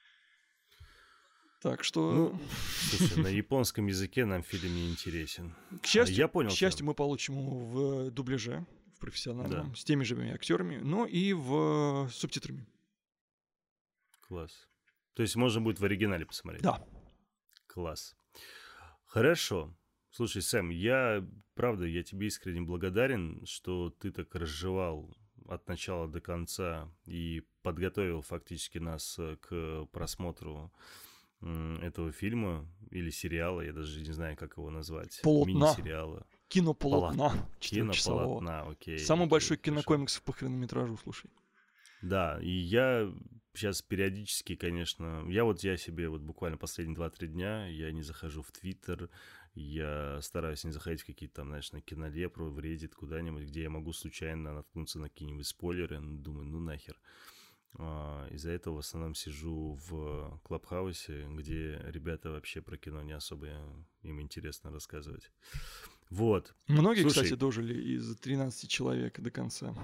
Так что... Ну, слушай, на японском языке нам фильм не интересен. К счастью, Я понял тебя. мы получим его в дубляже, в профессиональном, Да. с теми же актерами, но и в субтитрами. Класс. То есть можно будет в оригинале посмотреть? Да. Класс. Хорошо. Слушай, Сэм, правда, я тебе искренне благодарен, что ты так разжевал от начала до конца и подготовил фактически нас к просмотру этого фильма или сериала, я даже не знаю, как его назвать. Полотна. Мини-сериала. Кинополотна. 4-часового. Кинополотна, окей. Самый большой хорошо. кинокомикс по хронометражу, слушай. Да, и я сейчас периодически, конечно, я себе буквально последние 2-3 дня, я не захожу в Твиттер, я стараюсь не заходить в какие-то там, знаешь, на Кинолепру, в Reddit, куда-нибудь, где я могу случайно наткнуться на какие-нибудь спойлеры, думаю, ну нахер. Из-за этого в основном сижу в Клабхаусе, где ребята вообще про кино не особо им интересно рассказывать. Вот. Многие, Слушай, кстати, дожили из 13 человек до конца.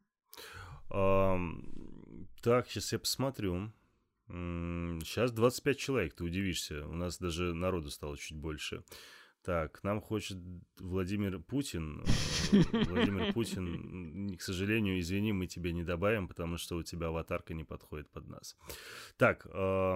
Так, сейчас я посмотрю. Сейчас 25 человек, ты удивишься. У нас даже народу стало чуть больше. Так, нам хочет Владимир Путин. Владимир Путин, к сожалению, извини, мы тебя не добавим, потому что у тебя аватарка не подходит под нас. Так,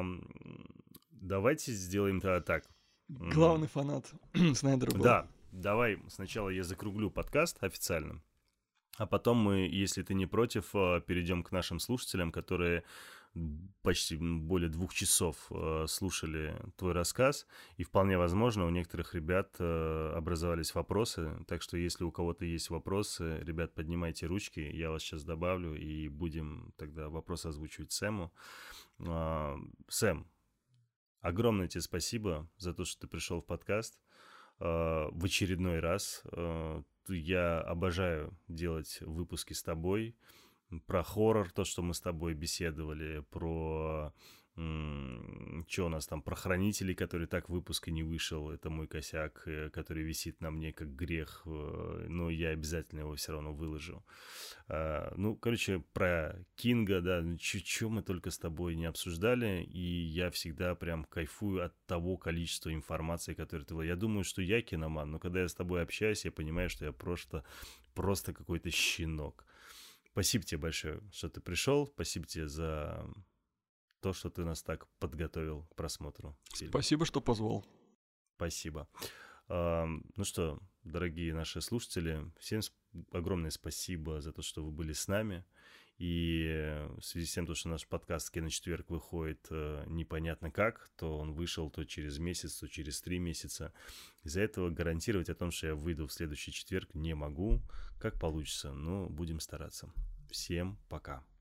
давайте сделаем так. Главный фанат Снайдера был. Да, давай сначала я закруглю подкаст официально, а потом мы, если ты не против, перейдем к нашим слушателям, которые почти более 2 часов слушали твой рассказ, и вполне возможно у некоторых ребят образовались вопросы, так что если у кого-то есть вопросы, ребят, поднимайте ручки, я вас сейчас добавлю, и будем тогда вопросы озвучивать Сэму. Сэм, огромное тебе спасибо за то, что ты пришел в подкаст в очередной раз. Я обожаю делать выпуски с тобой, про хоррор, то, что мы с тобой беседовали, про что у нас там, про хранителей, который так выпуск и не вышел, это мой косяк, который висит на мне как грех, но я обязательно его все равно выложу. Ну, короче, про Кинга, да, что мы только с тобой не обсуждали, и я всегда прям кайфую от того количества информации, которое ты... Я думаю, что я киноман, но когда я с тобой общаюсь, я понимаю, что я просто какой-то щенок. Спасибо тебе большое, что ты пришел. Спасибо тебе за то, что ты нас так подготовил к просмотру фильма. Спасибо, что позвал. Спасибо. Ну что, дорогие наши слушатели, всем огромное спасибо за то, что вы были с нами. И в связи с тем, что наш подкаст «Киночетверг» выходит непонятно как, то он вышел то через месяц, то через 3 месяца. Из-за этого гарантировать о том, что я выйду в следующий четверг, не могу. Как получится, но будем стараться. Всем пока.